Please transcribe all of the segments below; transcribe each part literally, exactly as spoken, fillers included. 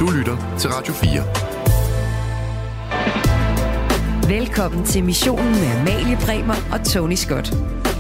Du lytter til Radio fire. Velkommen til missionen med Amalie Bremer og Tony Scott.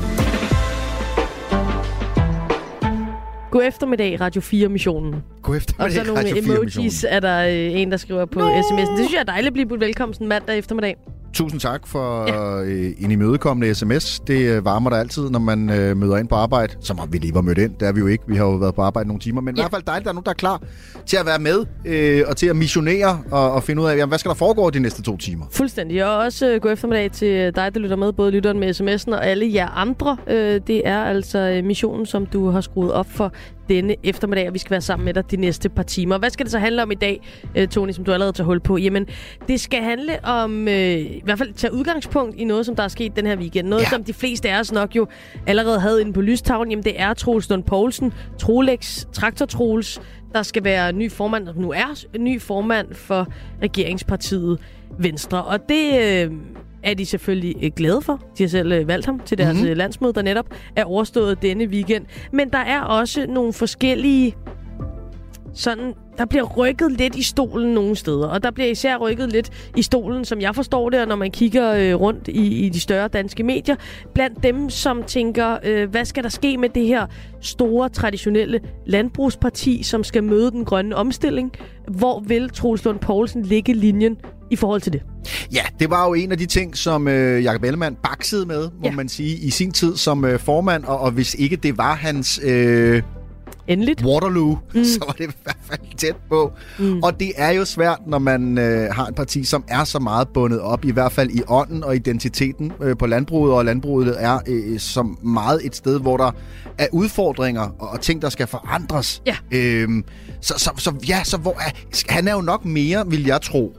God eftermiddag, Radio fire-missionen. God eftermiddag, og så nogle Radio emojis er der øh, en, der skriver på no. sms'en. Det synes jeg er dejligt at blive budt velkommen sådan mandag eftermiddag. Tusind tak for ja. øh, en imødekommende sms. Det øh, varmer der altid, når man øh, møder ind på arbejde. Som om vi lige var mødt ind. Det er vi jo ikke. Vi har jo været på arbejde nogle timer. Men ja. i hvert fald dejligt, der er nogen, der er klar til at være med øh, og til at missionere og, og finde ud af, jamen, hvad skal der foregå de næste to timer. Fuldstændig. Og også øh, god eftermiddag til dig, der lytter med. Både lytteren med sms'en og alle jer andre. Øh, det er altså øh, missionen, som du har skruet op for denne eftermiddag, og vi skal være sammen med dig de næste par timer. Hvad skal det så handle om i dag, Tony, som du allerede tager hul på? Jamen, det skal handle om, øh, i hvert fald tage udgangspunkt i noget, som der er sket den her weekend. Noget, ja. som de fleste af os nok jo allerede havde inde på lystavlen. Jamen, det er Troels Lund Poulsen, Trolex, Traktor Troels, der skal være ny formand, og nu er ny formand for regeringspartiet Venstre. Og det øh, er de selvfølgelig glade for. De har selv valgt ham til deres mm-hmm. landsmøde, der netop er overstået denne weekend. Men der er også nogle forskellige... Sådan, der bliver rykket lidt i stolen nogle steder. Og der bliver især rykket lidt i stolen, som jeg forstår det, og når man kigger øh, rundt i, i de større danske medier. Blandt dem, som tænker, øh, hvad skal der ske med det her store, traditionelle landbrugsparti, som skal møde den grønne omstilling? Hvor vil Troels Lund Poulsen ligge linjen i forhold til det? Ja, det var jo en af de ting, som øh, Jakob Ellemann baksede med, må ja. man sige, i sin tid som øh, formand. Og, og hvis ikke det var hans... Øh Endeligt. Waterloo, mm. så var det i hvert fald tæt på. Mm. Og det er jo svært, når man øh, har et parti, som er så meget bundet op, i hvert fald i ånden og identiteten øh, på landbruget, og landbruget er øh, som meget et sted, hvor der er udfordringer og, og ting, der skal forandres. Ja. Øhm, så, så, så ja, så hvor er, han er jo nok mere, vil jeg tro,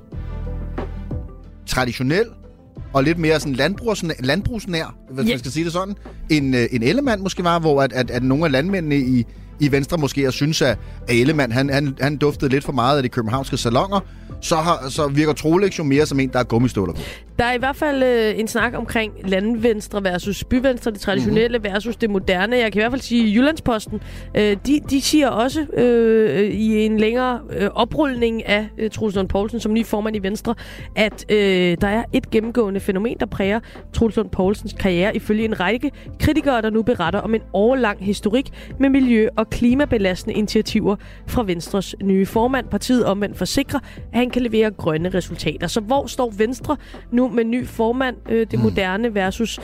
traditionel og lidt mere sådan landbrugsnær, landbrugsnær hvis yeah. man skal sige det sådan, en, en Ellemann måske var, hvor at, at, at nogle af landmændene i i Venstre måske, og synes, at Ellemann, han, han, han duftede lidt for meget af de københavnske salonger, så, har, så virker Trolex jo mere som en, der er gummistøvler på. Der er i hvert fald øh, en snak omkring landvenstre versus byvenstre, det traditionelle mm-hmm. versus det moderne. Jeg kan i hvert fald sige, at Jyllandsposten, øh, de, de siger også øh, i en længere øh, oprulning af øh, Troels Lund Poulsen som ny formand i Venstre, at øh, der er et gennemgående fænomen, der præger Troels Lund Poulsens karriere, ifølge en række kritikere, der nu beretter om en årelang historik med miljø- og klimabelastende initiativer fra Venstres nye formand. Partiet omvendt forsikrer, at han kan levere grønne resultater. Så hvor står Venstre nu med ny formand, øh, det moderne versus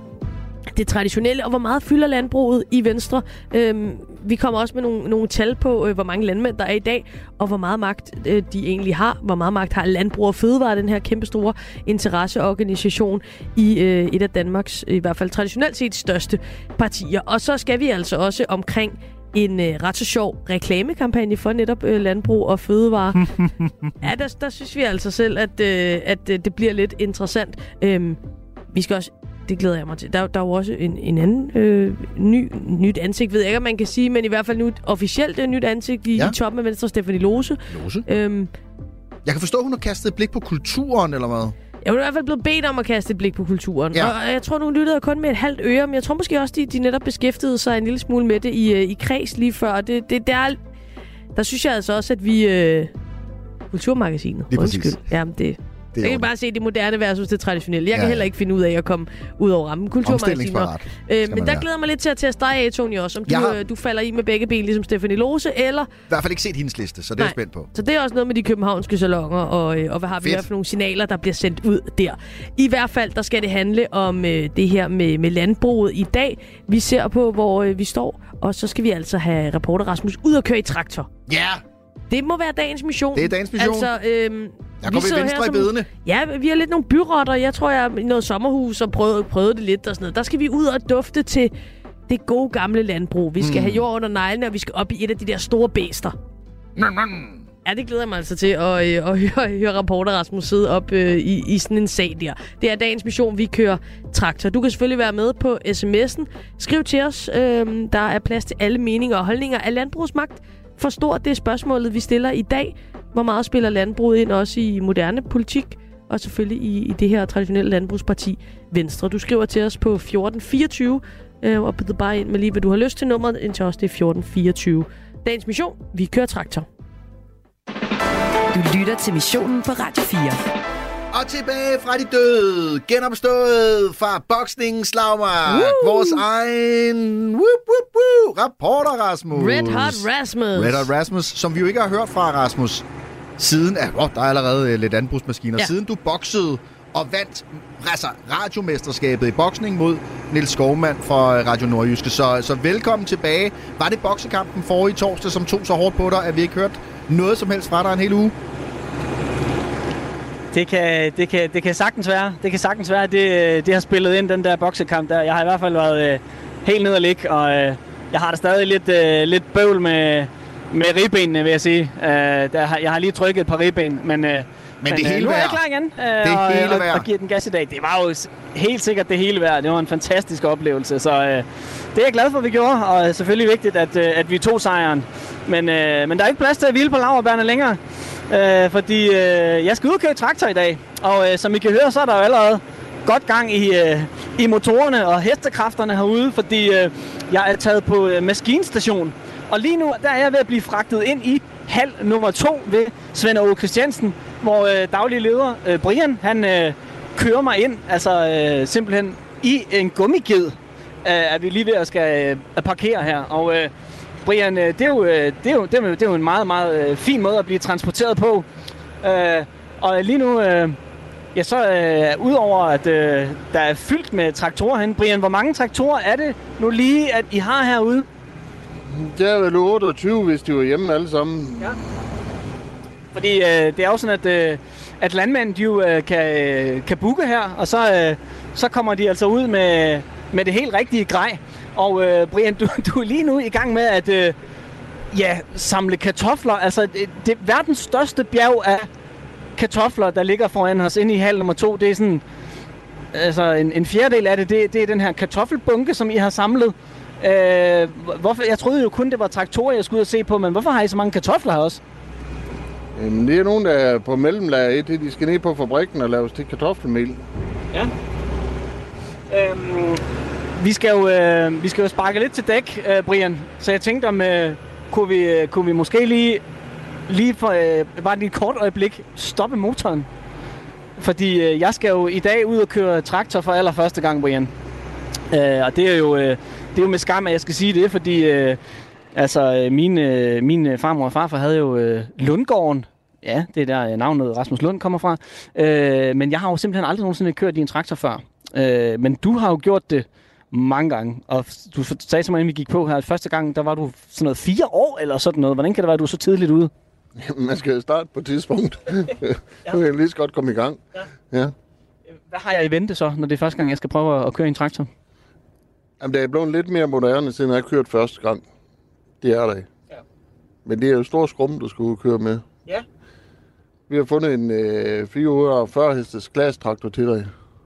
det traditionelle, og hvor meget fylder landbruget i Venstre? Øhm, vi kommer også med nogle, nogle tal på, øh, hvor mange landmænd der er i dag, og hvor meget magt øh, de egentlig har. Hvor meget magt har Landbrug og Fødevare, den her kæmpestore interesseorganisation i øh, et af Danmarks, i hvert fald traditionelt set, største partier. Og så skal vi altså også omkring en øh, ret så sjov reklamekampagne for netop øh, landbrug og fødevare. Ja, der, der synes vi altså selv, at, øh, at øh, det bliver lidt interessant. Øhm, vi skal også, det glæder jeg mig til. Der, der er jo også en, en anden øh, ny, nyt ansigt, ved jeg ikke, om man kan sige, men i hvert fald nu et officielt øh, nyt ansigt i, ja. i toppen af Venstre, Stephanie Lose. Lose? Øhm, jeg kan forstå, at hun har kastet et blik på kulturen, eller hvad? Jeg er i hvert fald blevet bedt om at kaste et blik på kulturen. Ja. Og jeg tror, nu lyttede kun med et halvt øre, men jeg tror måske også, de, de netop beskæftigede sig en lille smule med det i, i kreds lige før. Det, det, der, der synes jeg altså også, at vi... Øh, Kulturmagasinet. Lige præcis. Jamen, det... Det jeg kan bare se det moderne versus det traditionelle. Jeg ja, kan ja. heller ikke finde ud af at komme ud over rammen. Kulturmagasinet. Øh, men der være. glæder mig lidt til at teste dig af, Tony, også. Om du, har... du falder i med begge ben, ligesom Stephanie Lose, eller... I hvert fald ikke set hendes liste, så det er jeg spændt på. Så det er også noget med de københavnske salonger, og, og hvad har vi her for nogle signaler, der bliver sendt ud der. I hvert fald, der skal det handle om øh, det her med, med landbruget i dag. Vi ser på, hvor øh, vi står, og så skal vi altså have reporter Rasmus ud og køre i traktor. Ja! Yeah. Det må være dagens mission. Det er dagens mission. Altså, øhm, jeg går ved Venstre i bedene. Ja, vi har lidt nogle byrotter. Jeg tror, jeg er i noget sommerhus og prøvede, prøvede det lidt og sådan noget. Der skal vi ud og dufte til det gode gamle landbrug. Vi skal mm. have jord under neglene, og vi skal op i et af de der store bæster. Mm, mm. Ja, det glæder jeg mig altså til at, øh, at høre, høre reporter Rasmus sidde op øh, i, i sådan en sag der. Det er dagens mission, vi kører traktor. Du kan selvfølgelig være med på sms'en. Skriv til os. Øh, der er plads til alle meninger og holdninger. Er landbrugsmagt for stort? Det er spørgsmålet, vi stiller i dag. Hvor meget spiller landbruget ind også i moderne politik? Og selvfølgelig i, i det her traditionelle landbrugsparti Venstre. Du skriver til os på fjorten fireogtyve øh, og byder bare ind med lige, hvad du har lyst til. Nummeret indtil os, det er fjorten fireogtyve. Dagens mission, vi kører traktor. Du lytter til Missionen på Radio fire. Og tilbage fra de døde, genopstået fra boksningens slagmark, vores egen whoop, whoop, whoop, reporter Rasmus. Red Hot Rasmus. Red Hot Rasmus, som vi jo ikke har hørt fra, Rasmus, siden, at oh, der er allerede lidt anbrugsmaskiner, ja. Siden du boksede og vandt altså, radiomesterskabet i boksning mod Niels Skovmand fra Radio Nordjyske. Så, så velkommen tilbage. Var det boksekampen forrige torsdag, som tog så hårdt på dig, at vi ikke hørt noget som helst fra dig en hel uge? Det kan, det, kan, det kan sagtens være. Det kan sagtens være, det, det har spillet ind, den der boksekamp der. Jeg har i hvert fald været øh, helt ned og ligge, og øh, jeg har da stadig lidt, øh, lidt bøvl med, med ribbenene, vil jeg sige. Øh, der har, jeg har lige trykket et par ribben, men, øh, men det men, hele nu er jeg værd. klar igen øh, det og, hele og, værd. og giver den gas i dag. Det var jo helt sikkert det hele værd. Det var en fantastisk oplevelse, så øh, det er jeg glad for, at vi gjorde, og selvfølgelig vigtigt, at, øh, at vi tog sejren. Men, øh, men der er ikke plads til at hvile på laurbærrene længere. Øh, fordi øh, jeg skal ud og køre traktor i dag, og øh, som I kan høre, så er der jo allerede godt gang i, øh, i motorerne og hestekræfterne herude, fordi øh, jeg er taget på øh, maskinstation. Og lige nu der er jeg ved at blive fragtet ind i hal nummer to ved Svend Aage Christiansen, hvor øh, daglig leder øh, Brian, han øh, kører mig ind, altså øh, simpelthen i en gummiged, øh, at vi lige ved at skal øh, parkere her. Og øh, Brian, det er, jo, det, er jo, det, er jo, det er jo en meget, meget fin måde at blive transporteret på. Øh, og lige nu, øh, ja, så øh, udover at øh, der er fyldt med traktorer hen, Brian, hvor mange traktorer er det nu lige, at I har herude? Det er vel otteogtyve, hvis de var hjemme alle sammen. Ja. Fordi øh, det er jo sådan, at, øh, at landmænd de jo øh, kan, øh, kan booke her, og så, øh, så kommer de altså ud med, med det helt rigtige grej. Og øh, Brian, du, du er lige nu i gang med at øh, ja, samle kartofler. Altså, det, det er verdens største bjerg af kartofler, der ligger foran os inde i hal nummer to. Det er sådan, altså en, en fjerdedel af det, det, det er den her kartoffelbunke, som I har samlet. Øh, hvorfor, jeg troede jo kun, det var traktorer, jeg skulle ud og se på, men hvorfor har I så mange kartofler her også? Jamen, det er nogen, der er på mellemlager et. De skal ned på fabrikken og lave til kartoffelmel. Ja. Øhm, vi, skal jo, øh, vi skal jo sparke lidt til dæk, øh, Brian. Så jeg tænkte, om øh, kunne, vi, øh, kunne vi måske lige, lige for øh, bare lige et kort øjeblik stoppe motoren. Fordi øh, jeg skal jo i dag ud og køre traktor for allerførste gang, Brian. Øh, og det er jo... Øh, Det er jo med skam, at jeg skal sige det, fordi øh, altså, mine, øh, mine farmor og farfar havde jo øh, Lundgården. Ja, det er der navnet Rasmus Lund kommer fra. Øh, men jeg har jo simpelthen aldrig nogensinde kørt i en traktor før. Øh, men du har jo gjort det mange gange. Og du sagde til mig, inden vi gik på her, at første gang, der var du sådan noget fire år eller sådan noget. Hvordan kan det være, at du er så tidligt ude? Jamen, man skal jo starte på et tidspunkt. Nu kan jeg lige så godt komme i gang. Ja. Ja. Hvad har jeg i vente så, når det er første gang, jeg skal prøve at køre i en traktor? Jamen, det er blevet lidt mere moderne, siden jeg har kørt første gang. Det er det. Ja. Men det er jo stor skrum, du skal køre med. Ja. Vi har fundet en øh, fire hundrede og fyrre hestes glastraktor til dig.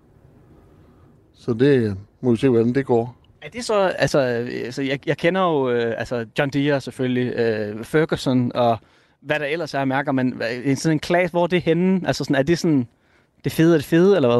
Så det må vi se, hvordan det går. Er det så, altså, altså jeg, jeg kender jo øh, altså John Deere selvfølgelig, øh, Ferguson og hvad der ellers er mærker, men sådan en klasse, hvor er det henne? Altså sådan, er det sådan det fede er det fede, eller hvad?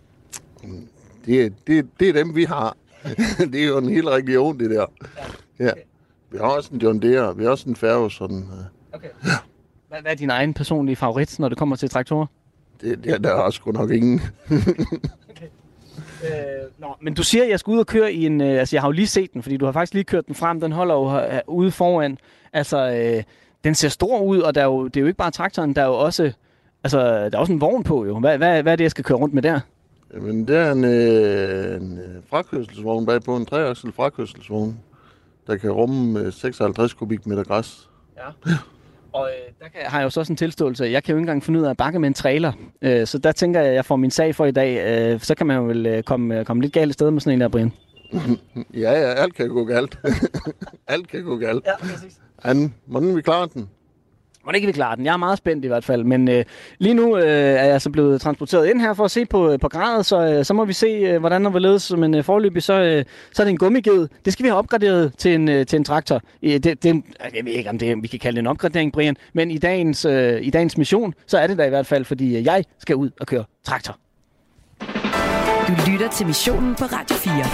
Det, det, det er dem, vi har. Det er jo en hel region, det der. Ja. Okay. Vi har også en John Deere, vi har også en Ferguson. Okay. Hvad, hvad er din egen personlige favorit, når det kommer til traktorer? Det, det der er sgu nok ingen. Okay. Øh, nå, men du siger, at jeg skal ud og køre i en... Øh, altså, jeg har jo lige set den, fordi du har faktisk lige kørt den frem. Den holder jo her, ude foran. Altså, øh, den ser stor ud, og der er jo, det er jo ikke bare traktoren, der er jo også... Altså, der er også en vogn på, jo. Hvad, hvad, hvad er det, jeg skal køre rundt med der? Jamen, det er en, øh, en frakørselsvogn bagpå, en treaksel frakørselsvogn, der kan rumme seksoghalvtreds kubikmeter græs. Ja. Og øh, der kan, har jeg jo så sådan en tilståelse. Jeg kan jo ikke engang finde ud af at bakke med en trailer. Øh, så der tænker jeg, at jeg får min sag for i dag. Øh, så kan man jo vel øh, komme, komme lidt galt i sted med sådan en der, Brian. Ja, ja, alt kan gå galt. Alt kan gå galt. Ja, præcis. Anden, hvordan vi klarer den? Hvordan kan vi klare den? Jeg er meget spændt i hvert fald. Men øh, lige nu øh, er jeg så blevet transporteret ind her for at se på, på gradet. Så, øh, så må vi se, øh, hvordan der vil ledes. Men øh, foreløbig, så, øh, så er det en gummiged. Det skal vi have opgraderet til en, øh, til en traktor. I, det, det, jeg ved ikke, om det, vi kan kalde det en opgradering, Brian. Men i dagens, øh, i dagens mission, så er det der i hvert fald, fordi øh, jeg skal ud og køre traktor. Du lytter til Missionen på Radio fire.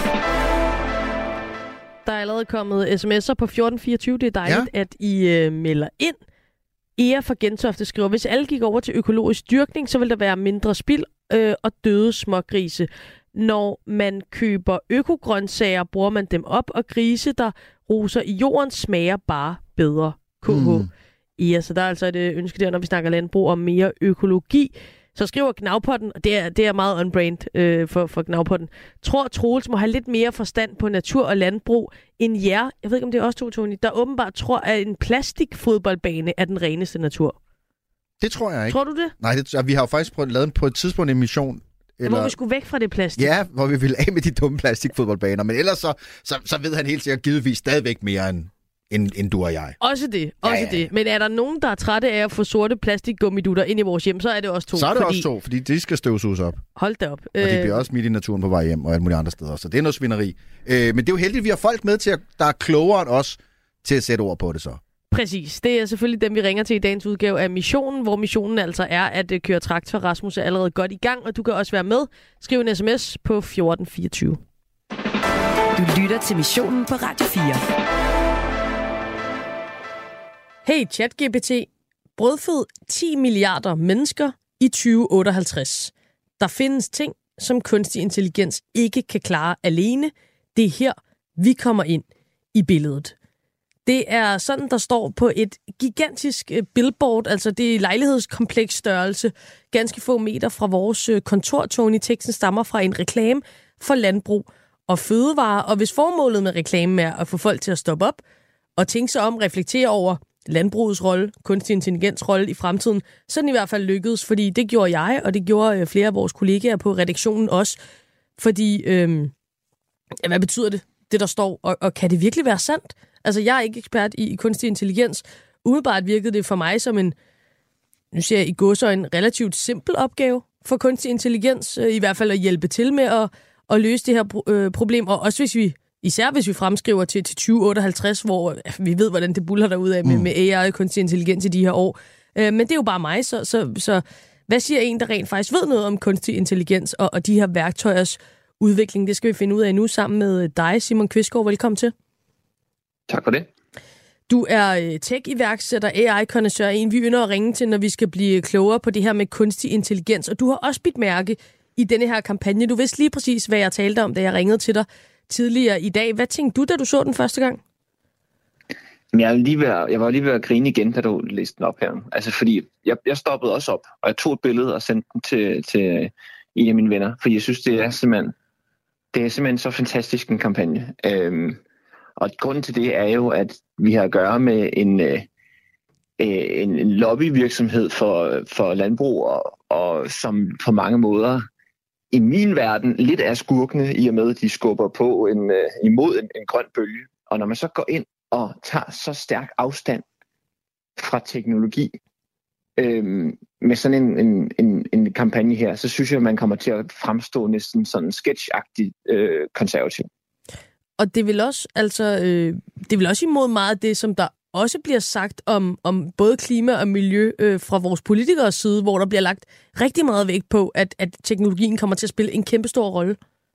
Der er allerede kommet sms'er på fjorten fireogtyve. Det er dejligt, ja. At I øh, melder ind. Ea fra Gentofte skriver, hvis alle gik over til økologisk dyrkning, så vil der være mindre spild øh, og døde smågrise. Når man køber økogrøntsager, bruger man dem op, og grise, der roser i jorden, smager bare bedre. K H. Mm. Ja, så der er altså et ønske der, når vi snakker landbrug om mere økologi. Så skriver Gnavpotten, og det er, det er meget on-brand øh, for, for Gnavpotten, tror Troels må have lidt mere forstand på natur og landbrug end jer. Jeg ved ikke, om det er os to, Tony, der åbenbart tror, at en plastikfodboldbane er den reneste natur. Det tror jeg ikke. Tror du det? Nej, det, vi har jo faktisk prøvet, lavet på et tidspunkt en mission. Eller... Hvor vi skulle væk fra det plastik. Ja, hvor vi ville af med de dumme plastikfodboldbaner. Men ellers så, så, så ved han helt sikkert givetvis stadigvæk mere end, end, end du og jeg. Også det, også ja, ja, ja. det. Men er der nogen, der er trætte af at få sorte plastikgummidutter ind i vores hjem, så er det også to. Så er det fordi... også to, fordi de skal støvsuges op. Hold da op. Og de bliver også midt i naturen på vej hjem og alle mulige andre steder. Så det er noget svineri. Øh, men det er jo heldigt, at vi har folk med, til at, der er klogere end os til at sætte ord på det så. Præcis. Det er selvfølgelig dem, vi ringer til i dagens udgave af Missionen, hvor missionen altså er at uh, køre traktor. Rasmus er allerede godt i gang, og du kan også være med. Skriv en sms på fjorten fireogtyve. Du lytter til Missionen på Radio fire. Hey ChatGPT. Brødfød ti milliarder mennesker i tyve otteoghalvtreds. Der findes ting, som kunstig intelligens ikke kan klare alene. Det er her, vi kommer ind i billedet. Det er sådan, der står på et gigantisk billboard, altså det er lejlighedskompleks størrelse, ganske få meter fra vores kontor. Tony, teksten stammer fra en reklame for landbrug og fødevarer, og hvis formålet med reklamen er at få folk til at stoppe op og tænke sig om, reflektere over landbrugets rolle, kunstig intelligens rolle i fremtiden, så er den i hvert fald lykkedes, fordi det gjorde jeg, og det gjorde flere af vores kollegaer på redaktionen også, fordi, øhm, ja, hvad betyder det, det der står, og, og kan det virkelig være sandt? Altså, jeg er ikke ekspert i, i kunstig intelligens. Umiddelbart virkede det for mig som en, nu siger jeg i gåseøjne, en relativt simpel opgave for kunstig intelligens, øh, i hvert fald at hjælpe til med at, at løse det her pro- øh, problem, og også hvis vi, især hvis vi fremskriver til, til tyve otteoghalvtreds, hvor øh, vi ved, hvordan det buller derude af med, mm. med A I og kunstig intelligens i de her år. Øh, men det er jo bare mig, så, så, så hvad siger en, der rent faktisk ved noget om kunstig intelligens og, og de her værktøjers udvikling? Det skal vi finde ud af nu sammen med dig, Simon Kvistgaard. Velkommen til. Tak for det. Du er tech-iværksætter, A I-kondensør, en vi ynder at ringe til, når vi skal blive klogere på det her med kunstig intelligens. Og du har også bidt mærke i denne her kampagne. Du vidste lige præcis, hvad jeg talte om, da jeg ringede til dig tidligere i dag. Hvad tænkte du, da du så den første gang? Jeg var lige ved at, jeg var lige ved at grine igen, da du læste den op her. Altså fordi, jeg, jeg stoppede også op, og jeg tog et billede og sendte den til, til en af mine venner. For jeg synes, det er simpelthen, det er simpelthen så fantastisk en kampagne. Øhm, Og grunden til det er jo, at vi har at gøre med en, øh, en, en lobbyvirksomhed for, for landbrug, og, og som på mange måder i min verden lidt er skurkende, i og med, at de skubber på en, øh, imod en, en grøn bølge. Og når man så går ind og tager så stærk afstand fra teknologi øh, med sådan en, en, en, en kampagne her, så synes jeg, at man kommer til at fremstå næsten sådan sketch-agtigt øh, konservativ. Og det vil også, altså, øh, det vil også imod meget af det, som der også bliver sagt om, om både klima og miljø øh, fra vores politikers side, hvor der bliver lagt rigtig meget vægt på, at, at teknologien kommer til at spille en kæmpe stor rolle.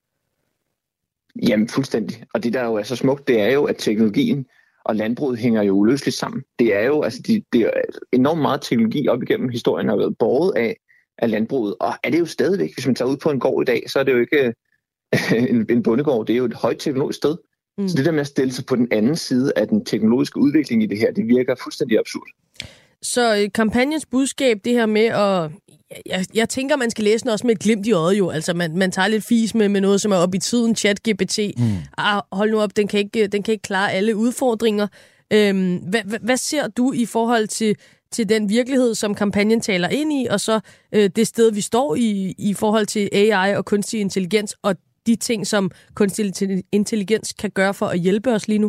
Jamen fuldstændig. Og det, der jo er så smukt, det er jo, at teknologien og landbruget hænger jo uløseligt sammen. Det er jo, altså, de, det er enormt meget teknologi op igennem historien har været båret af, af landbruget. Og er det jo stadigvæk, hvis man tager ud på en gård i dag, så er det jo ikke en, en bondegård, det er jo et højt teknologisk sted. Mm. Så det der med at stille sig på den anden side af den teknologiske udvikling i det her, det virker fuldstændig absurd. Så øh, kampagnens budskab, det her med at... Jeg, jeg tænker, man skal læse den også med et glimt i øjet jo. Altså, man, man tager lidt fis med, med noget, som er oppe i tiden. ChatGPT. Mm. Ah, hold nu op, den kan ikke, den kan ikke klare alle udfordringer. Øhm, hvad, hvad, hvad ser du i forhold til, til den virkelighed, som kampagnen taler ind i, og så øh, det sted, vi står i, i forhold til A I og kunstig intelligens, og de ting, som kunstig intelligens kan gøre for at hjælpe os lige nu?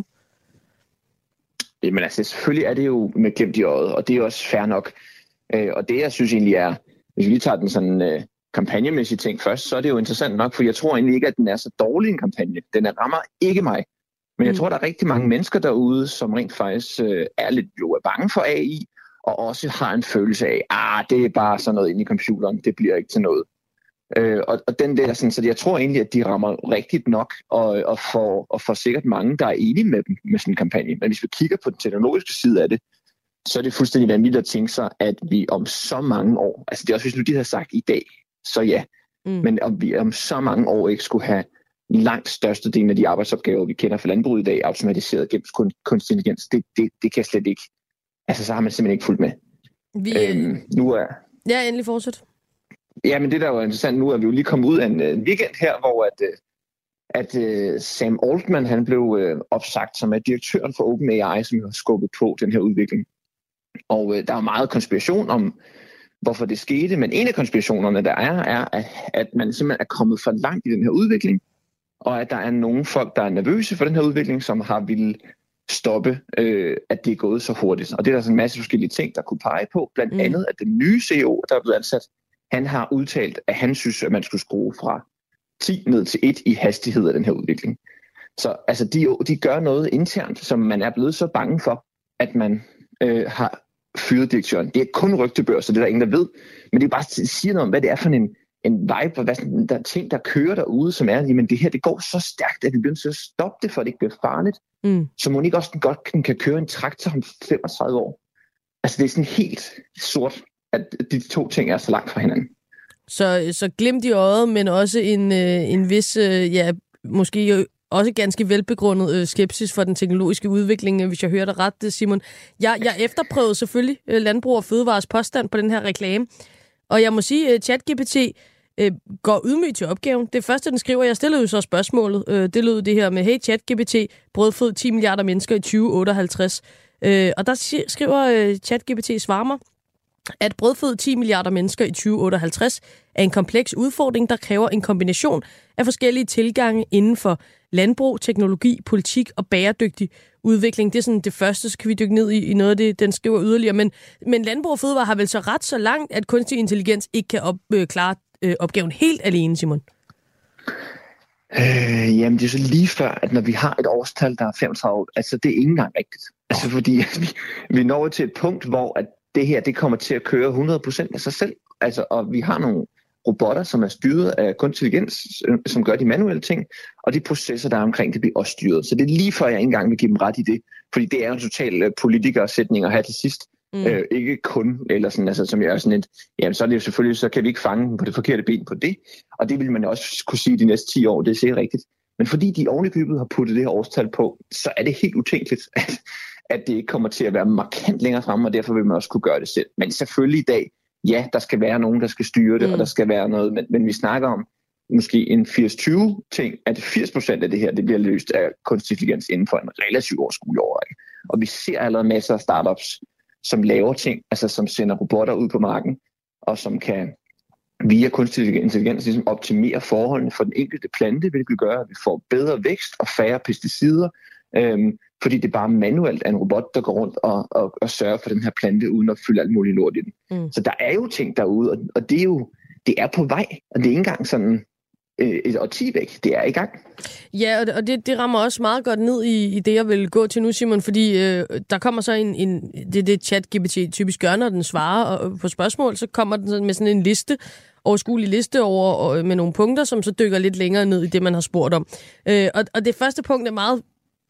Jamen altså, selvfølgelig er det jo med glimt i øjet, og det er jo også fair nok. Øh, og det, jeg synes egentlig er, hvis vi lige tager den sådan øh, kampagnemæssige ting først, så er det jo interessant nok, for jeg tror egentlig ikke, at den er så dårlig en kampagne. Den er, rammer ikke mig. Men jeg tror, der er rigtig mange mennesker derude, som rent faktisk øh, er lidt jo er bange for A I, og også har en følelse af, ah, det er bare sådan noget inde i computeren, det bliver ikke til noget. Øh, og, og den der, sådan, så jeg tror egentlig, at de rammer rigtigt nok, og, og, får, og får sikkert mange, der er enige med dem med sådan en kampagne. Men hvis vi kigger på den teknologiske side af det, så er det fuldstændig vanvittigt at tænke sig, at vi om så mange år, altså det er også, hvis nu de havde sagt i dag, så ja, mm. men om vi om så mange år ikke skulle have langt størstedelen af de arbejdsopgaver, vi kender fra landbruget i dag, automatiseret gennem kunstig intelligens, det, det, det kan slet ikke, altså så har man simpelthen ikke fulgt med. Vi... Øhm, nu er... Ja, endelig fortsæt. Ja, men det der er jo interessant, nu er vi jo lige kommet ud af en uh, weekend her, hvor at, uh, at uh, Sam Altman, han blev uh, opsagt, som er direktøren for OpenAI, som har skubbet på den her udvikling. Og uh, der er meget konspiration om, hvorfor det skete, men en af konspirationerne, der er, er, at, at man simpelthen er kommet for langt i den her udvikling, og at der er nogle folk, der er nervøse for den her udvikling, som har ville stoppe, øh, at det er gået så hurtigt. Og det er der sådan en masse forskellige ting, der kunne pege på. Blandt mm. andet, at den nye C E O, der er blevet ansat, han har udtalt, at han synes, at man skulle skrue fra ti ned til et i hastighed af den her udvikling. Så altså, de, de gør noget internt, som man er blevet så bange for, at man øh, har fyret direktøren. Det er kun rygtebørs, så det er der ingen, der ved. Men det er bare siger noget om, hvad det er for en, en vibe, og hvad sådan, der er ting, der kører derude, som er, jamen det her, det går så stærkt, at vi bliver nødt til at stoppe det, for det ikke bliver farligt. Mm. Så må ikke også godt kan, kan køre en traktor om femogtredive år. Altså det er sådan helt sort, at de to ting er så langt fra hinanden. Så, så glimt i øjet, men også en, øh, en vis, øh, ja, måske også ganske velbegrundet øh, skepsis for den teknologiske udvikling, hvis jeg hører dig ret, Simon. Jeg, jeg efterprøvede selvfølgelig øh, Landbrug og Fødevares påstand på den her reklame, og jeg må sige, at ChatGPT øh, går ydmygt til opgaven. Det første, den skriver, jeg stillede jo så spørgsmålet, øh, det lød det her med, hey ChatGPT, brødfød ti milliarder mennesker i tyve otteoghalvtreds. Øh, og der skriver øh, ChatGPT svarer mig, at brødfød ti milliarder mennesker i tyve otteoghalvtreds er en kompleks udfordring, der kræver en kombination af forskellige tilgange inden for landbrug, teknologi, politik og bæredygtig udvikling. Det er sådan det første, så kan vi dykke ned i, i noget af det, den skriver yderligere. Men, men Landbrug og Fødevare har vel så ret så langt, at kunstig intelligens ikke kan op, øh, klare øh, opgaven helt alene, Simon? Øh, jamen, det er så lige før, at når vi har et årstal, der er femogtredive år, altså det er ikke engang rigtigt. Altså fordi vi, vi når til et punkt, hvor at det her, det kommer til at køre hundrede procent af sig selv. Altså, og vi har nogle robotter, som er styret af kunstig intelligens, som gør de manuelle ting, og de processer, der er omkring, det bliver også styret. Så det er lige før, jeg ikke engang vil give dem ret i det, fordi det er en total uh, politikersætning at have til sidst. Mm. Uh, ikke kun, eller sådan, altså, som jeg er sådan et, jamen så er det jo selvfølgelig, så kan vi ikke fange dem på det forkerte ben på det, og det vil man også kunne sige de næste ti år, det er sikkert rigtigt. Men fordi de ovenikøbet har puttet det her årstal på, så er det helt utænkeligt, at at det ikke kommer til at være markant længere fremme, og derfor vil man også kunne gøre det selv. Men selvfølgelig i dag, ja, der skal være nogen, der skal styre det, mm. og der skal være noget, men, men vi snakker om måske en firs tyve ting, at firs procent af det her, det bliver løst af kunstig intelligens inden for en relativt overskuelig årrække. Og vi ser allerede masser af startups, som laver ting, altså som sender robotter ud på marken, og som kan via kunstig intelligens ligesom optimere forholdene for den enkelte plante, hvilket gør, at vi får bedre vækst og færre pesticider, øhm, fordi det bare manuelt er en robot, der går rundt og, og, og sørger for den her plante, uden at fylde alt muligt lort i den. Mm. Så der er jo ting derude, og, og det er jo det er på vej, og det er ikke engang sådan øh, et årti væk. Det er i gang. Ja, og det, det rammer også meget godt ned i, i det, jeg vil gå til nu, Simon, fordi øh, der kommer så en, en det er det ChatGPT typisk gør, når den svarer og på spørgsmål, så kommer den med sådan en liste, overskuelig liste over og, med nogle punkter, som så dykker lidt længere ned i det, man har spurgt om. Øh, og, og det første punkt er meget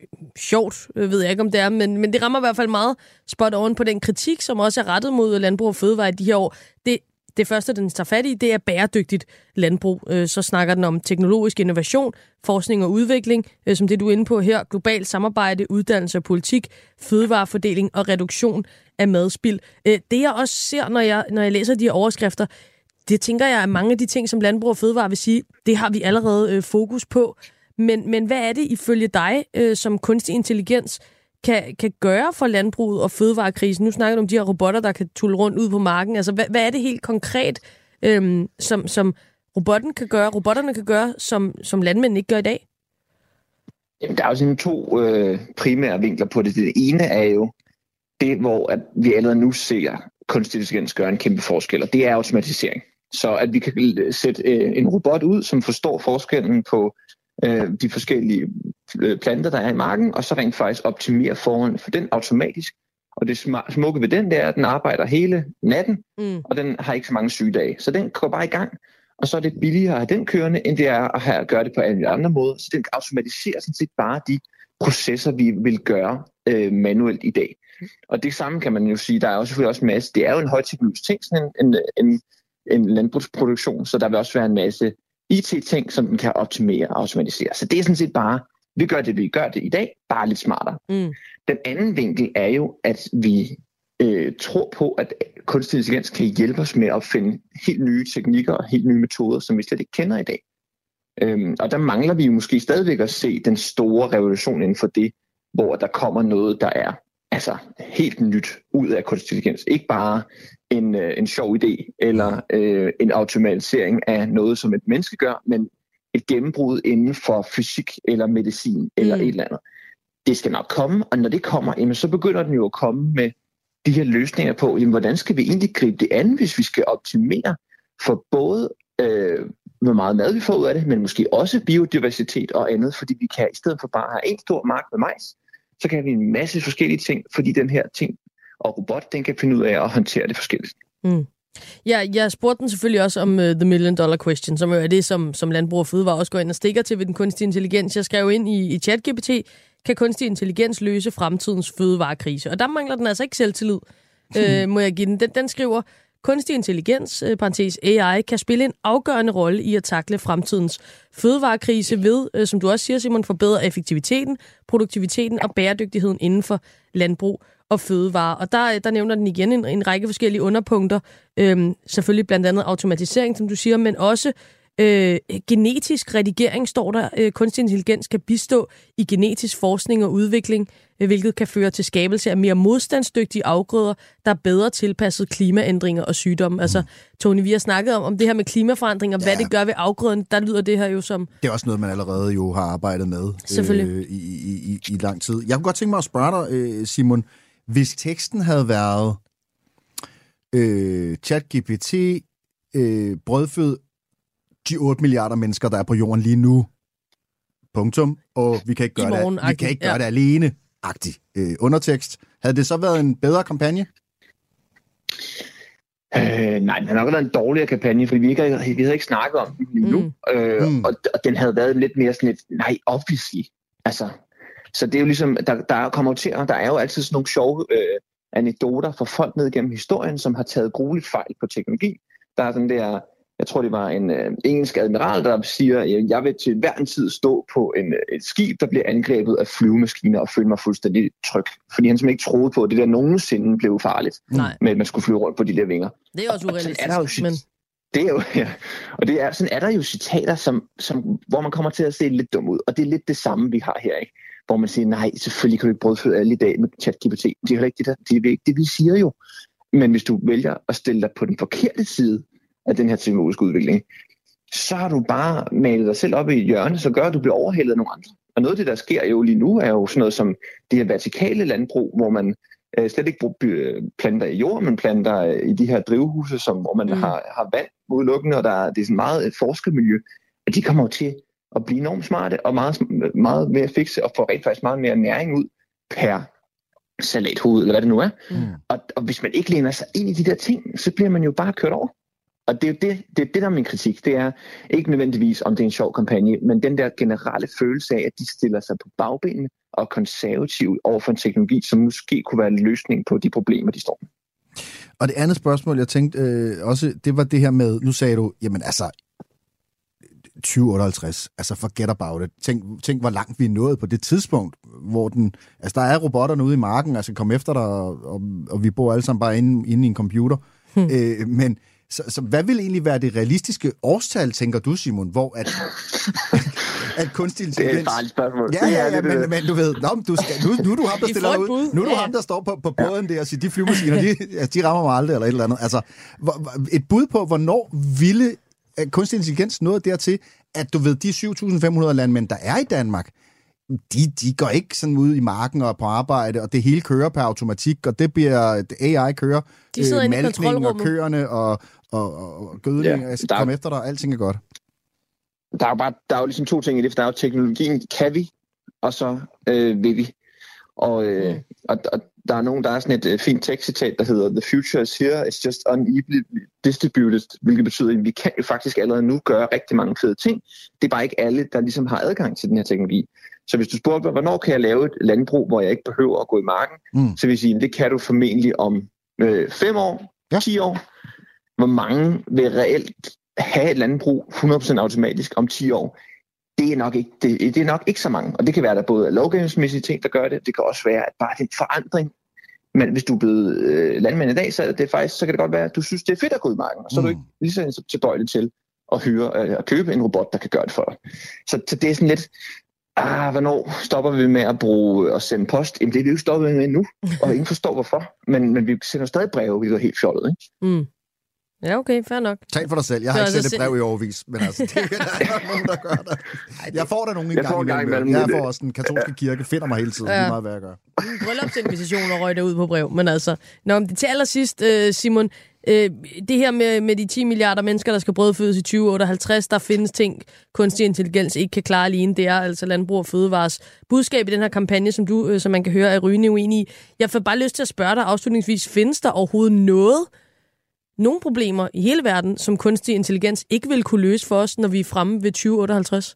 sjovt, ved jeg ikke om det er, men, men det rammer i hvert fald meget spot on på den kritik, som også er rettet mod Landbrug og Fødevare i de her år. Det, det første, den tager fat i, det er bæredygtigt landbrug. Så snakker den om teknologisk innovation, forskning og udvikling, som det du er inde på her, globalt samarbejde, uddannelse og politik, fødevarefordeling og reduktion af madspild. Det jeg også ser, når jeg, når jeg læser de her overskrifter, det tænker jeg, at mange af de ting, som Landbrug og Fødevare vil sige, det har vi allerede fokus på. Men, men hvad er det ifølge dig, øh, som kunstig intelligens kan, kan gøre for landbruget og fødevarekrisen? Nu snakker du om de her robotter, der kan tulle rundt ud på marken. Altså, hvad, hvad er det helt konkret, øh, som, som robotten kan gøre, robotterne kan gøre, som, som landmændene ikke gør i dag? Jamen, der er jo sådan to øh, primære vinkler på det. Det ene er jo det, hvor at vi allerede nu ser kunstig intelligens gøre en kæmpe forskel, og det er automatisering. Så at vi kan sætte øh, en robot ud, som forstår forskellen på de forskellige planter, der er i marken, og så rent faktisk optimere forholdene for den automatisk. Og det smukke ved den, der er, at den arbejder hele natten, mm. og den har ikke så mange sygedage. Så den går bare i gang, og så er det billigere at have den kørende, end det er at have, gøre det på alle andre måder. Så den automatiserer sådan set bare de processer, vi vil gøre øh, manuelt i dag. Og det samme kan man jo sige, der er jo selvfølgelig også en masse, det er jo en højteknologisk ting, sådan en, en, en, en landbrugsproduktion, så der vil også være en masse I T-ting, som den kan optimere og automatisere. Så det er sådan set bare, vi gør det, vi gør det i dag, bare lidt smartere. Mm. Den anden vinkel er jo, at vi øh, tror på, at kunstig intelligens kan hjælpe os med at finde helt nye teknikker og helt nye metoder, som vi slet ikke kender i dag. Øhm, og der mangler vi jo måske stadigvæk at se den store revolution inden for det, hvor der kommer noget, der er altså helt nyt ud af kunstig intelligens. Ikke bare en, øh, en sjov idé eller øh, en automatisering af noget, som et menneske gør, men et gennembrud inden for fysik eller medicin mm. eller et eller andet. Det skal nok komme, og når det kommer, jamen, så begynder den jo at komme med de her løsninger på, jamen, hvordan skal vi egentlig gribe det an, hvis vi skal optimere for både øh, hvor meget mad vi får ud af det, men måske også biodiversitet og andet, fordi vi kan i stedet for bare have en stor mark med majs, så kan vi en masse forskellige ting, fordi den her ting og robot, den kan finde ud af at håndtere det forskelligt. Mm. Ja, jeg spurgte den selvfølgelig også om uh, The Million Dollar Question, som jo er det, som, som Landbrug og Fødevare også går ind og stikker til ved den kunstige intelligens. Jeg skrev ind i, i ChatGPT, kan kunstig intelligens løse fremtidens fødevarekrise? Og der mangler den altså ikke selvtillid, øh, må jeg give den. Den, den skriver, kunstig intelligens, øh, parentes A I, kan spille en afgørende rolle i at takle fremtidens fødevarekrise ved, øh, som du også siger, Simon, forbedre effektiviteten, produktiviteten og bæredygtigheden inden for landbrug og fødevare. Og der, der nævner den igen en, en række forskellige underpunkter. Øhm, selvfølgelig blandt andet automatisering, som du siger, men også øh, genetisk redigering, står der. Øh, kunstig intelligens kan bistå i genetisk forskning og udvikling, øh, hvilket kan føre til skabelse af mere modstandsdygtige afgrøder, der er bedre tilpasset klimaændringer og sygdomme. Altså, Tony, vi har snakket om, om det her med klimaforandringer, ja. Hvad det gør ved afgrøden. Der lyder det her jo som... Det er også noget, man allerede jo har arbejdet med øh, i, i, i, i lang tid. Jeg kunne godt tænke mig at spørge dig, øh, Simon, hvis teksten havde været øh, ChatGPT, øh, brødfød de otte milliarder mennesker, der er på jorden lige nu, punktum, og vi kan ikke gøre, det, vi kan ikke gøre ja. det alene, agtig øh, undertekst. Havde det så været en bedre kampagne? Øh, nej, den har nok været en dårligere kampagne, fordi vi, ikke, vi havde ikke snakket om den lige nu, mm. Øh, mm. og, og den havde været lidt mere sådan et, nej, obviously, altså... Så det er jo ligesom, der, der kommer til, og der er jo altid sådan nogle sjove øh, anekdoter fra folk ned gennem historien, som har taget grueligt fejl på teknologi. Der er sådan der, jeg tror det var en øh, engelsk admiral, der siger, at jeg vil til hver en tid stå på en, et skib, der bliver angrebet af flyvemaskiner og føle mig fuldstændig tryg. Fordi han simpelthen ikke troede på, at det der nogensinde blev farligt, Nej. med at man skulle flyve rundt på de der vinger. Det er også urealistisk, er jo, men... Det er jo, ja. Og det er, sådan er der jo citater, som, som, hvor man kommer til at se lidt dum ud. Og det er lidt det samme, vi har her, ikke? Hvor man siger, nej, selvfølgelig kan du ikke brødføde alle i dag med ChatGPT. Det er jo ikke det, der, det, er ikke det, vi siger jo. Men hvis du vælger at stille dig på den forkerte side af den her teknologiske udvikling, så har du bare malet dig selv op i et hjørne, så gør, at du bliver overhældet af nogle andre. Og noget af det, der sker jo lige nu, er jo sådan noget som det her vertikale landbrug, hvor man øh, slet ikke bruger planter i jord, men planter i de her drivhuse, som, hvor man mm. har, har vand udelukkende, og der er, det er sådan meget et forskermiljø, at de kommer jo til at blive enormt smarte og meget, meget mere fikse og få rent faktisk meget mere næring ud per salathoved, eller hvad det nu er. Mm. Og, og hvis man ikke læner sig ind i de der ting, så bliver man jo bare kørt over. Og det er jo det, det, er det der er min kritik. Det er ikke nødvendigvis, om det er en sjov kampagne, men den der generelle følelse af, at de stiller sig på bagbenene og er konservative over for en teknologi, som måske kunne være en løsning på de problemer, de står med. Og det andet spørgsmål, jeg tænkte øh, også, det var det her med, nu sagde du, jamen altså, tyve otteoghalvtreds, altså forget about it. Tænk, tænk, hvor langt vi er nået på det tidspunkt, hvor den, altså der er robotterne ude i marken, altså komme efter dig, og, og, og vi bor alle sammen bare inde, inde i en computer. Hmm. Øh, men så, så hvad vil egentlig være det realistiske årstal, tænker du, Simon, hvor at, at kunstig intelligens... Det er et farligt spørgsmål. Ja, ja, ja, men, men du ved, nå, du skal, nu, nu er du ham, der stiller ud. Nu er du ham, der står på, på båden der og siger, de flyvemaskiner, de, altså, de rammer mig aldrig, eller et eller andet. Altså, et bud på, hvornår ville kunstig intelligens nået dertil, at du ved, de syv tusind fem hundrede landmænd, der er i Danmark, de, de går ikke sådan ud i marken og på arbejde, og det hele kører per automatik, og det bliver A I kører øh, malkning og køerne og, og, og gødning, ja, altså komme efter dig, alting er godt. Der er jo bare, der er jo ligesom to ting i det, for der er jo teknologien, kan vi, og så øh, vil vi. Og, øh, mm. og, og der er nogen, der er sådan et øh, fint tekstcitat, der hedder, the future is here, it's just unevenly distributed, hvilket betyder, at vi kan jo faktisk allerede nu gøre rigtig mange fede ting. Det er bare ikke alle, der ligesom har adgang til den her teknologi. Så hvis du spurgte mig, hvornår kan jeg lave et landbrug, hvor jeg ikke behøver at gå i marken, mm. så vil jeg sige, at det kan du formentlig om øh, fem år, ja. ti år. Hvor mange vil reelt have et landbrug hundrede procent automatisk om ti år? Det er, nok ikke, det, det er nok ikke så mange. Og det kan være, at der både er lovgivningsmæssige ting, der gør det. Det kan også være, at bare det er en forandring. Men hvis du er blevet øh, landmand i dag, så, er det faktisk, så kan det godt være, at du synes, det er fedt at gå i marken. Og så er du ikke lige så tilbøjelig til at, hyre, øh, at købe en robot, der kan gøre det for dig. Så, så det er sådan lidt... Ah, hvornår stopper vi med at bruge og sende post? Jamen, det er vi jo stoppet med nu, og ingen forstår hvorfor. Men, men vi sender stadig breve, vi er helt fjollet, ikke? Mm. Ja, okay, fair nok. Tal for dig selv. Jeg har så ikke sendt et brev i overvis, men altså, det er der nogen, der gør det. Jeg får der nogen en gang imellem. imellem. Jeg får også den katolske kirke, finder mig hele tiden. Ja. Det er meget, hvad jeg gør. Bryllupsinvitationer røg derud på brev, men altså... Nå, men det til allersidst, Simon, øh, det her med, med de ti milliarder mennesker, der skal brødfødes i tyve otteoghalvtreds, der findes ting, kunstig intelligens ikke kan klare alene. Det er altså Landbrug og Fødevares budskab i den her kampagne, som du, øh, som man kan høre, er rygende uenig i. Jeg får bare lyst til at spørge dig afslutningsvis, findes der overhovedet noget, nogle problemer i hele verden, som kunstig intelligens ikke vil kunne løse for os, når vi er fremme ved tyve otteoghalvtreds?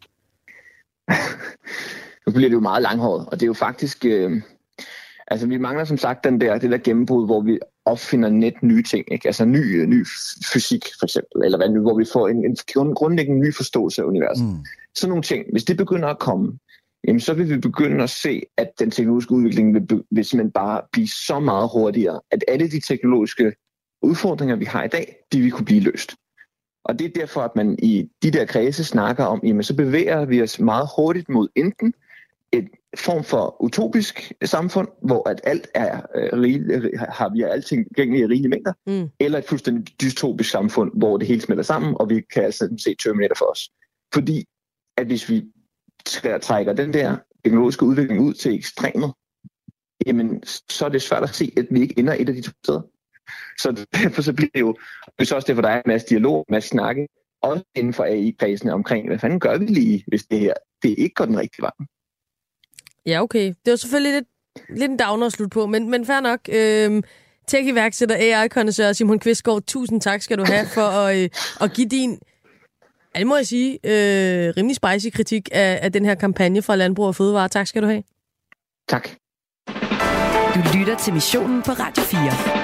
Nu bliver det jo meget langhåret, og det er jo faktisk... Øh, altså, vi mangler som sagt den der, det der gennembrud, hvor vi opfinder net nye ting, ikke? Altså ny, ny fysik, for eksempel, eller hvad nu, hvor vi får en, en grundlæggende ny forståelse af universet. Mm. Sådan nogle ting, hvis det begynder at komme, jamen, så vil vi begynde at se, at den teknologiske udvikling vil, vil simpelthen bare blive så meget hurtigere, at alle de teknologiske udfordringer, vi har i dag, de vil kunne blive løst. Og det er derfor, at man i de der kredse snakker om, jamen så bevæger vi os meget hurtigt mod enten et form for utopisk samfund, hvor at alt er øh, rige, har vi alting gængeligt i rigelige mængder, mm. eller et fuldstændig dystopisk samfund, hvor det hele smelter sammen, og vi kan altså se Terminator for os. Fordi at hvis vi trækker den der teknologiske udvikling ud til ekstremet, jamen så er det svært at se, at vi ikke ender et af de to steder. Så derfor så bliver det jo, det er også derfor, der er en masse dialog, en masse snakke, også inden for A I-kredsene omkring, hvad fanden gør vi lige, hvis det her, det ikke går den rigtige vej. Ja, okay. Det var selvfølgelig lidt, lidt en downer at slutte på, men, men fair nok. Øhm, Tech-iværksætter, A I-kondensør Simon Kvistgaard, tusind tak skal du have for at, øh, at give din, ja, det må jeg sige, øh, rimelig spicy kritik af, af den her kampagne fra Landbrug og Fødevare. Tak skal du have. Tak. Du lytter til Missionen på Radio fire.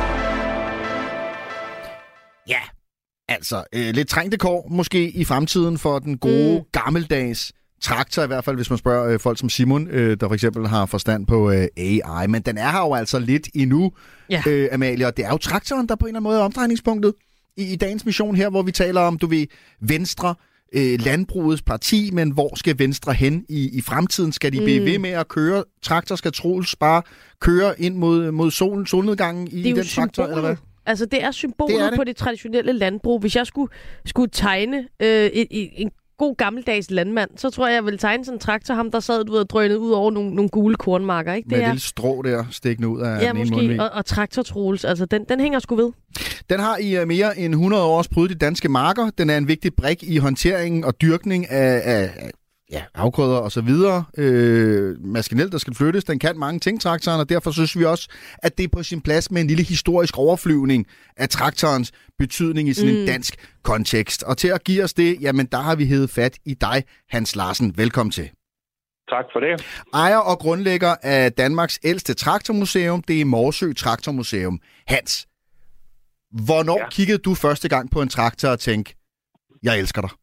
Ja, altså øh, lidt trængte kår måske i fremtiden for den gode, mm. gammeldags traktor, i hvert fald hvis man spørger øh, folk som Simon, øh, der for eksempel har forstand på øh, A I. Men den er her jo altså lidt endnu, ja. øh, Amalie, og det er jo traktoren, der på en eller anden måde er omdrejningspunktet i, i dagens mission her, hvor vi taler om, du ved, Venstre, øh, landbrugets parti, men hvor skal Venstre hen i, i fremtiden? Skal de mm. blive ved med at køre? Traktor skal Troels bare køre ind mod, mod solen, solnedgangen i den traktor, eller hvad? Altså, det er symbolet det er det. På det traditionelle landbrug. Hvis jeg skulle, skulle tegne øh, et, et, en god gammeldags landmand, så tror jeg, jeg ville tegne sådan en traktor, ham der sad og drønede ud over nogle, nogle gule kornmarker. Ikke? Det med er... et lille strå der, stikkende ud af ja, den måske, ene og, og traktor Troels. Altså, den, den hænger sgu ved. Den har i mere end hundrede år prydet de danske marker. Den er en vigtig brik i håndteringen og dyrkning af, af ja, afgrøder og så videre. Øh, maskinelt, der skal flyttes. Den kan mange ting, traktoren, og derfor synes vi også, at det er på sin plads med en lille historisk overflyvning af traktorens betydning i sådan mm. en dansk kontekst. Og til at give os det, jamen der har vi hævet fat i dig, Hans Larsen. Velkommen til. Tak for det. Ejer og grundlægger af Danmarks ældste traktormuseum, det er Morsø Traktormuseum. Hans, hvornår ja. kiggede du første gang på en traktor og tænkte, jeg elsker dig?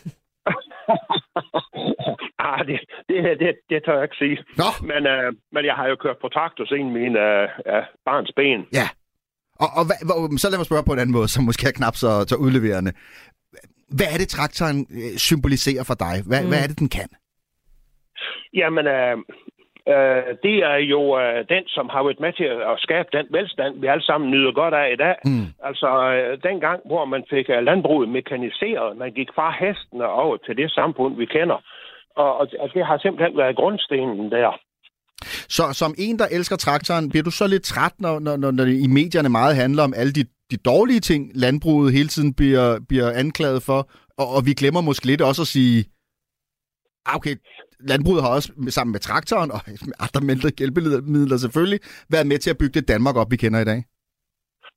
ah, det, det, det, det tør jeg ikke sige. Nå. Men, øh, men jeg har jo kørt på traktor siden min øh, øh, barns ben. Ja. Og, og hvad, så lad mig spørge på en anden måde, som måske er knap så, så udleverende. Hvad er det, traktoren symboliserer for dig? Hvad, mm. hvad er det, den kan? Jamen, øh, øh, det er jo øh, den, som har været med til at skabe den velstand, vi alle sammen nyder godt af i dag. Mm. Altså, øh, dengang, hvor man fik øh, landbruget mekaniseret, man gik fra hestene over til det samfund, vi kender. Og, og, og det har simpelthen været grundstenen der. Så som en, der elsker traktoren, bliver du så lidt træt, når, når, når det i medierne meget handler om alle de, de dårlige ting, landbruget hele tiden bliver, bliver anklaget for, og, og vi glemmer måske lidt også at sige, okay, landbruget har også sammen med traktoren og andre mindre hjælpemidler selvfølgelig været med til at bygge det Danmark op, vi kender i dag.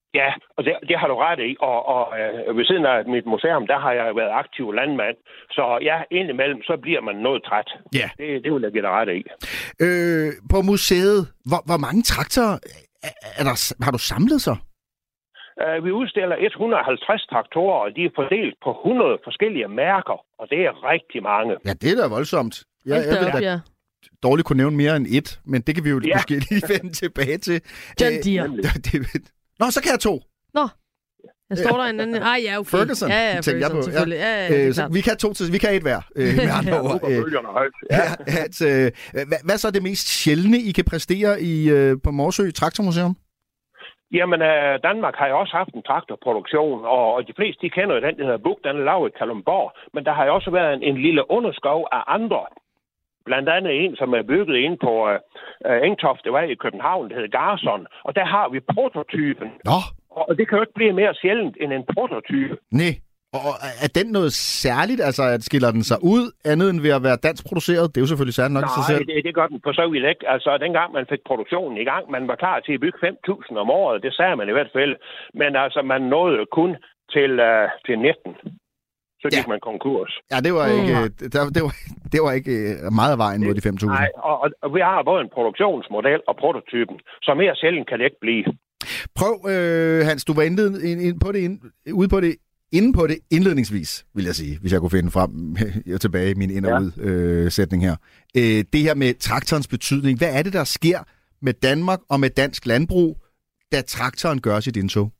Ja, og det, det har du ret i. Og, og øh, ved siden af mit museum, der har jeg været aktiv landmand. Så ja, indimellem, så bliver man noget træt. Ja. Det, det vil jeg give dig ret i. Øh, på museet, hvor, hvor mange traktorer er, er der, har du samlet så? Uh, vi udstiller et hundrede og halvtreds traktorer, og de er fordelt på hundrede forskellige mærker. Og det er rigtig mange. Ja, det er da voldsomt. Ja, jeg jeg op, ved da ja. dårligt kunne nævne mere end et, men det kan vi jo Ja. måske lige vende tilbage til. John Øh, Deere. det- Nå, så kan jeg to. Nå, jeg står der en anden. Ah, ja, okay. Ferguson, Ja, ja, tænkte jeg Ferguson, på. selvfølgelig. Ja, ja, det er Øh, så klart. vi kan to til, vi kan et hver, øh, med andre Ja, ord. nu går bølgerne højt. Ja. Ja, at, øh, hvad, hvad så er det mest sjældne, I kan præstere i, øh, på Morsø Traktormuseum? Jamen, øh, Danmark har jo også haft en traktorproduktion, og, og de fleste, de kender jo den, der hedder Buk, den er lavet i Kalundborg. Men der har jo også været en, en lille underskov af andre. Blandt andet en, som er bygget ind på øh, Engtofte-vej i København, der hedder Garson. Og der har vi prototypen. Nå, Og det kan jo ikke blive mere sjældent end en prototype. nej. Og er den noget særligt? Altså, at skiller den sig ud, andet end ved at være dansk produceret? Det er jo selvfølgelig særligt nok i sig Nej, selv. det, det gør den på så vidt ikke. Altså, dengang man fik produktionen i gang, man var klar til at bygge fem tusind om året. Det sagde man i hvert fald. Men altså, man nåede kun til, uh, til nitten. Så gik Ja. man konkurs. Ja, det var ikke, Mm. øh, det, det var, det var ikke øh, meget af vejen mod de fem tusind. Nej, og, og, og vi har både en produktionsmodel og prototypen. Så mere sjældent kan det ikke blive. Prøv, øh, Hans, du var indled, ind, ind på det, ind, ude på det, inde på det indledningsvis, vil jeg sige, hvis jeg kunne finde frem jeg er tilbage i min ind- og Ja. ud-sætning her. Øh, det her med traktorens betydning. Hvad er det, der sker med Danmark og med dansk landbrug, da traktoren gør sit indtog?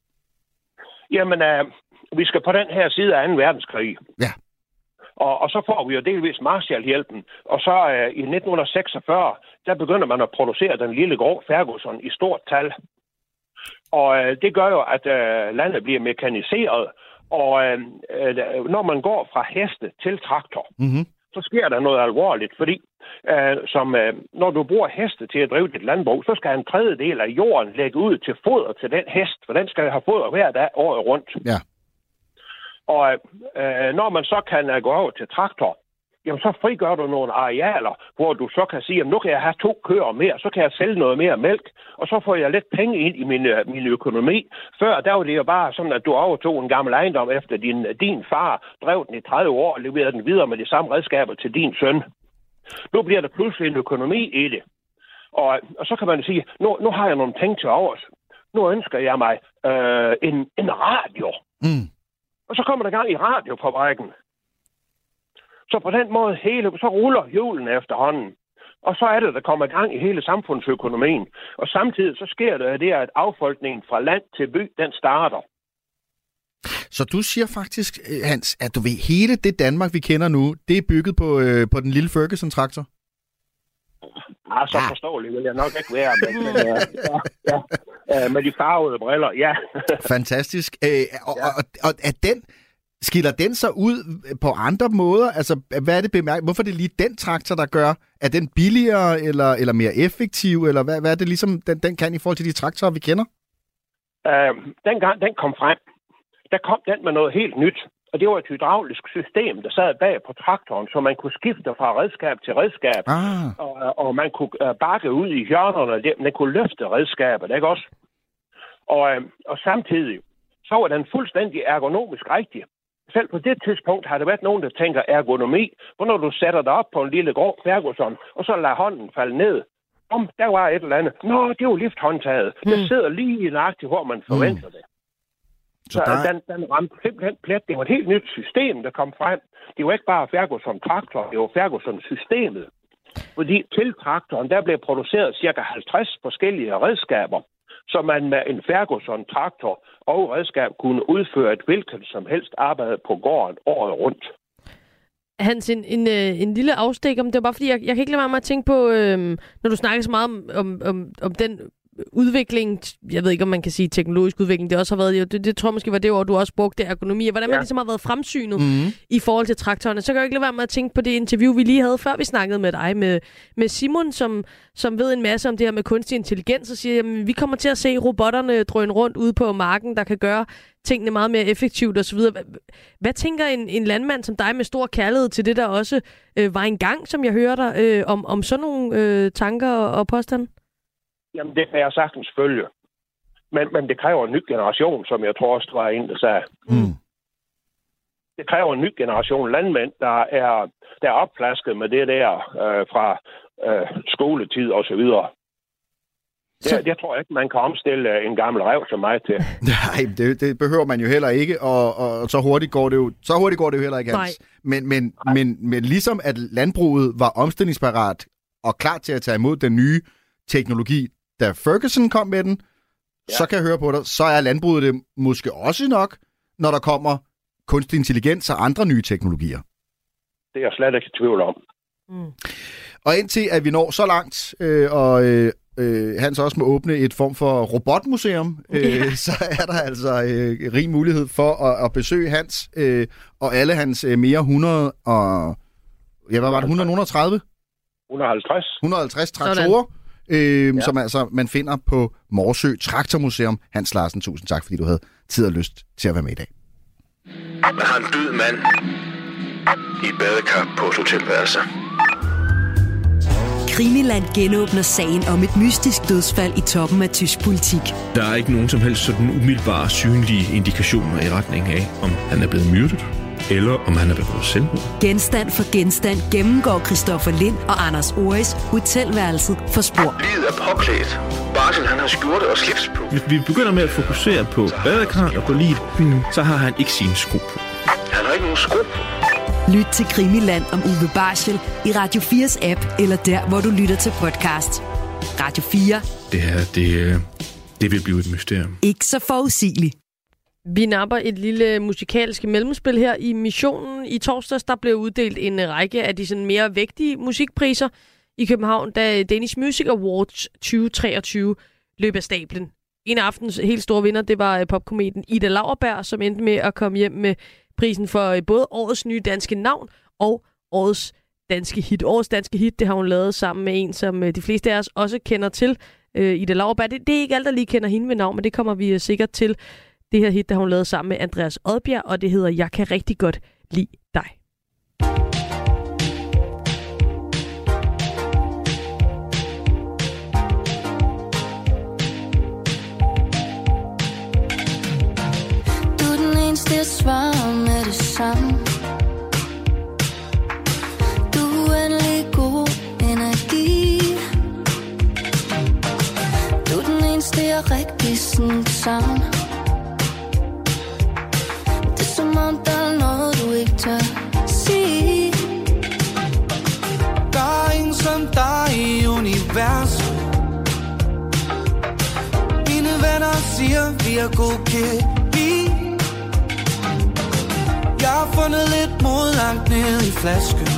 Jamen, uh, vi skal på den her side af anden verdenskrig. Ja. Og, og så får vi jo delvis Marshallhjælpen. Og så uh, i nitten seksogfyrre, der begynder man at producere den lille grå Ferguson i stort tal. Og uh, det gør jo, at uh, landet bliver mekaniseret. Og uh, uh, når man går fra heste til traktor, Mm-hmm. så sker der noget alvorligt, fordi øh, som, øh, når du bruger heste til at drive dit landbrug, så skal en tredjedel af jorden lægge ud til foder til den hest, for den skal have foder hver dag året rundt. Ja. Og øh, når man så kan øh, gå over til traktor, jamen så frigør du nogle arealer, hvor du så kan sige, at nu kan jeg have to køer mere, så kan jeg sælge noget mere mælk, og så får jeg lidt penge ind i min, øh, min økonomi. Før der var det jo bare sådan, at du overtog en gammel ejendom efter din, din far, drev den i tredive år og leverede den videre med de samme redskaber til din søn. Nu bliver der pludselig en økonomi i det. Og, og så kan man sige, nu, nu har jeg nogle penge til overs. Nu ønsker jeg mig øh, en, en radio. Mm. Og så kommer der gang i radiofabrikken. Så på den måde, hele, så ruller julen efterhånden. Og så er det, der kommer gang i hele samfundsøkonomien. Og samtidig så sker det, det at affolkningen fra land til by, den starter. Så du siger faktisk, Hans, at du ved, hele det Danmark, vi kender nu, det er bygget på, øh, på den lille Ferguson-traktor? Ah, så forståeligt vil jeg nok ikke være, men, men ja, ja, ja, med de farvede briller, ja. Fantastisk. Øh, og, og, og, og er den, skiller den så ud på andre måder? Altså, hvad er det bemærket? Hvorfor er det lige den traktor, der gør? Er den billigere eller, eller mere effektiv? Eller hvad, hvad er det ligesom, den, den kan i forhold til de traktorer, vi kender? Uh, dengang den kom frem, der kom den med noget helt nyt. Og det var et hydraulisk system, der sad bag på traktoren, så man kunne skifte fra redskab til redskab. Ah. Og, og man kunne uh, bakke ud i hjørnerne, der, man kunne løfte redskabet, ikke også? Og, uh, og samtidig, så var den fuldstændig ergonomisk rigtig. Selv på det tidspunkt har der været nogen, der tænker ergonomi. For når du sætter dig op på en lille grå Ferguson, og så lader hånden falde ned. Om der var et eller andet. Nå, det er jo lifthåndtaget. Mm. Det sidder lige nøjagtigt, hvor man forventer mm. det. Så, Så der... den, den ramte simpelthen plet. Det var et helt nyt system, der kom frem. Det var ikke bare Ferguson-traktor, det var Ferguson-systemet. Fordi til traktoren, der blev produceret cirka halvtreds forskellige redskaber, så man med en Ferguson-traktor og redskab kunne udføre et hvilket som helst arbejde på gården året rundt. Hans, en, en, en lille afstik om det var bare fordi, jeg, jeg kan ikke lade være med at tænke på, øhm, når du snakker så meget om, om, om, om den udvikling, jeg ved ikke, om man kan sige teknologisk udvikling, det også har været, det, det tror jeg måske var det ord, du også brugte, ergonomi, og hvordan ja. man ligesom har været fremsynet mm. i forhold til traktorerne. Så kan jeg ikke lade være med at tænke på det interview, vi lige havde, før vi snakkede med dig, med, med Simon, som, som ved en masse om det her med kunstig intelligens, og siger, at vi kommer til at se robotterne drøne rundt ude på marken, der kan gøre tingene meget mere effektivt osv. Hvad, hvad tænker en, en landmand som dig med stor kærlighed til det, der også øh, var en gang, som jeg hører dig, øh, om, om sådan nogle øh, tanker og, og påstande? Jamen, det kan jeg sagtens følge. Men, men det kræver en ny generation, som jeg tror også, der var en, der sagde. Mm. Det kræver en ny generation landmænd, der er, der er opflasket med det der øh, fra øh, skoletid og så videre. Så... Jeg, jeg tror ikke, man kan omstille en gammel ræv som mig til. Nej, det, det behøver man jo heller ikke, og, og så hurtigt går det jo, så hurtigt går det jo heller ikke, Hans. Men, men, men, men ligesom at landbruget var omstillingsparat og klar til at tage imod den nye teknologi, da Ferguson kom med den, ja. Så kan jeg høre på dig, så er landbruget det måske også nok, når der kommer kunstig intelligens og andre nye teknologier. Det er jeg slet ikke i tvivl om. Mm. Og indtil at vi når så langt, øh, og øh, øh, Hans også må åbne et form for robotmuseum, øh, yeah. så er der altså øh, rig mulighed for at, at besøge Hans øh, og alle hans øh, mere hundrede og... Ja, hvad var det? hundrede og tredive? et hundrede og halvtreds. et hundrede og halvtreds traktorer, øh, ja. Som altså man finder på Morsø Traktormuseum. Hans Larsen, tusind tak, fordi du havde tid og lyst til at være med i dag. Man har en død mand i et badekar på et hotelværelse. Krimiland genåbner sagen om et mystisk dødsfald i toppen af tysk politik. Der er ikke nogen som helst sådan umiddelbare synlige indikationer i retning af, om han er blevet myrdet, eller om han er begået selvmord. Genstand for genstand gennemgår Christoffer Lind og Anders Oris hotelværelset for spor. Livet er påklædt. Barsel, han har skjorte og slips på. Hvis vi begynder med at fokusere på badekar og på livet, så har han ikke sine sko på. Han har ikke nogen sko på. Lyt til Krimiland om Uwe Barschel i Radio fires app, eller der, hvor du lytter til podcast. Radio fire. Det her, det, det vil blive et mysterium. Ikke så forudsigeligt. Vi napper et lille musikalsk mellemspil her i missionen. I torsdags der blev uddelt en række af de sådan mere vægtige musikpriser i København, da Danish Music Awards tyve treogtyve løb af stablen. En af aftens helt store vinder, det var popkometen Ida Lauerberg, som endte med at komme hjem med prisen for både årets nye danske navn og årets danske hit. Årets danske hit, det har hun lavet sammen med en, som de fleste af os også kender til. Ida Lauerberg, det, det er ikke alt, der lige kender hende ved navn, men det kommer vi sikkert til. Det her hit, der har hun lavet sammen med Andreas Odbjerg, og det hedder Jeg kan rigtig godt lide dig. Du er den eneste, jeg svarer med det samme. Du er uendelig god energi. Du er den eneste, jeg rigtig sådan sammen. Som om der er noget, du ikke tør sige. Der er ingen som dig i universet. Mine venner siger, vi er god kemi. Jeg har fundet lidt mod langt ned i flasken.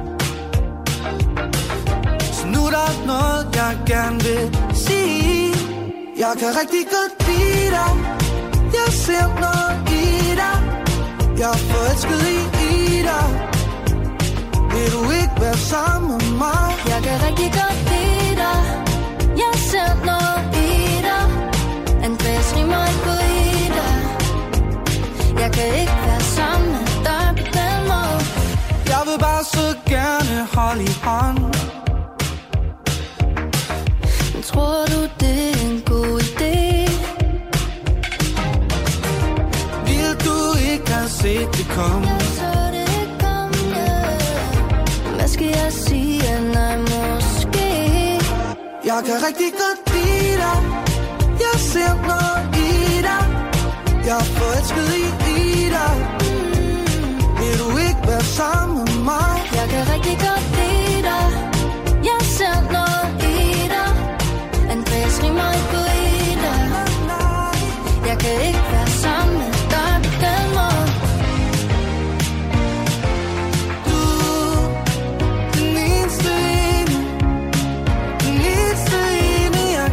Så nu er der noget, jeg gerne vil sige. Jeg kan rigtig godt lide dig. Jeg ser noget i dig. Jeg er forelsket i, i dig. Vil du ikke være sammen med mig? Jeg kan rigtig godt lide dig. Jeg ser noget i dig. Andreas rimer ikke på i dig. Jeg kan ikke være sammen med dig på den måde. Jeg vil bare så gerne holde i hånd. Men tror du det er en god idé? Se det komme. Jeg så det komme. Hvad skal jeg sige? Nej, måske. Jeg kan rigtig godt lide dig. Jeg ser noget i dig. Jeg er forelsket i, i dig. mm. Vil du ikke være sammen med mig? Jeg kan rigtig godt lide dig. Jeg ser noget i dig. Andreas rimer ikke på i dig. Jeg kan ikke være sammen med dig på den måde. Den eneste ene, den eneste ene, jeg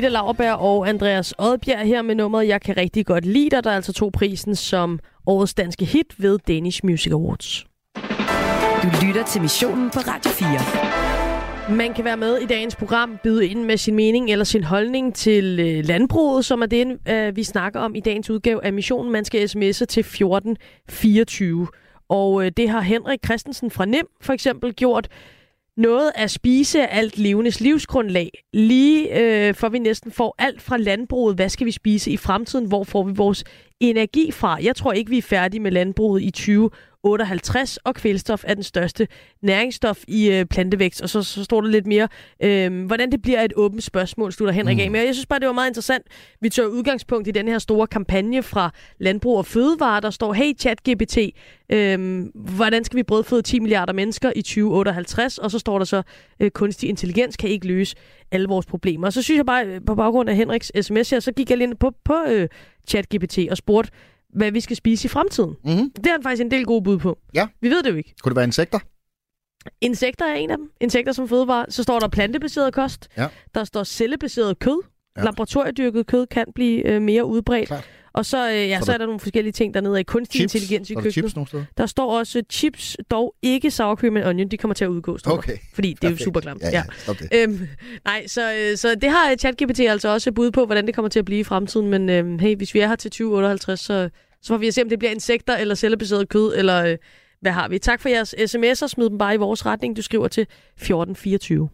Ida Lauerberg og Andreas Odbjerg her med nummeret Jeg kan rigtig godt lide dig, der altså tog prisen som årets danske hit ved Danish Music Awards. Du lytter til Missionen på Radio fire. Man kan være med i dagens program, byde ind med sin mening eller sin holdning til øh, landbruget, som er det, øh, vi snakker om i dagens udgave af Missionen. Man skal sms'e til fjorten fireogtyve. Og øh, det har Henrik Christensen fra N I M for eksempel gjort. Noget at spise af alt levendes livsgrundlag. Lige øh, for vi næsten får alt fra landbruget. Hvad skal vi spise i fremtiden? Hvor får vi vores energi fra? Jeg tror ikke, vi er færdige med landbruget i tyve otteoghalvtreds, og kvælstof er den største næringsstof i øh, plantevækst. Og så, så står der lidt mere, øh, hvordan det bliver et åbent spørgsmål, slutter Henrik mm. af med. Jeg synes bare, det var meget interessant. Vi tør udgangspunkt i den her store kampagne fra Landbrug og Fødevare, der står, hey ChatGPT, øh, hvordan skal vi brødføde ti milliarder mennesker i tyve otteoghalvtreds? Og så står der så, øh, kunstig intelligens kan ikke løse alle vores problemer. Og så synes jeg bare, på baggrund af Henriks sms her, så gik jeg lige på, på øh, ChatGPT og spurgte, hvad vi skal spise i fremtiden. Mm-hmm. Det er faktisk en del gode bud på. Ja. Vi ved det jo ikke. Kunne det være insekter? Insekter er en af dem. Insekter som fødevare. Så står der plantebaseret kost. Ja. Der står cellebaseret kød. Ja. Laboratoriedyrket kød kan blive øh, mere udbredt. Klart. Og så, øh, ja, så, så er der nogle forskellige ting dernede af kunstig chips. Intelligens i køkkenet. Chips der står også chips, dog ikke sour cream and onion. De kommer til at udgå. Okay. Fordi det er jo super klamt. Ja, ja. Stop det. Øhm, nej, så, øh, så det har ChatGPT altså også bud på, hvordan det kommer til at blive i fremtiden. Men øh, hey, hvis vi er her til tyve otteoghalvtreds, så Så får vi at se, om det bliver insekter eller cellebaseret kød, eller øh, hvad har vi. Tak for jeres sms'er. Smid dem bare i vores retning. Du skriver til fjorten fireogtyve.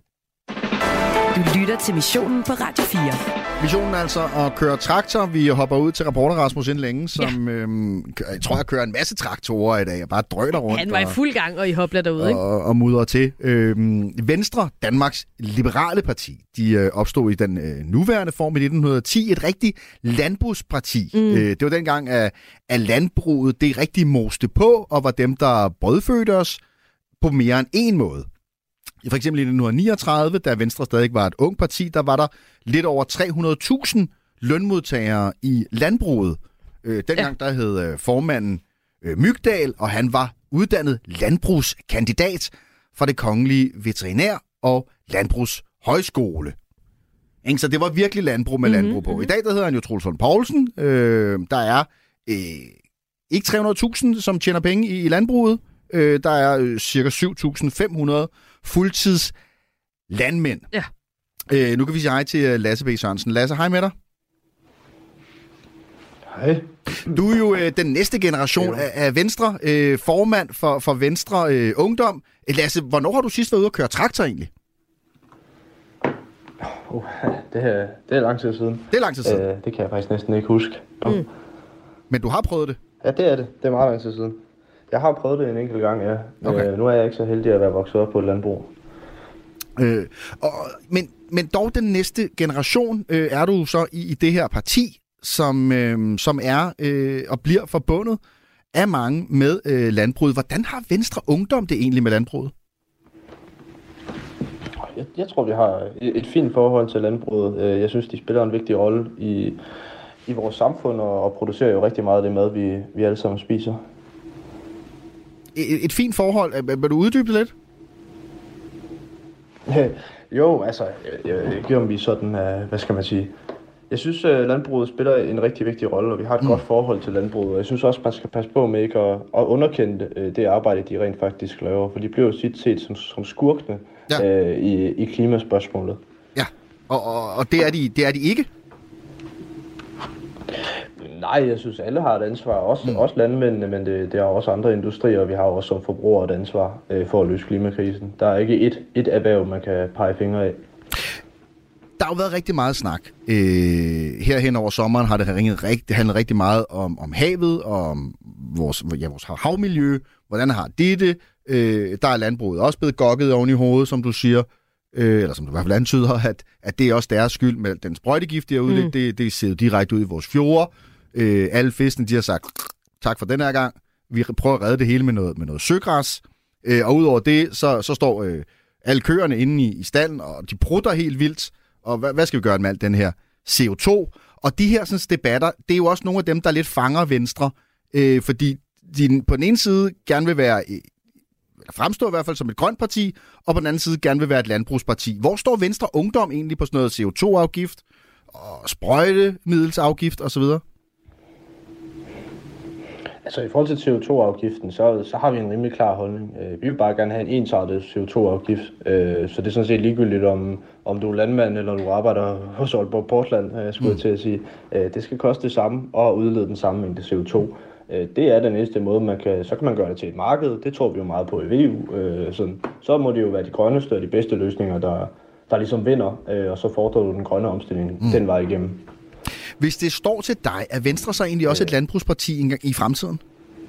Du lytter til Missionen på Radio fire. Missionen er altså at køre traktor. Vi hopper ud til reporter Rasmus inden længe, som ja. øhm, jeg tror, jeg kører en masse traktorer i dag. Jeg bare drøner rundt. Han var i fuld gang, og I hopler derude, og, ikke? Og, og mudrer til. Øhm, Venstre, Danmarks Liberale Parti, de øh, opstod i den øh, nuværende form i nitten ti. Et rigtigt landbrugsparti. Mm. Øh, det var dengang, at, at landbruget det rigtig moste på, og var dem, der brødfødte os på mere end en måde. For eksempel i nitten niogtredive, da Venstre stadig var et ung parti, der var der lidt over tre hundrede tusind lønmodtagere i landbruget. Øh, dengang ja. der hed øh, formanden øh, Mygdal, og han var uddannet landbrugskandidat fra Det Kongelige Veterinær- og Landbrugshøjskole. Så det var virkelig landbrug med mm-hmm. landbrug på. I dag der hedder han jo Troels Lund Poulsen. Øh, der er øh, ikke tre hundrede tusind, som tjener penge i, i landbruget. Øh, der er øh, cirka syv tusind fem hundrede fuldtids landmænd. Ja. Øh, nu kan vi sige hej til Lasse B. Sørensen. Lasse, hej med dig. Hej. Du er jo øh, den næste generation af, af Venstre, øh, formand for, for Venstre øh, Ungdom. Lasse, hvornår har du sidst været ude at køre traktor egentlig? Uh, det, er, det er lang tid siden. Det er lang tid siden? Øh, det kan jeg faktisk næsten ikke huske. Mm. Men du har prøvet det? Ja, det er det. Det er meget lang tid siden. Jeg har prøvet det en enkelt gang, ja. Okay. Øh, nu er jeg ikke så heldig at være vokset op på et landbrug. Øh, og, men, men dog den næste generation øh, er du så i, i det her parti, som, øh, som er øh, og bliver forbundet af mange med øh, landbruget. Hvordan har Venstre Ungdom det egentlig med landbruget? Jeg, jeg tror, vi har et, et fint forhold til landbruget. Jeg synes, de spiller en vigtig rolle i, i vores samfund og, og producerer jo rigtig meget af det mad, vi, vi alle sammen spiser. Et, et fint forhold. Vil du uddybe det lidt? Jo, altså, jeg, jeg, jeg giver om vi sådan, uh, hvad skal man sige... Jeg synes, at landbruget spiller en rigtig vigtig rolle, og vi har et mm. godt forhold til landbruget. Jeg synes også, man skal passe på med ikke at, at underkende det arbejde, de rent faktisk laver, for de bliver jo tit set som, som skurkene ja. øh, i, i klimaspørgsmålet. Ja, og, og, og det, er de, det er de ikke? Nej, jeg synes, alle har et ansvar, også, mm. også landmændene, men det, det er også andre industrier, og vi har også som forbrugere et ansvar øh, for at løse klimakrisen. Der er ikke et, et erhverv, man kan pege fingre af. Der har jo været rigtig meget snak. Øh, her hen over sommeren har det, ringet rigt, det handlet rigtig meget om, om havet, og om vores, ja, vores havmiljø. Hvordan har det det? Øh, der er landbruget også blevet gokket oven i hovedet, som du siger. Øh, eller som du i hvert fald antyder, at, at det er også deres skyld med den sprøjtegift, de har udlægget. Mm. Det, det ser direkte ud i vores fjorde. Øh, alle fiskene, de har sagt, tak for den her gang. Vi prøver at redde det hele med noget, med noget søgræs. Øh, og udover det, så, så står øh, alle køerne inde i, i stallen, og de prutter helt vildt. Og hvad, hvad skal vi gøre med alt den her C O to? Og de her sådan, debatter, det er jo også nogle af dem, der lidt fanger Venstre, øh, fordi de på den ene side gerne vil være, eller fremstå i hvert fald som et grønt parti, og på den anden side gerne vil være et landbrugsparti. Hvor står Venstre Ungdom egentlig på sådan noget C O to afgift, og sprøjtemiddelsafgift osv.? Altså i forhold til C O to afgiften, så, så har vi en rimelig klar holdning. Vi vil bare gerne have en ensartet C O to afgift, så det er sådan set ligegyldigt, om, om du er landmand eller du arbejder hos Aalborg Portland, skulle jeg til at sige. Det skal koste det samme og udlede den samme mængde C O to. Det er den eneste måde, man kan, så kan man gøre det til et marked. Det tror vi jo meget på i V U. Så, så må det jo være de grønneste og de bedste løsninger, der, der ligesom vinder, og så fordrer du den grønne omstilling mm. den vej igennem. Hvis det står til dig, er Venstre så egentlig også et landbrugsparti i fremtiden?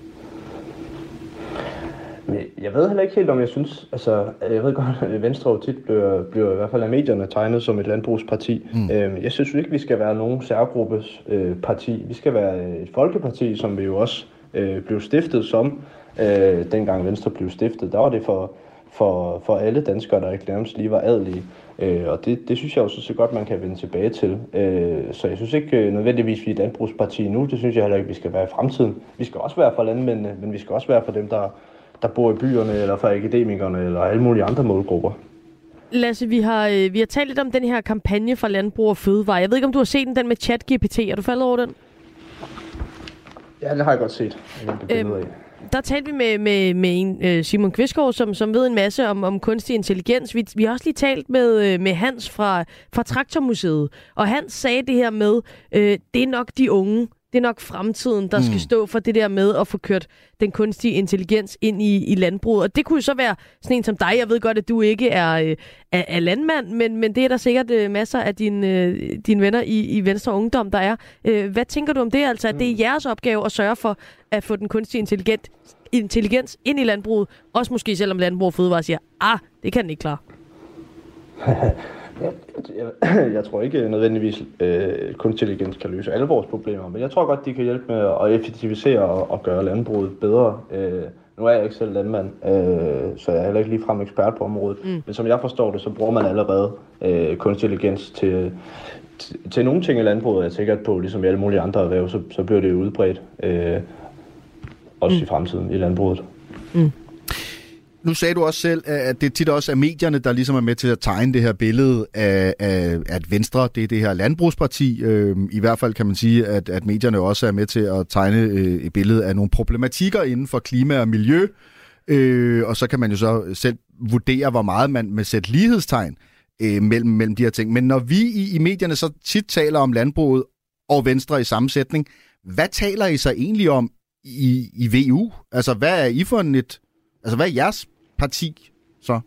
Jeg ved heller ikke helt, om jeg synes... Altså, jeg ved godt, at Venstre jo tit bliver, bliver i hvert fald af medierne tegnet som et landbrugsparti. Mm. Jeg synes ikke, vi skal være nogen særgruppes øh, parti. Vi skal være et folkeparti, som vi jo også øh, blev stiftet som. Øh, dengang Venstre blev stiftet, der var det for, for, for alle danskere, der ikke nærmest lige var adelige. Øh, og det, det synes jeg jo så godt, man kan vende tilbage til. Øh, så jeg synes ikke nødvendigvis, vi er et landbrugsparti nu. Det synes jeg heller ikke, vi skal være i fremtiden. Vi skal også være for landmændene, men vi skal også være for dem, der... der bor i byerne, eller for akademikerne, eller alle mulige andre målgrupper. Lasse, vi har, vi har talt lidt om den her kampagne fra Landbrug og Fødevare. Jeg ved ikke, om du har set den, den med ChatGPT. Er du faldet over den? Ja, det har jeg godt set. Jeg øhm, der talte vi med, med, med en, Simon Kvistgaard, som, som ved en masse om, om kunstig intelligens. Vi, vi har også lige talt med, med Hans fra, fra Traktormuseet, og Hans sagde det her med, øh, det er nok de unge, det er nok fremtiden, der mm. skal stå for det der med at få kørt den kunstige intelligens ind i, i landbruget. Og det kunne så være sådan en som dig. Jeg ved godt, at du ikke er, er, er landmand, men, men det er der sikkert uh, masser af dine, uh, dine venner i, i Venstre Ungdom, der er. Uh, hvad tænker du om det? Altså, at det er jeres opgave at sørge for at få den kunstige intelligens, intelligens ind i landbruget, også måske selvom Landbrug og Fødevare siger, ah, det kan den ikke klare. Jeg, jeg, jeg tror ikke nødvendigvis, at kunstig intelligens kan løse alle vores problemer, men jeg tror godt, de kan hjælpe med at effektivisere og, og gøre landbruget bedre. Øh, nu er jeg ikke selv landmand, øh, så jeg er heller ikke ligefrem ekspert på området. Mm. Men som jeg forstår det, så bruger man allerede øh, kunstig intelligens til, til, til nogle ting i landbruget. Jeg er sikkert på, ligesom i alle mulige andre erhverv, så, så bliver det udbredt. Øh, også mm. i fremtiden i landbruget. Mm. Nu sagde du også selv, at det tit også er medierne, der ligesom er med til at tegne det her billede af, af at Venstre, det er det her landbrugsparti. Øh, I hvert fald kan man sige, at, at medierne også er med til at tegne øh, et billede af nogle problematikker inden for klima og miljø. Øh, og så kan man jo så selv vurdere, hvor meget man med sætte lighedstegn øh, mellem, mellem de her ting. Men når vi i, i medierne så tit taler om landbruget og Venstre i sammensætning, hvad taler I så egentlig om i, i V U? Altså, hvad er I for et... Altså, hvad er jeres parti så?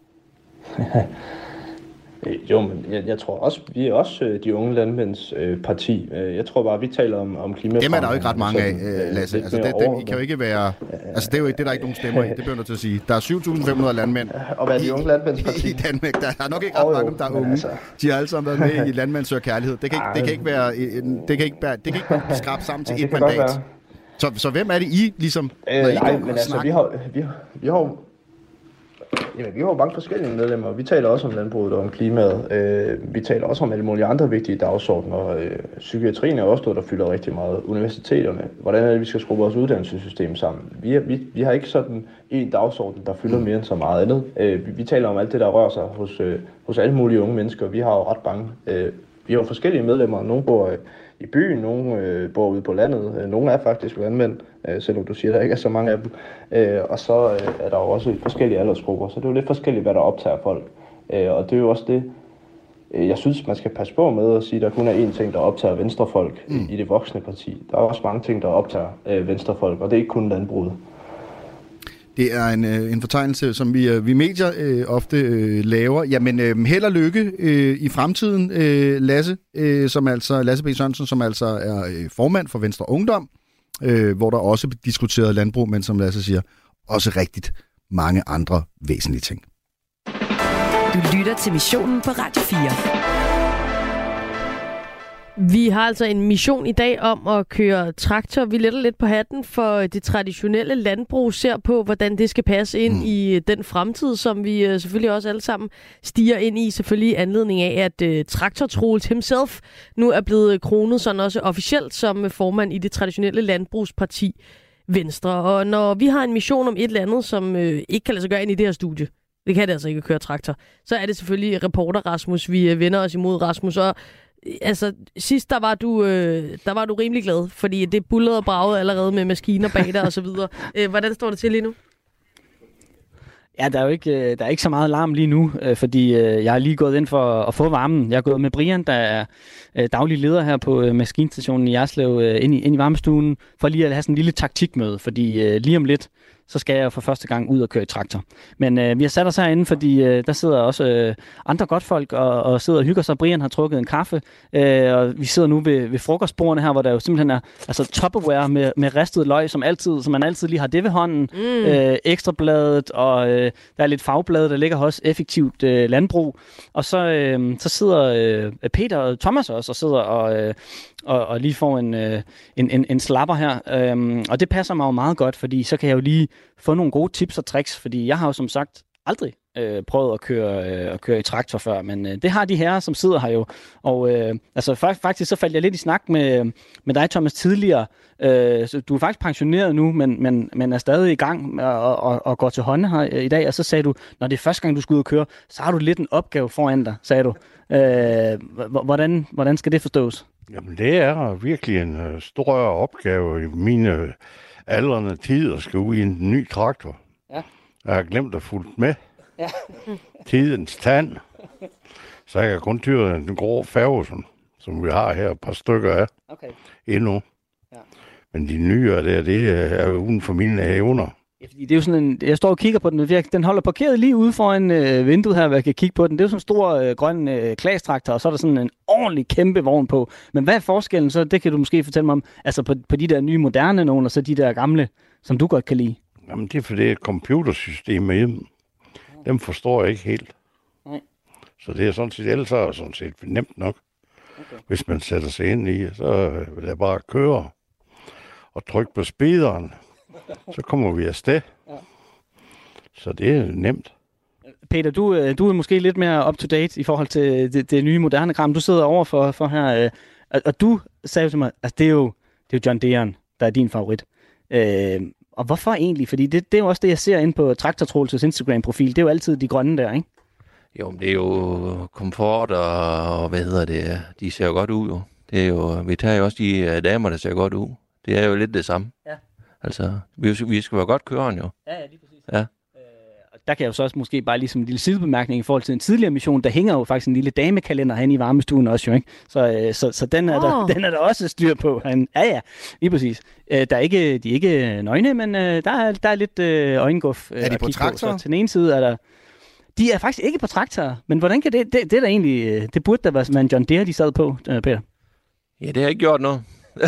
Jo, men jeg, jeg tror også, vi er også de unge landmænds øh, parti. Jeg tror bare, vi taler om, om klimaforandring. Dem er der jo ikke ret mange af, øh, Lasse. Altså, det, dem, I kan jo ikke være... Altså, det er jo ikke, det er der ikke nogen stemmer i. Det bliver jeg til at sige. Der er syv tusind fem hundrede landmænd. Og hvad er de unge landmændsparti? I Danmark. Der er nok ikke ret mange, der er unge. Altså... De har alle sammen været med i Landmænd søger kærlighed. Det kan ikke, det kan ikke være... Det kan ikke, det kan ikke skrabe sammen til ja, et mandat. Så, så hvem er det I, ligesom... Øh, nej, men altså, vi har, vi har, vi har Jamen, vi har jo mange forskellige medlemmer. Vi taler også om landbruget og om klimaet. Øh, vi taler også om alle mulige andre vigtige dagsordner. Øh, psykiatrien er også noget, der fylder rigtig meget. Universiteterne. Hvordan er det, vi skal skrue vores uddannelsessystem sammen? Vi, er, vi, vi har ikke sådan en dagsorden, der fylder mere end så meget andet. Øh, vi, vi taler om alt det, der rører sig hos, øh, hos alle mulige unge mennesker. Vi har jo ret mange. Øh, vi har jo forskellige medlemmer. Nogle bor øh, i byen, nogle øh, bor ude på landet. Øh, nogle er faktisk landmænd, øh, selvom du siger, at der ikke er så mange af dem. Øh, og så øh, er der jo også forskellige aldersgrupper, så det er jo lidt forskelligt, hvad der optager folk. Øh, og det er jo også det, øh, jeg synes, man skal passe på med at sige, at der kun er én ting, der optager venstrefolk mm. i det voksne parti. Der er også mange ting, der optager øh, venstrefolk, og det er ikke kun landbruget. Det er en, en fortegnelse, som vi, vi medier øh, ofte øh, laver. Jamen, øh, held og lykke øh, i fremtiden, øh, Lasse, øh, som altså, Lasse B. Sørensen, som altså er øh, formand for Venstre Ungdom, øh, hvor der også bliver diskuteret landbrug, men som Lasse siger, også rigtigt mange andre væsentlige ting. Du lytter til Missionen på Radio fire. Vi har altså en mission i dag om at køre traktor. Vi letter lidt på hatten for det traditionelle landbrug, ser på, hvordan det skal passe ind mm. i den fremtid, som vi selvfølgelig også alle sammen stiger ind i. Selvfølgelig i anledning af, at uh, Traktor Troels himself nu er blevet kronet sådan også officielt som formand i det traditionelle landbrugsparti Venstre. Og når vi har en mission om et eller andet, som uh, ikke kan lade sig gøre ind i det her studie, det kan det altså ikke at køre traktor, så er det selvfølgelig reporter Rasmus. Vi vender os imod Rasmus, og altså, sidst der var, du, øh, der var du rimelig glad, fordi det bullede og bragede allerede med maskiner bag dig og så videre. Øh, hvordan står det til lige nu? Ja, der er jo ikke, der er ikke så meget larm lige nu, fordi jeg er lige gået ind for at få varmen. Jeg er gået med Brian, der er daglig leder her på maskinstationen i Jerslev, ind i, ind i varmestuen, for lige at have sådan en lille taktikmøde, fordi lige om lidt, så skal jeg for første gang ud og køre i traktor. Men øh, vi har sat os herinde, fordi øh, der sidder også øh, andre godtfolk og, og sidder og hygger sig. Brian har trukket en kaffe, øh, og vi sidder nu ved, ved frokostbordene her, hvor der jo simpelthen er altså, Tupperware med, med ristet løg, som altid, som man altid lige har det ved hånden. Mm. Øh, ekstrabladet, og øh, der er lidt fagbladet, der ligger også effektivt øh, landbrug. Og så, øh, så sidder øh, Peter og Thomas også og sidder og... Øh, Og, og lige får en, øh, en, en, en slapper her. Øhm, og det passer mig jo meget godt, fordi så kan jeg jo lige få nogle gode tips og tricks, fordi jeg har jo som sagt aldrig øh, prøvet at køre, øh, at køre i traktor før, men øh, det har de herrer, som sidder her jo. Og øh, altså, faktisk så faldt jeg lidt i snak med, med dig, Thomas, tidligere. Øh, så du er faktisk pensioneret nu, men, men, men er stadig i gang med at, at, at gå til hånden her i dag, og så sagde du, når det er første gang, du skal ud og køre, så har du lidt en opgave foran dig, sagde du. Øh, hvordan, hvordan skal det forstås? Jamen, det er virkelig en uh, stor opgave i mine aldrende tid at skal ud i en ny traktor. Ja. Jeg har glemt at fulgt med. Ja. Tidens tand. Så jeg kan kun tyre den grå færge, som, som vi har her, et par stykker af. Okay. Endnu. Ja. Men de nye der, det er jo uden for mine evner. Ja, fordi det er jo sådan en, jeg står og kigger på den, den holder parkeret lige ude foran øh, vinduet her, hvor jeg kan kigge på den. Det er jo sådan en stor øh, grøn øh, klastraktor, og så er der sådan en ordentlig kæmpe vogn på. Men hvad er forskellen så? Det kan du måske fortælle mig om, altså på, på de der nye moderne nogen, og så de der gamle, som du godt kan lide. Jamen det er fordi, det er computersystemet hjemme. Dem forstår jeg ikke helt. Nej. Så det er sådan set, ellers er sådan set nemt nok. Okay. Hvis man sætter sig ind i, så vil jeg bare køre og trykke på speederen. Så kommer vi afsted. Ja. Så det er nemt. Peter, du, du er måske lidt mere up-to-date i forhold til det, det nye moderne kram. Du sidder over for, for her, øh, og du sagde til mig, altså det er jo, det er jo John Deere, der er din favorit. Øh, og hvorfor egentlig? Fordi det, det er jo også det, jeg ser inde på Traktor Troelses Instagram-profil. Det er jo altid de grønne der, ikke? Jo, men det er jo komfort, og, og hvad hedder det, de ser jo godt ud jo. Det er jo, vi tager jo også de damer, der ser godt ud. Det er jo lidt det samme. Ja. Altså, vi, vi skal være godt kørende jo. Ja, ja, lige præcis. Ja. Øh, og der kan jeg jo så også måske bare lige som en lille sidebemærkning i forhold til en tidligere mission, der hænger jo faktisk en lille damekalender herinde i varmestuen også jo, ikke? Så, øh, så, så den, er oh. der, den er der også styr på. Han, ja, ja, lige præcis. Øh, der er ikke, de er ikke nøgne, men øh, der, er, der er lidt øh, øjenguf øh, er de på traktor? Til den ene side er der... De er faktisk ikke på traktor, men hvordan kan det... Det, det er der egentlig... Det burde da være en John Deere, de sad på, øh, Peter. Ja, det har jeg ikke gjort noget.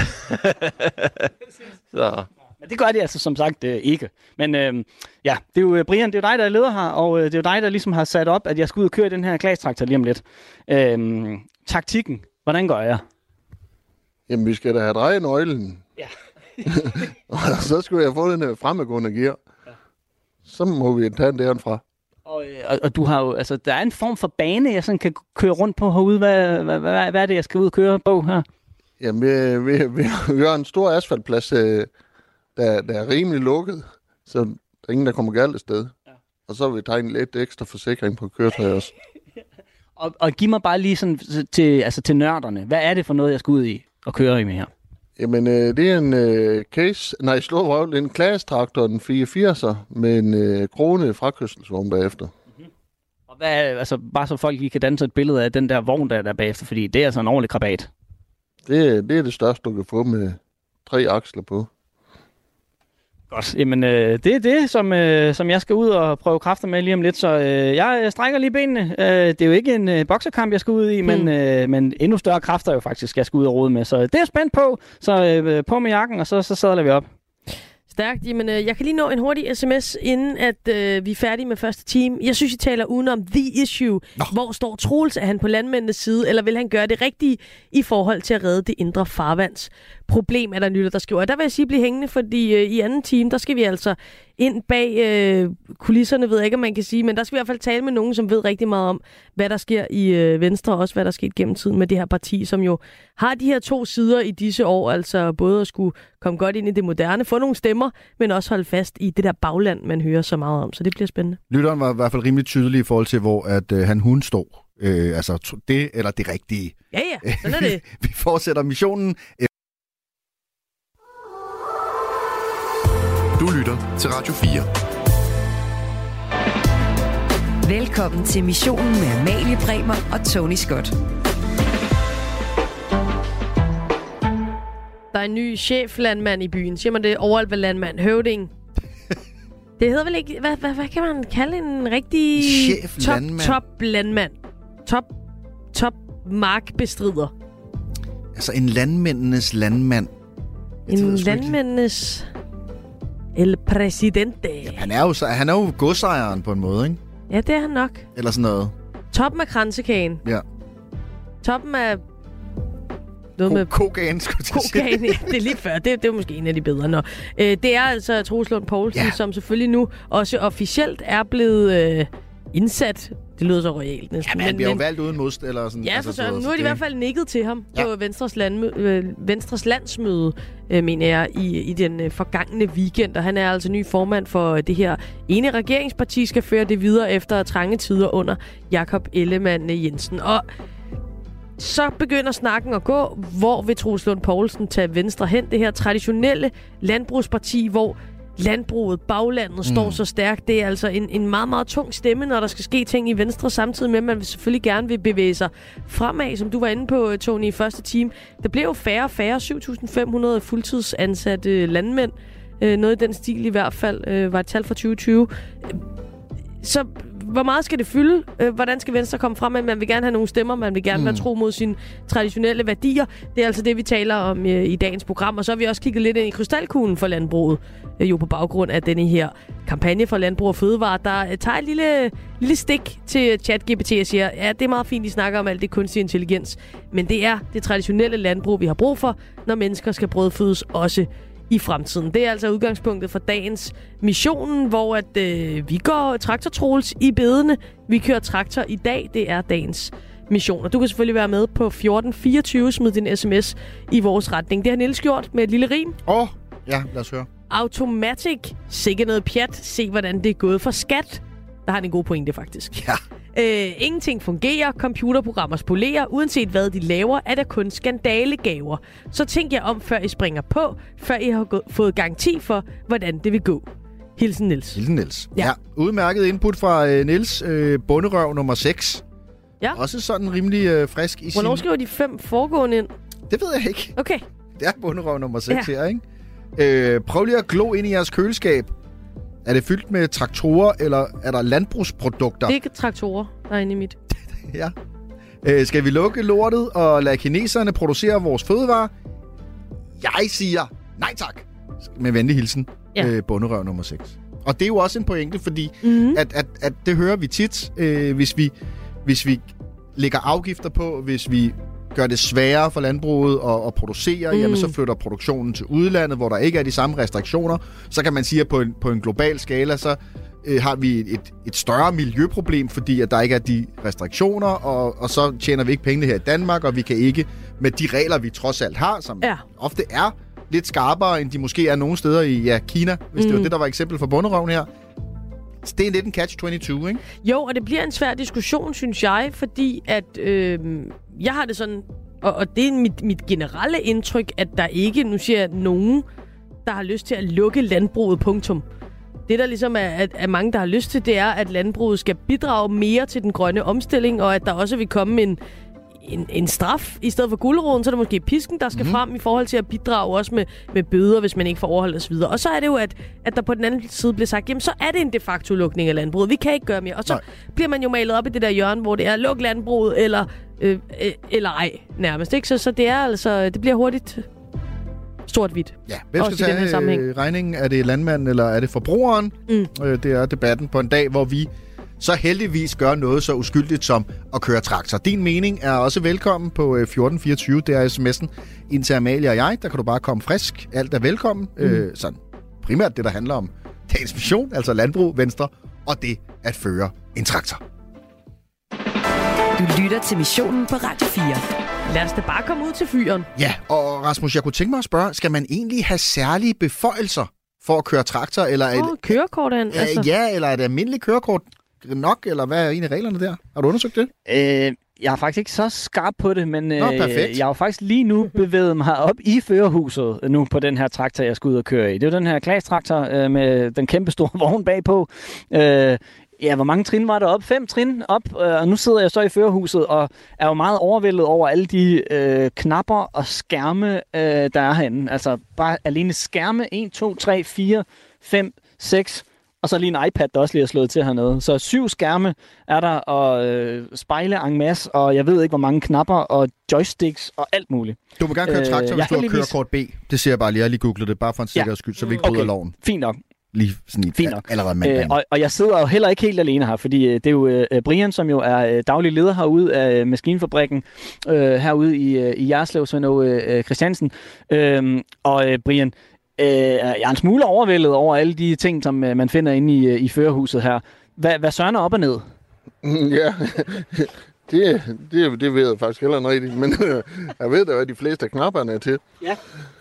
Så... Men det gør de altså som sagt øh, ikke. Men øh, ja, det er jo Brian, det er jo dig, der er leder her, og øh, det er jo dig, der ligesom har sat op, at jeg skal ud og køre den her klastraktor lige om lidt. Øh, taktikken, hvordan gør jeg? Jamen, vi skal da have drejet nøglen. Ja. Og så skulle jeg få den her fremadgående gear. Ja. Så må vi tage den derfra. Og, og, og du har jo, altså, der er en form for bane, jeg sådan kan køre rundt på herude. Hvad, hvad, hvad, hvad er det, jeg skal ud og køre på her? Jamen, vi, vi, vi, vi har en stor asfaltplads, øh, der, der er rimelig lukket, så der er ingen, der kommer galt af sted. Ja. Og så vil vi tegne lidt ekstra forsikring på køretøjet også. og, og giv mig bare lige sådan til, altså til nørderne. Hvad er det for noget, jeg skal ud i og køre i med her? Jamen, øh, det er en øh, case, nej, slå røv, en klastraktor, en fireogfirser, med en øh, krone frakørselsvogn bagefter. Mm-hmm. Og hvad er, altså bare så folk lige kan danse et billede af den der vogn, der er der bagefter, fordi det er altså en ordentlig krabat. Det, det er det største, du kan få med tre aksler på. Godt. Jamen, øh, det er det, som, øh, som jeg skal ud og prøve kræfter med lige om lidt. Så øh, jeg strækker lige benene. Øh, det er jo ikke en øh, bokserkamp, jeg skal ud i, mm. men, øh, men endnu større kræfter jo faktisk, jeg skal ud og rode med. Så det er jeg spændt på. Så øh, på med jakken, og så, så sadler vi op. Stærkt. Jamen, øh, jeg kan lige nå en hurtig sms, inden at øh, vi er færdige med første time. Jeg synes, I taler udenom The Issue. Nå. Hvor står Troels? Er han på landmændenes side, eller vil han gøre det rigtige i forhold til at redde det indre farvands problem, er der lytter, der skriver. Der vil jeg sige, blive hængende, fordi øh, i anden time, der skal vi altså ind bag øh, kulisserne, ved jeg ikke, om man kan sige, men der skal vi i hvert fald tale med nogen, som ved rigtig meget om, hvad der sker i øh, Venstre, og også hvad der er sket gennem tiden med det her parti, som jo har de her to sider i disse år, altså både at skulle komme godt ind i det moderne, få nogle stemmer, men også holde fast i det der bagland, man hører så meget om. Så det bliver spændende. Lytteren var i hvert fald rimelig tydelig i forhold til, hvor at, øh, han hun står Øh, altså tro det eller det rigtige. Ja, ja, sådan er det. Vi fortsætter missionen. Du lytter til Radio fire. Velkommen til missionen med Amalie Bremer og Tony Scott. Der er en ny cheflandmand i byen. Siger man det? Overalt landmand. Høvding. Det hedder vel ikke... Hvad, hvad, hvad kan man kalde en rigtig... Top, top landmand. Top, top markbestrider. Altså en landmændenes landmand. Jeg en landmændenes... El presidente. Jamen, han er jo, så, han er jo godsejeren på en måde, ikke? Ja, det er han nok. Eller sådan noget. Toppen af kransekagen. Ja. Toppen af... Noget Ko- med... Kokagen, skulle jeg sige. Kokagen, ja, det er lige før. Det, det er måske en af de bedre. Nå. Øh, det er altså Troels Lund Poulsen, ja. Som selvfølgelig nu også officielt er blevet øh, indsat. Det lyder så royalt næsten. Jamen, han bliver jo valgt uden modstand. Eller sådan, ja, altså, for så, så, nu har de i hvert fald nikket til ham ja. På Venstres, landmø- øh, Venstres landsmøde, øh, mener jeg, i, i den øh, forgangne weekend. Og han er altså ny formand for det her ene regeringsparti, skal føre det videre efter trange tider under Jakob Ellemann-Jensen. Og så begynder snakken at gå, hvor vil Troels Lund Poulsen tage Venstre hen? Det her traditionelle landbrugsparti, hvor landbruget, baglandet, mm. står så stærkt. Det er altså en, en meget, meget tung stemme, når der skal ske ting i Venstre, samtidig med, at man selvfølgelig gerne vil bevæge sig fremad, som du var inde på, Tony, i første time. Der blev jo færre og færre, syv tusind fem hundrede fuldtidsansatte landmænd. Noget i den stil i hvert fald, var et tal fra tyve tyve. Så hvor meget skal det fylde? Hvordan skal Venstre komme frem med? Man vil gerne have nogle stemmer, man vil gerne mm. være tro mod sine traditionelle værdier. Det er altså det, vi taler om øh, i dagens program. Og så har vi også kigget lidt ind i krystalkuglen for landbruget. Øh, jo på baggrund af denne her kampagne for Landbrug og Fødevare, der øh, tager et lille, lille stik til ChatGPT og siger, ja, det er meget fint, I snakker om alt det kunstig intelligens. Men det er det traditionelle landbrug, vi har brug for, når mennesker skal brødfødes også i fremtiden. Det er altså udgangspunktet for dagens missionen, hvor at, øh, vi går traktor-Troels i bedene. Vi kører traktor i dag. Det er dagens mission. Og du kan selvfølgelig være med på fjorten fireogtyve. Smid din sms i vores retning. Det har Niels gjort med et lille rim. Åh, oh, ja, lad os høre. Automatic. Sikke noget pjat. Se, hvordan det er gået for skat. Der har han en god pointe, faktisk. Ja. Øh, ingenting fungerer, computerprogrammer spolerer, uanset hvad de laver, er der kun skandalegaver. Så tænk jer om, før I springer på, før I har gå- fået garanti for, hvordan det vil gå. Hilsen Niels. Hilsen Niels. Ja. Ja. Udmærket input fra øh, Niels. Øh, bunderøv nummer seks. Ja. Også sådan rimelig øh, frisk i sin... Hvornår skriver de fem foregående ind? Det ved jeg ikke. Okay. Det er bunderøv nummer seks ja. her, ikke? Øh, prøv lige at glo ind i jeres køleskab. Er det fyldt med traktorer, eller er der landbrugsprodukter? Det er ikke traktorer, der er inde i mit. Ja. Øh, skal vi lukke lortet og lade kineserne producere vores fødevarer? Jeg siger nej tak. Med venlig hilsen. Ja. Øh, bunderøv nummer seks. Og det er jo også en pointe, fordi mm-hmm. at, at, at det hører vi tit, øh, hvis vi hvis vi lægger afgifter på, hvis vi gør det sværere for landbruget at, at producere, mm. jamen så flytter produktionen til udlandet, hvor der ikke er de samme restriktioner. Så kan man sige, at på en, på en global skala, så øh, har vi et, et større miljøproblem, fordi at der ikke er de restriktioner, og, og så tjener vi ikke pengene her i Danmark, og vi kan ikke med de regler, vi trods alt har, som ja. ofte er lidt skarpere, end de måske er nogle steder i ja, Kina, hvis mm. det var det, der var eksempel for bunderøven her. Så det er lidt en catch twenty-two, ikke? Jo, og det bliver en svær diskussion, synes jeg, fordi at øh, jeg har det sådan, og, og det er mit, mit generelle indtryk, at der ikke, nu siger jeg, nogen, der har lyst til at lukke landbruget, punktum. Det, der ligesom er, at, at mange, der har lyst til, det er, at landbruget skal bidrage mere til den grønne omstilling, og at der også vil komme en, en, en straf i stedet for guleroden, så er det måske pisken, der skal mm. frem i forhold til at bidrage også med, med bøder, hvis man ikke får overholdt osv. Og så er det jo, at, at der på den anden side bliver sagt, jamen så er det en de facto lukning af landbruget. Vi kan ikke gøre mere. Og så Nej. bliver man jo malet op i det der hjørne, hvor det er luk landbruget, eller, øh, øh, eller ej, nærmest. Ikke? Så, så det er altså, det bliver hurtigt sort-hvidt. Ja, hvem skal tage regningen? Er det landmanden, eller er det forbrugeren? Mm. Øh, det er debatten på en dag, hvor vi så heldigvis gør noget så uskyldigt som at køre traktor. Din mening er også velkommen på fjorten fireogtyve. Det er sms'en ind til Amalie og jeg. Der kan du bare komme frisk. Alt er velkommen. Mm. Øh, sådan primært det, der handler om dagens mission, altså landbrug, Venstre, og det at føre en traktor. Du lytter til missionen på Radio fire. Lad os da bare komme ud til fyren. Ja, og Rasmus, jeg kunne tænke mig at spørge, skal man egentlig have særlige beføjelser for at køre traktor? Eller oh, et, kørekort, an, altså. Ja, eller et almindeligt kørekort? nok, eller hvad er egentlig reglerne der? Har du undersøgt det? Øh, jeg er faktisk ikke så skarp på det, men øh, Nå, perfekt. jeg har faktisk lige nu bevæget mig op i førerhuset nu på den her traktor, jeg skal ud og køre i. Det er jo den her Claas-traktor øh, med den kæmpe store vogn bagpå. Øh, ja, hvor mange trin var der op? Fem trin op, øh, og nu sidder jeg så i førerhuset og er jo meget overvældet over alle de øh, knapper og skærme, øh, der er herinde. Altså bare alene skærme. en, to, tre, fire, fem, seks... Og så lige en iPad, der også lige er slået til hernede. Så syv skærme er der, og øh, spejle en masse, og jeg ved ikke, hvor mange knapper, og joysticks, og alt muligt. Du må gerne køre traktor, øh, hvis du har heldigvis... kørekort B. Det siger jeg bare lige. Jeg har lige googlet det, bare for en sikkerheds skyld, så vi ikke bryder okay. loven. Fint nok. Lige sådan i Fint nok. allerede mandag. Øh, og, og jeg sidder jo heller ikke helt alene her, fordi øh, det er jo øh, Brian, som jo er øh, daglig leder herude af øh, maskinfabrikken, øh, herude i, øh, i Jerslev, Svend Åge øh, Christiansen. Øh, og øh, Brian, Øh, jeg er en smule overvældet over alle de ting, som øh, man finder inde i, i førerhuset her. Hvad, hvad søren er op og ned? Ja, det, det, det ved jeg faktisk heller ikke rigtigt, men øh, jeg ved da, hvad de fleste af knapperne er til. Ja.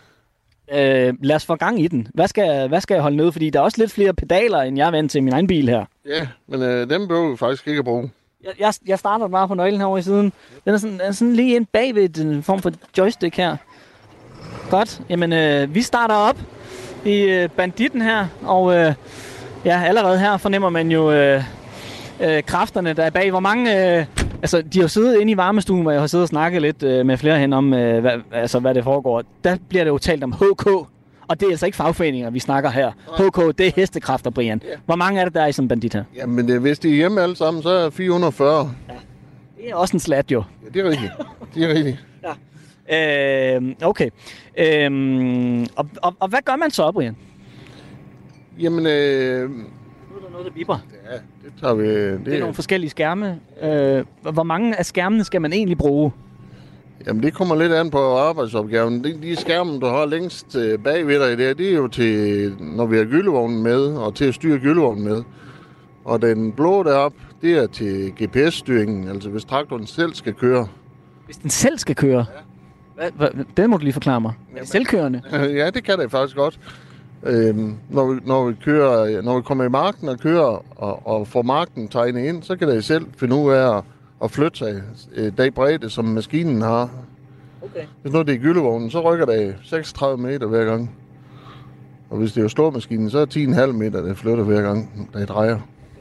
Øh, lad os få gang i den. Hvad skal, hvad skal jeg holde ned? Fordi der er også lidt flere pedaler, end jeg er vant til i min egen bil her. Ja, men øh, dem behøver vi faktisk ikke at bruge. Jeg, jeg, jeg starter bare på nøglen herovre i siden. Den er sådan, er sådan lige ind bagved en form for joystick her. Godt. Jamen, øh, vi starter op i øh, banditten her, og øh, ja, allerede her fornemmer man jo øh, øh, kræfterne, der er bag. Hvor mange... Øh, altså, de har jo siddet inde i varmestuen, hvor jeg har siddet og snakket lidt øh, med flere hen om, øh, hvad, altså, hvad det foregår. Der bliver det jo talt om H K, og det er altså ikke fagforeninger, vi snakker her. H K, det er hestekræfter, Brian. Hvor mange er det, der er i sådan en bandit her? Jamen, det, hvis de er hjemme alle sammen, så er fire hundrede og fyrre. Ja. Det er også en slat, jo. Ja, det er rigtigt. Det er rigtigt. Ja. Øh, okay. Øh, og, og, og hvad gør man så, Brian? Jamen, øh... Nu er der noget, der bipper. Ja, det tager vi... Det, det er nogle forskellige skærme. Øh, hvor mange af skærmene skal man egentlig bruge? Jamen, det kommer lidt an på arbejdsopgaven. De, de skærme, du har længst bagved dig i det, det er jo til, når vi har gyldevognen med, og til at styre gyldevognen med. Og den blå deroppe, det er til G P S-styringen, altså hvis traktoren selv skal køre. Hvis den selv skal køre? Ja. Hvad, hvad, det må du lige forklare mig. Er det selvkørende? Ja, det kan det faktisk godt. Øhm, når, vi, når, vi kører, når vi kommer i marken og kører og, og får marken tegnet ind, så kan det selv finde ud af at, at flytte sig øh, dag bredde, som maskinen har. Okay. Hvis nu det er gyldevognen, så rykker det seksogtredive meter hver gang. Og hvis det er jo slåmaskinen, så er ti komma fem meter, det flytter hver gang, der drejer.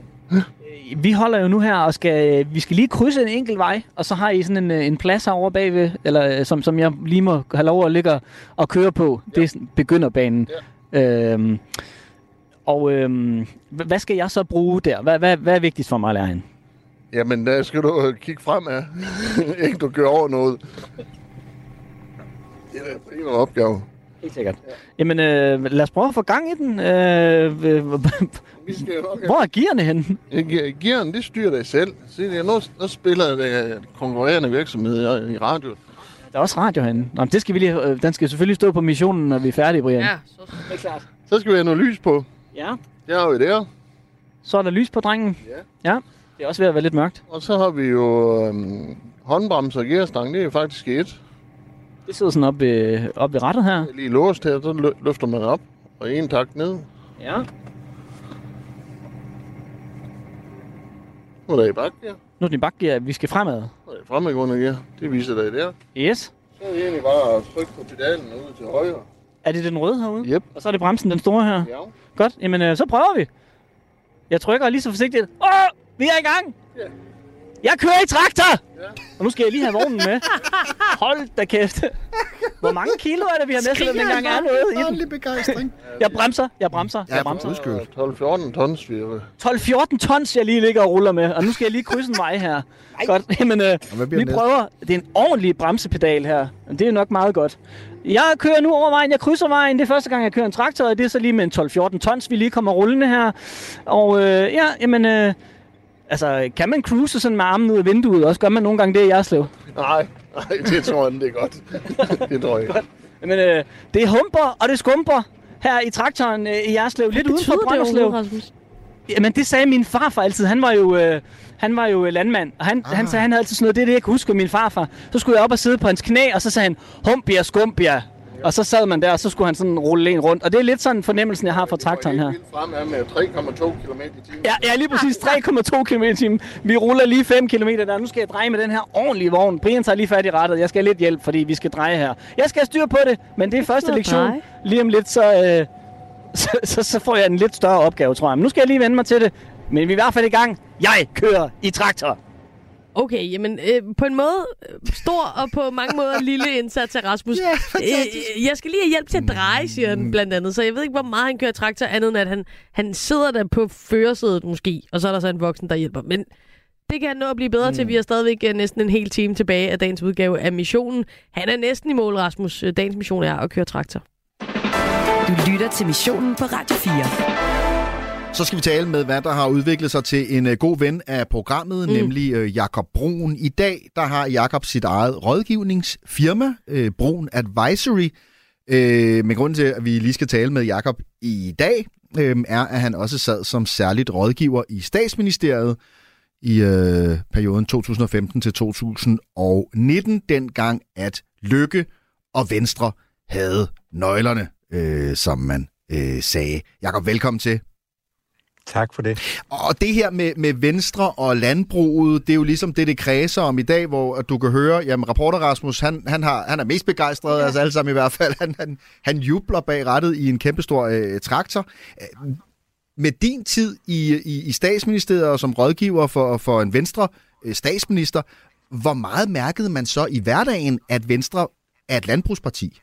Vi holder jo nu her, og skal, vi skal lige krydse en enkelt vej, og så har I sådan en, en plads herovre bagved, eller, som, som jeg lige må have lov at ligge og køre på. Ja. Det er sådan begynderbanen. Ja. Øhm, og øhm, hvad skal jeg så bruge der? Hvad, hvad, hvad er vigtigst for mig at lære hende? Jamen, der skal du kigge fremad. Ikke du kører over noget. Det er en opgave. Helt sikkert. Ja. Jamen, øh, lad os prøve at få gang i den. Øh, Vi skal, okay. Hvor er gearne henne? Gearne, det styrer dig selv. Se, nu, nu spiller det konkurrerende virksomhed i radio. Der er også radio herinde. Nå, det skal vi lige, den skal selvfølgelig stå på missionen, når vi er færdige, Brian. Ja, så det er klart. Så skal vi have noget lys på. Ja. Det har vi der. Så er der lys på, drengen. Ja. Ja. Det er også ved at være lidt mørkt. Og så har vi jo øhm, håndbremse og gearstang. Det er jo faktisk et. Det sidder sådan op ved, op ved rattet her. Det er lige låst her, så lø- løfter man op. Og en takt ned. Ja. Nu er der i bakgear. Nu er den i bakgear. Vi skal fremad. Nu er der i fremadgående gear. Det viser dig der. Yes. Så er det egentlig bare at trykke på pedalen ud til højre. Er det den røde herude? Yep. Og så er det bremsen, den store her? Ja. Godt. Jamen, øh, så prøver vi. Jeg trykker lige så forsigtigt. Åh! Vi er i gang! Ja. Jeg kører i traktor! Ja. Og nu skal jeg lige have vognen med. Hold da kæft. Hvor mange kilo er det, vi har med, så der dengang er noget i den? Dårlig begejstring. Jeg bremser, jeg bremser, jeg bremser. tolv fjorten tons, vi er tolv fjorten tons, jeg lige ligger og ruller med. Og nu skal jeg lige krydse en vej her. Godt, jamen, øh, vi prøver. Det er en ordentlig bremsepedal her. Det er nok meget godt. Jeg kører nu over vejen, jeg krydser vejen. Det er første gang, jeg kører en traktor, og det er så lige med en tolv fjorten tons, vi lige kommer rullende her. Og øh, ja, jamen... Øh, altså, kan man cruise sådan med armen ud af vinduet også? Gør man nogle gange det i Jerslev? Nej, nej, det tror jeg, det er godt. Det tror jeg ikke. Men øh, det er humper, og det skumper her i traktoren øh, i Jerslev. Lidt uden for Brønderslev. Jamen, det sagde min farfar altid. Han var jo, øh, han var jo landmand, og han, ah. han sagde, han havde altid sådan noget. Det er det, jeg kan huske af min farfar. Så skulle jeg op og sidde på hans knæ, og så sagde han, humpia, skumpia. Og så sad man der, og så skulle han sådan rulle en rundt. Og det er lidt sådan fornemmelsen, jeg har fra traktoren her. Frem er med tre komma to kilometer i timen. Ja, ja, lige præcis tre komma to kilometer i timen. Vi ruller lige fem kilometer der. Nu skal jeg dreje med den her ordentlige vogn. Brian tager lige fat i rattet. Jeg skal have lidt hjælp, fordi vi skal dreje her. Jeg skal have styr på det, men det er første lektion. Lige om lidt, så, øh, så, så, så får jeg en lidt større opgave, tror jeg. Men nu skal jeg lige vende mig til det. Men vi er i hvert fald i gang. Jeg kører i traktor. Okay, jamen øh, på en måde stor og på mange måder lille indsats af Rasmus. Ja, øh, jeg skal lige have hjælp til at dreje, siger han blandt andet. Så jeg ved ikke, hvor meget han kører traktor, andet end at han, han sidder der på førersædet måske, og så er der så en voksen, der hjælper. Men det kan han nå at blive bedre mm. til. Vi har stadigvæk uh, næsten en hel time tilbage af dagens udgave af missionen. Han er næsten i mål, Rasmus. Dagens mission er at køre traktor. Du lytter til missionen på Radio fire. Så skal vi tale med, hvad der har udviklet sig til en uh, god ven af programmet, mm. nemlig uh, Jakob Bruun. I dag der har Jakob sit eget rådgivningsfirma, uh, Bruun Advisory. Uh, men grunden til, at vi lige skal tale med Jakob i dag, uh, er, at han også sad som særligt rådgiver i Statsministeriet i uh, perioden to tusind og femten til to tusind og nitten, dengang at Løkke og Venstre havde nøglerne, uh, som man uh, sagde. Jakob, velkommen til. Tak for det. Og det her med, med Venstre og landbruget, det er jo ligesom det, det kredser om i dag, hvor du kan høre, jamen reporter Rasmus, han, han, har, han er mest begejstret, ja. altså alle sammen i hvert fald. Han, han, han jubler bag rattet i en kæmpestor øh, traktor. Med din tid i, i, i Statsministeriet og som rådgiver for, for en Venstre øh, statsminister, hvor meget mærkede man så i hverdagen, at Venstre er et landbrugsparti?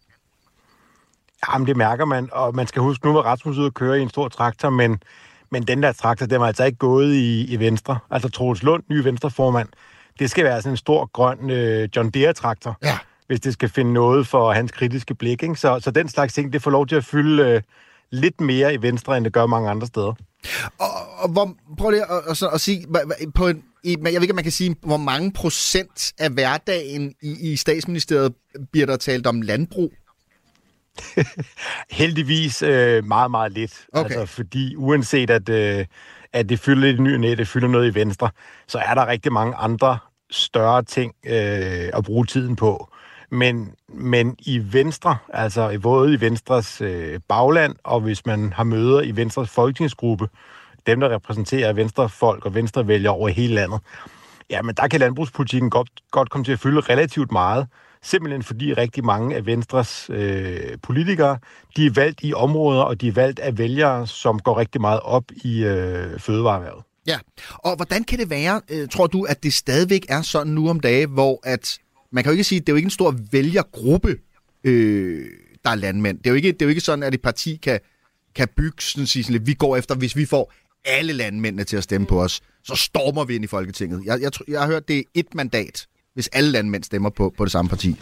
Jamen det mærker man, og man skal huske, nu var Rasmus ude at køre i en stor traktor, men Men den der traktor, den var altså ikke gået i, i Venstre. Altså Troels Lund, ny Venstreformand, det skal være sådan en stor, grøn øh, John Deere-traktor, ja. hvis det skal finde noget for hans kritiske blik. Ikke? Så, så den slags ting, det får lov til at fylde øh, lidt mere i Venstre, end det gør mange andre steder. Og, og hvor, prøv lige at, at, at sige, på en, i, jeg ved ikke, om man kan sige, hvor mange procent af hverdagen i, i Statsministeriet bliver der talt om landbrug? Heldigvis øh, meget, meget lidt. Okay. Altså, fordi uanset at, øh, at det fylder lidt ny net, det fylder noget i Venstre, så er der rigtig mange andre større ting øh, at bruge tiden på. Men, men i Venstre, altså både i Venstres øh, bagland, og hvis man har møder i Venstres folketingsgruppe, dem der repræsenterer Venstrefolk og Venstrevælgere over hele landet, jamen der kan landbrugspolitikken godt, godt komme til at fylde relativt meget. Simpelthen fordi rigtig mange af Venstres øh, politikere, de er valgt i områder, og de er valgt af vælgere, som går rigtig meget op i øh, fødevareerhvervet. Ja, og hvordan kan det være, øh, tror du, at det stadigvæk er sådan nu om dage, hvor at, man kan jo ikke sige, at det er jo ikke en stor vælgergruppe, øh, der er landmænd. Det er jo ikke, det er jo ikke sådan, at et parti kan, kan bygge sådan, sige sådan lidt, vi går efter, hvis vi får alle landmændene til at stemme på os, så stormer vi ind i Folketinget. Jeg, jeg, jeg har hørt, det er et mandat, hvis alle landmænd stemmer på, på det samme parti.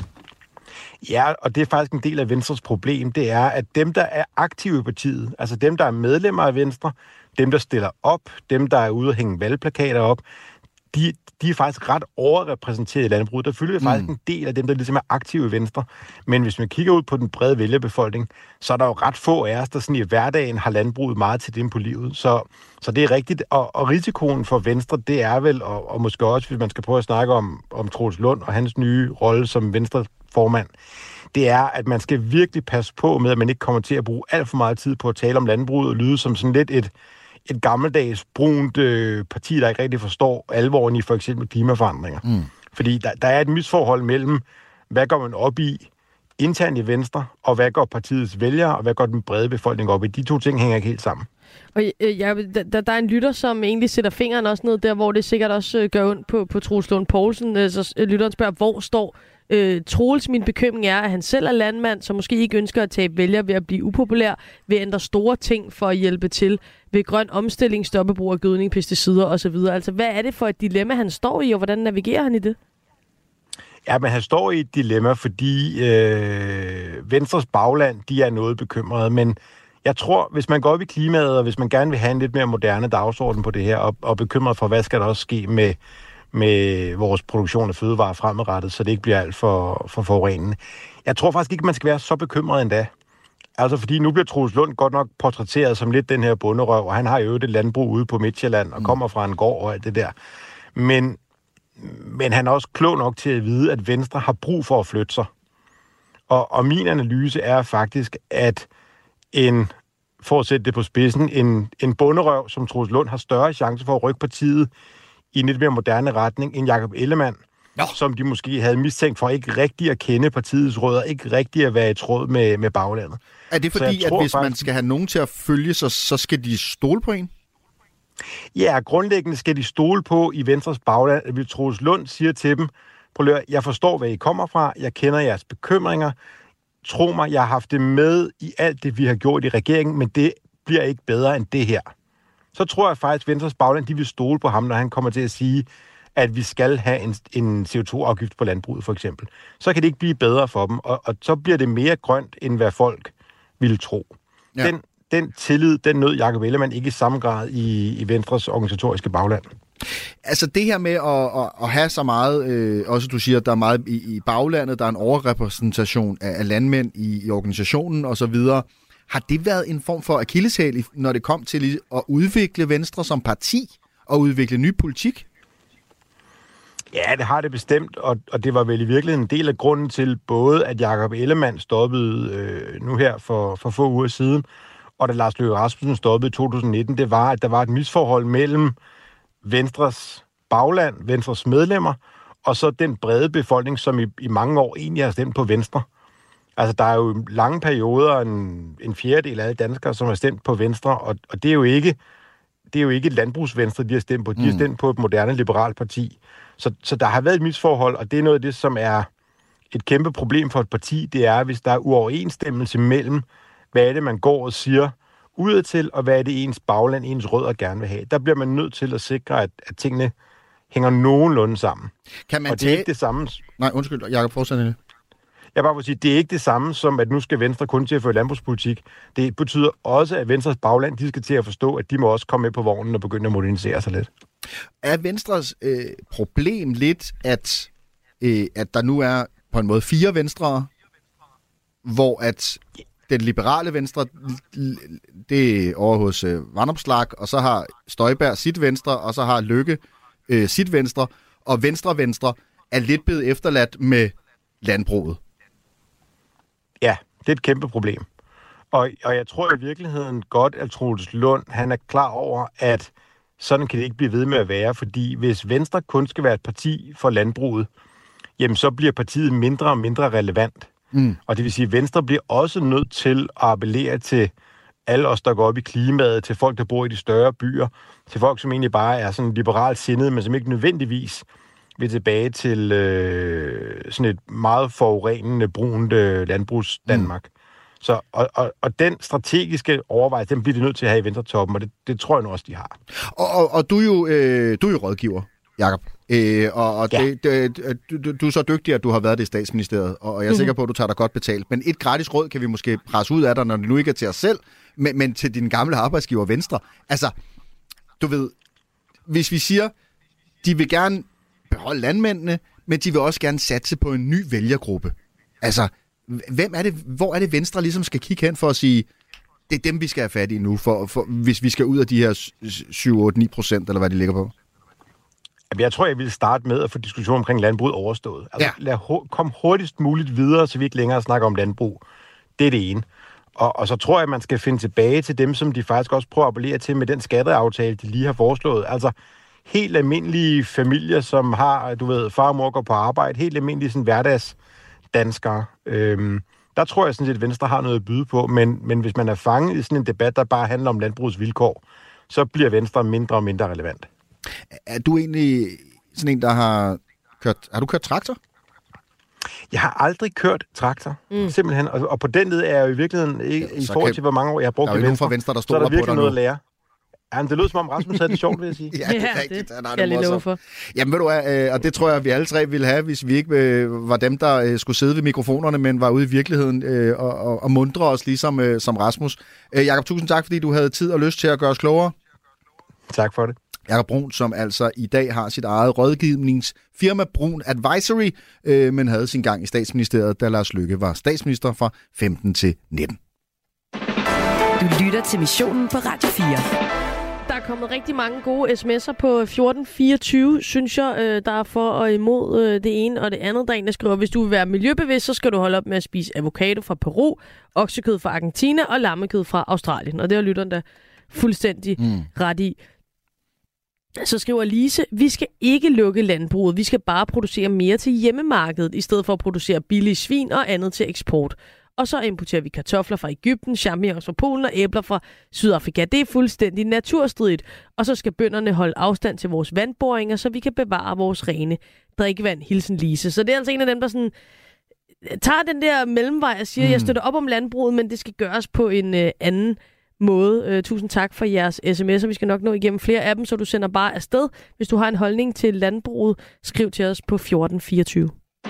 Ja, og det er faktisk en del af Venstres problem, det er, at dem, der er aktive i partiet, altså dem, der er medlemmer af Venstre, dem, der stiller op, dem, der er ude og hænge valgplakater op, de, de er faktisk ret overrepræsenteret i landbruget. Der fylder mm. faktisk en del af dem, der ligesom er aktive i Venstre. Men hvis man kigger ud på den brede vælgerbefolkning, så er der jo ret få af os, der sådan i hverdagen har landbruget meget til dem på livet. Så, så det er rigtigt. Og, og risikoen for Venstre, det er vel, og, og måske også, hvis man skal prøve at snakke om, om Troels Lund og hans nye rolle som Venstreformand, det er, at man skal virkelig passe på med, at man ikke kommer til at bruge alt for meget tid på at tale om landbruget og lyde som sådan lidt et et gammeldags, brunt øh, parti, der ikke rigtig forstår alvoren i for eksempel klimaforandringer. Mm. Fordi der, der er et misforhold mellem, hvad går man op i internt i Venstre, og hvad går partiets vælgere, og hvad går den brede befolkning op i. De to ting hænger ikke helt sammen. Og øh, ja, der, der er en lytter, som egentlig sætter fingeren også ned der, hvor det sikkert også øh, gør ondt på, på Troels Lund Poulsen. Øh, så øh, lytteren spørger, hvor står øh, Troels? Min bekymring er, at han selv er landmand, som måske ikke ønsker at tabe vælgere ved at blive upopulær, ved at ændre store ting for at hjælpe til, ved grøn omstilling, stoppe brug af gødning, pesticider osv. Altså, hvad er det for et dilemma, han står i, og hvordan navigerer han i det? Ja, men han står i et dilemma, fordi øh, Venstres bagland, de er noget bekymrede, men jeg tror, hvis man går op i klimaet, og hvis man gerne vil have en lidt mere moderne dagsorden på det her, og, og bekymret for, hvad skal der også ske med, med vores produktion af fødevarer fremadrettet, så det ikke bliver alt for, for forurenende. Jeg tror faktisk ikke, man skal være så bekymret endda. Altså, fordi nu bliver Troels Lund godt nok portrætteret som lidt den her bonderøv, og han har jo et landbrug ude på Midtjylland, og kommer fra en gård og alt det der. Men, men han er også klog nok til at vide, at Venstre har brug for at flytte sig. Og, og min analyse er faktisk, at en, for at sætte det på spidsen, en, en bunderøv, som Troels Lund har større chance for at rykke partiet i en lidt mere moderne retning end Jakob Ellemann, ja. Som de måske havde mistænkt for ikke rigtig at kende partiets rødder, ikke rigtig at være i tråd med, med baglandet. Er det fordi, at hvis faktisk, man skal have nogen til at følge sig, så skal de stole på en? Ja, grundlæggende skal de stole på i Venstres bagland, at vi Troels Lund siger til dem, prøv at, jeg forstår, hvad I kommer fra, jeg kender jeres bekymringer, tro mig, jeg har haft det med i alt det, vi har gjort i regeringen, men det bliver ikke bedre end det her. Så tror jeg faktisk, at Venstres bagland, de vil stole på ham, når han kommer til at sige, at vi skal have en, en C O to afgift på landbruget, for eksempel. Så kan det ikke blive bedre for dem, og, og så bliver det mere grønt, end hvad folk ville tro. Ja. Den, den tillid, den nød Jakob Ellemann ikke i samme grad i, i Venstres organisatoriske bagland. Altså det her med at, at, at have så meget, øh, også du siger, at der er meget i, i baglandet, der er en overrepræsentation af, af landmænd i, i organisationen osv., har det været en form for akilleshæl, når det kom til at udvikle Venstre som parti og udvikle ny politik? Ja, det har det bestemt, og, og det var vel i virkeligheden en del af grunden til både, at Jakob Ellemann stoppede øh, nu her for, for få uger siden, og da Lars Løkke Rasmussen stoppede i to tusind nitten, det var, at der var et misforhold mellem Venstres bagland, Venstres medlemmer, og så den brede befolkning, som i, i mange år egentlig har stemt på Venstre. Altså, der er jo lange perioder, en, en fjerdedel af alle danskere, som har stemt på Venstre, og, og det er jo ikke det er jo ikke landbrugsvenstre, de har stemt på. De har stemt på et moderne liberalt parti. Så, så der har været et misforhold, og det er noget af det, som er et kæmpe problem for et parti, det er, hvis der er uoverensstemmelse mellem, hvad er det, man går og siger udadtil, og hvad er det, ens bagland, ens rødder gerne vil have. Der bliver man nødt til at sikre, at, at tingene hænger nogenlunde sammen. Kan man og det er tage... ikke det samme... Nej, undskyld, Jakob, fortsæt det. Jeg bare vil sige, det er ikke det samme som, at nu skal Venstre kun til at føre landbrugspolitik. Det betyder også, at Venstres bagland, de skal til at forstå, at de må også komme med på vognen og begynde at modernisere sig lidt. Er Venstres øh, problem lidt, at, øh, at der nu er på en måde fire Venstre, hvor at den liberale Venstre, det er over hos øh, Vanopslagh, og så har Støjberg sit Venstre, og så har Løkke øh, sit Venstre, og Venstre-Venstre er lidt blevet efterladt med landbruget. Ja, det er et kæmpe problem. Og, og jeg tror i virkeligheden godt, at Troels Lund, han er klar over, at sådan kan det ikke blive ved med at være, fordi hvis Venstre kun skal være et parti for landbruget, jamen så bliver partiet mindre og mindre relevant. Mm. Og det vil sige, at Venstre bliver også nødt til at appellere til alle os, der går op i klimaet, til folk, der bor i de større byer, til folk, som egentlig bare er sådan liberalt sindede, men som ikke nødvendigvis vil tilbage til øh, sådan et meget forurenende, brunt øh, landbrugs Danmark. Mm. Så, og, og, og den strategiske overvejelse, den bliver de nødt til at have i Venstretoppen, og det, det tror jeg nu også, de har. Og, og, og du er jo øh, du er jo rådgiver, Jakob. Øh, og og ja. det, det, du, du er så dygtig, at du har været det i Statsministeriet, og jeg er mm-hmm. sikker på, at du tager dig godt betalt. Men et gratis råd kan vi måske presse ud af dig, når det nu ikke er til os selv, men, men til din gamle arbejdsgiver Venstre. Altså, du ved, hvis vi siger, de vil gerne beholde landmændene, men de vil også gerne satse på en ny vælgergruppe. Altså, hvem er det, hvor er det Venstre ligesom skal kigge hen for at sige, det er dem, vi skal have fat i nu, for, for, hvis vi skal ud af de her syv otte ni procent, eller hvad de ligger på? Jeg tror, jeg vil starte med at få diskussionen omkring landbruget overstået. Altså, ja. Lad ho- komme hurtigst muligt videre, så vi ikke længere snakker om landbrug. Det er det ene. Og, og så tror jeg, at man skal finde tilbage til dem, som de faktisk også prøver at appellere til med den skatteaftale, de lige har foreslået. Altså, helt almindelige familier, som har, du ved, far og mor går på arbejde, helt almindelige sådan hverdagsdanskere. Øhm, der tror jeg sådan set, at Venstre har noget at byde på, men, men hvis man er fanget i sådan en debat, der bare handler om landbrugets vilkår, så bliver Venstre mindre og mindre relevant. Er du egentlig sådan en, der har kørt... Har du kørt traktor? Jeg har aldrig kørt traktor, mm. simpelthen. Og, og på den led er jeg jo i virkeligheden ikke, i forhold til, hvor mange år jeg har brugt i Venstre, Venstre, der så er der virkelig noget nu. at lære. Jamen, det lød som om Rasmus havde det sjovt, vil jeg sige. Ja, det er rigtigt. Ja, det, det jeg lige love for. Jamen, ved du hvad, og det tror jeg, vi alle tre ville have, hvis vi ikke øh, var dem, der øh, skulle sidde ved mikrofonerne, men var ude i virkeligheden øh, og, og, og mundre os, ligesom øh, som Rasmus. Øh, Jakob, tusind tak, fordi du havde tid og lyst til at gøre os klogere. Tak for det. Jakob Brun, som altså i dag har sit eget rådgivningsfirma Brun Advisory, øh, men havde sin gang i Statsministeriet, da Lars Løkke var statsminister fra femten til nitten. Du lytter til Missionen på Radio fire. Der kommet rigtig mange gode sms'er på fjorten fireogtyve, synes jeg, øh, der er for og imod øh, det ene og det andet. Der er en, der skriver, hvis du vil være miljøbevidst, så skal du holde op med at spise avocado fra Peru, oksekød fra Argentina og lammekød fra Australien. Og det har lytteren da fuldstændig mm. ret i. Så skriver Lise, vi skal ikke lukke landbruget. Vi skal bare producere mere til hjemmemarkedet, i stedet for at producere billige svin og andet til eksport. Og så importerer vi kartofler fra Egypten, champignons fra Polen og æbler fra Sydafrika. Det er fuldstændig naturstridigt. Og så skal bønderne holde afstand til vores vandboringer, så vi kan bevare vores rene drikkevand. Hilsen Lise. Så det er altså en af dem, der sådan tager den der mellemvej og siger, mm. jeg støtter op om landbruget, men det skal gøres på en øh, anden måde. Uh, tusind tak for jeres sms'er. Vi skal nok nå igennem flere af dem, så du sender bare afsted. Hvis du har en holdning til landbruget, skriv til os på fjorten fireogtyve.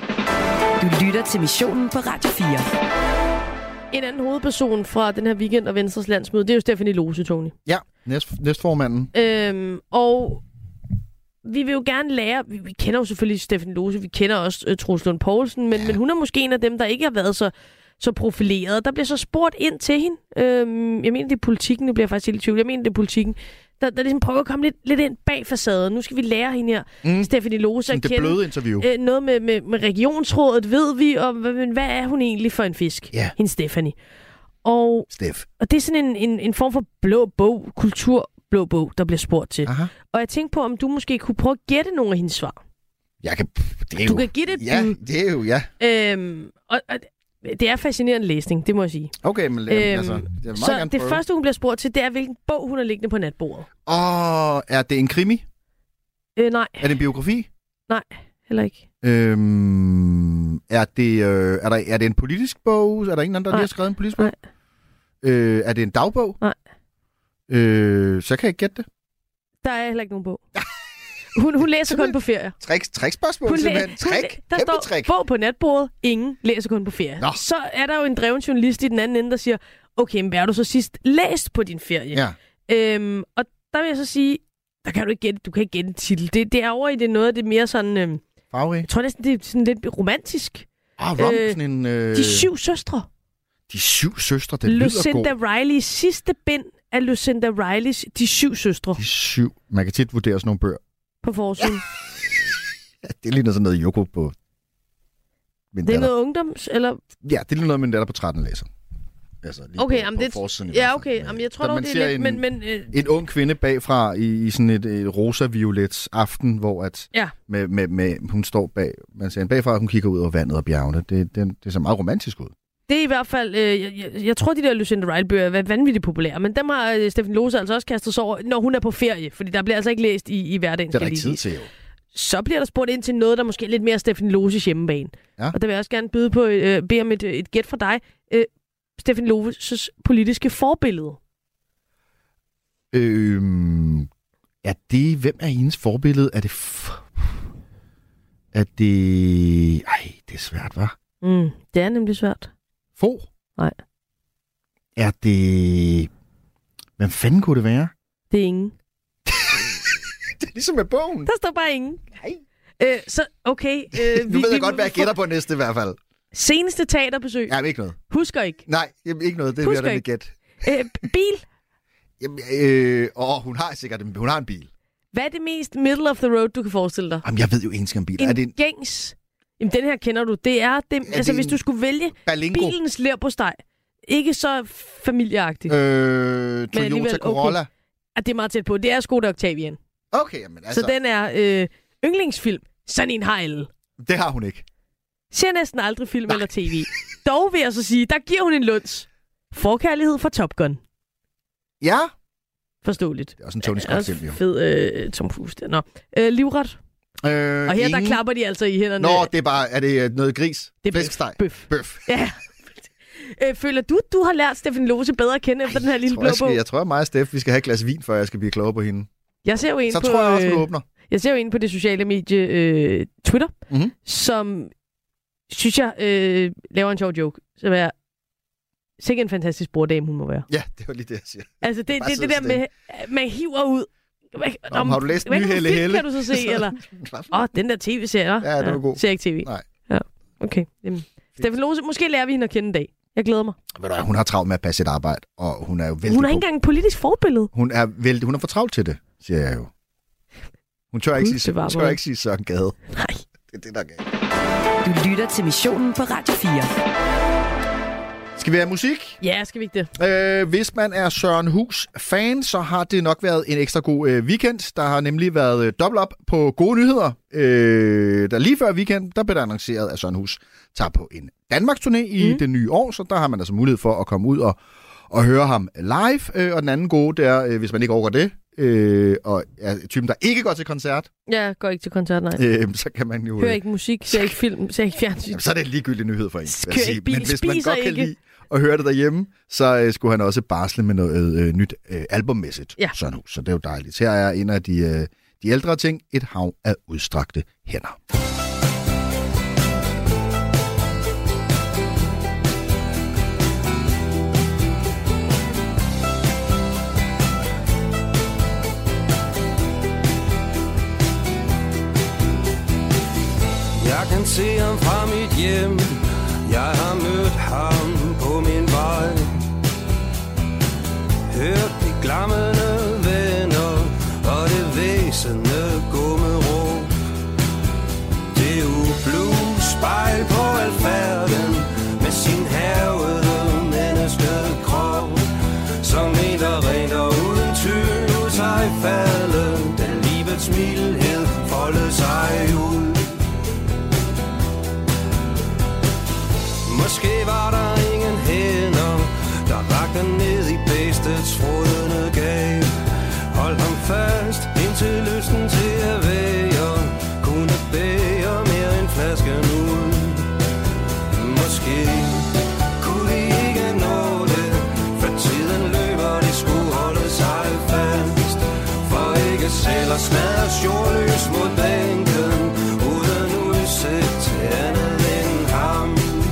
Du lytter til Missionen på Radio fire. En anden hovedperson fra den her weekend og Venstres landsmøde, det er jo Stephanie Lose, Tony. Ja, næst, næstformanden. Øhm, og vi vil jo gerne lære, vi, vi kender jo selvfølgelig Stephanie Lose, vi kender også uh, Troels Lund Poulsen, men, ja. men hun er måske en af dem, der ikke har været så så profileret. Der bliver så spurgt ind til hende. Øhm, jeg mener, det er politikken. Nu bliver jeg faktisk helt i tvivl. Jeg mener, det er politikken. Der, der ligesom prøver at komme lidt, lidt ind bag facaden. Nu skal vi lære hende her, mm. Stephanie Lose, at kende. Det bløde interview. Øh, noget med, med, med regionsrådet, ved vi. Og men hvad er hun egentlig for en fisk? Yeah. Hende Stephanie. Og, Steff. og det er sådan en, en, en form for blå bog, kulturblå bog, der bliver spurgt til. Aha. Og jeg tænkte på, om du måske kunne prøve at gætte nogle af hendes svar. Jeg kan... Det er du jo, kan give det ja, bud. det er jo, ja. Øhm, og, og det er fascinerende læsning, det må jeg sige. Okay, men øhm, altså, det er meget så gerne det prøve. første, hun bliver spurgt til, det er, hvilken bog hun har liggende på natbordet. Åh, er det en krimi? Øh, nej. Er det en biografi? Nej, heller ikke. Øhm, er, det, øh, er, der, er det en politisk bog? Er der ingen anden, der nej. lige har skrevet en politisk bog? Nej. Øh, er det en dagbog? Nej. Øh, så kan jeg ikke gætte det. Der er heller ikke nogen bog. Hun, hun læser kun på ferie. Trick, trickspørgsmål, hun simpelthen. Læ- Trick. Der Kæmpe står trick. bog på natbordet. Ingen læser kun på ferie. Nå. Så er der jo en dreven journalist i den anden ende, der siger, okay, men hvad har du så sidst læst på din ferie? Ja. Øhm, og der vil jeg så sige, der kan du ikke gætte, du kan ikke gætte en titel. Det, det er over i det noget af det mere sådan... Øhm, Farverig. Jeg tror næsten, det er sådan lidt romantisk. Ah, rom, øh, sådan en... Øh... De syv søstre. De syv søstre, det Lucinda lyder god. Riley, sidste bind af Lucinda Rileys De syv søstre. De syv. Man kan tit vurdere sådan nogle bøger. På forsiden. Ja, det ligner sådan noget Joko på... Min det er noget ungdoms, eller? Ja, det er noget, min datter på tretten læser. Altså, okay, på, jamen på det... forsiden, Ja, okay, jamen jeg tror dog, det er lidt... En, men, men, øh... en ung kvinde bagfra i, i sådan et, et rosa-violet aften, hvor at ja. med, med, med, hun står bag... Man ser en bagfra, hun kigger ud over vandet og bjergene. Det, det, det ser meget romantisk ud. Det er i hvert fald... Øh, jeg, jeg, jeg tror, de der Lucinda Riley-bøger er vanvittigt populære, men dem har øh, Stephanie Lose altså også kastet sig over, når hun er på ferie, fordi der bliver altså ikke læst i, i hverdagen. Det er der ikke tid til, jo. Så bliver der spurgt ind til noget, der måske er lidt mere Stephanie Loses hjemmebane. Ja. Og der vil jeg også gerne byde på, øh, bede om et, et gæt fra dig. Øh, Stephanie Loses politiske forbillede. Øhm, er det... Hvem er hendes forbillede? Er det... F- er det... Ej, det er svært, hva'? Mm, det er nemlig svært. Få? Nej. Er det... Hvem fanden kunne det være? Det er ingen. Det er ligesom med bogen. Der står bare ingen. Nej. Øh, så, okay. Øh, nu vi, ved jeg vi, godt, hvad jeg gætter på næste i hvert fald. Seneste teaterbesøg. Ja, ikke noget. Husker ikke. Nej, ikke noget. Det vil jeg da ikke gætte. Øh, bil. Jamen, øh, åh, hun har sikkert en, hun har en bil. Hvad er det mest middle of the road, du kan forestille dig? Jamen, jeg ved jo ingenting om bil. En er det en gængs. Jamen, den her kender du. Det er, det, er altså, det hvis du skulle vælge Berlingo? Bilens lerpostej. Ikke så familieagtigt. Øh, Toyota Corolla. Okay. Ah, det er meget tæt på. Det er Skoda Octavian. Okay, jamen altså. Så den er øh, yndlingsfilm. Sådan en har alle. Det har hun ikke. Ser næsten aldrig film Nej. eller tv. Dog vil jeg så sige, der giver hun en luns. Forkærlighed for Top Gun. Ja. Forståeligt. Det er også en Tony Scott-film, jo. Fed øh, Tom Cruise der. Nå. Øh, livret. Øh, og her ingen... der klapper de altså i hænderne. Nå, det er bare, er det noget gris? Det er Flæskesteg? bøf. Bøf. Ja. øh, føler du, du har lært Stephanie Lose bedre at kende efter den her lille blå bog? Jeg, jeg tror, at mig og Steff, vi skal have et glas vin, før jeg skal blive klogere på hende. Jeg ser jo en Så på, tror jeg også, du åbner. Jeg ser jo en på det sociale medie øh, Twitter, mm-hmm. som synes jeg øh, laver en sjov joke. Så er sikkert en fantastisk borddame, hun må være. Ja, det var lige det, jeg siger. Altså det, det, det der med, man hiver ud. Nå, om, har du læst Nye Helle Helle? Kan du så se, eller? Åh, oh, den der tv-serie. Ja, det var god. Ser ikke tv? Nej. Ja, okay. Jamen. Stephanie Lose, måske lærer vi hende at kende en dag. Jeg glæder mig. Ved du, hun har travlt med at passe sit arbejde, og hun er jo vældig... Hun er ikke engang en politisk forbillede. Hun er vældig, hun er for travlt til det, siger jeg jo. Hun tør ikke, sige, hun tør ikke sige Søren Gade. Nej. Det er det, der er galt. Du lytter til Missionen på Radio fire. Skal vi have musik? Ja, skal vi ikke det? Øh, hvis man er Søren Hus-fan, så har det nok været en ekstra god øh, weekend. Der har nemlig været øh, dobbelt op på gode nyheder. Øh, der lige før weekend, der blev der annonceret, at Søren Hus tager på en Danmarks-turné i mm. det nye år, så der har man altså mulighed for at komme ud og, og høre ham live. Øh, og den anden gode, det er, øh, hvis man ikke overgår det, øh, og er typen, der ikke går til koncert. Ja, går ikke til koncert, nej. Øh, så kan man jo... Hører ikke musik, ser ikke film, ser ikke fjernsyn. Jamen, så er det en ligegyldig nyhed for en. Kører ikke bil, men hvis man godt ikke. kan lide at høre det derhjemme, så øh, skulle han også barsle med noget øh, nyt øh, albummæssigt. Ja. Sådan, så det er jo dejligt. Her er en af de, øh, de ældre ting, et hav af udstrakte hænder. Jeg kan se ham fra mit hjem. Jeg har mødt ham på min vej. Hørt de glammende venner og det væsende gummeråb. Det ublu spejl på alfærden med sin havede menneskekrop, som en der rent og uden tvivl ud sig falde, da livets mildhed foldede sig ud. Måske var der ingen hænder, der rakte ned i bæstets frodende gab. Hold ham fast, indtil lysten til at væge kunne bære mere end flasken ud. Måske kunne vi ikke nå det, for tiden løber, de skulle holde sig fast. For ikke selv at smadre jordløs mod bænken, uden udsigt til andet end ham.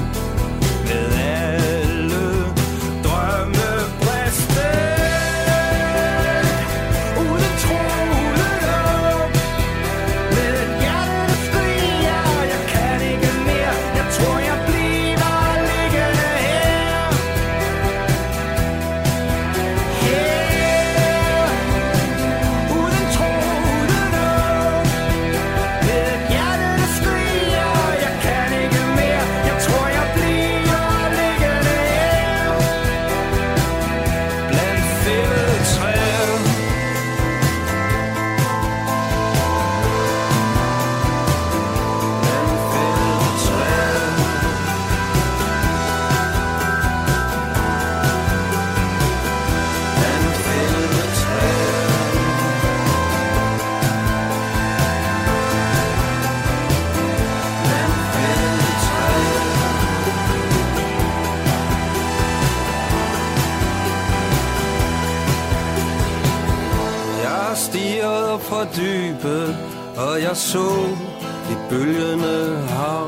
Fra dybet, og jeg så det bølgende hav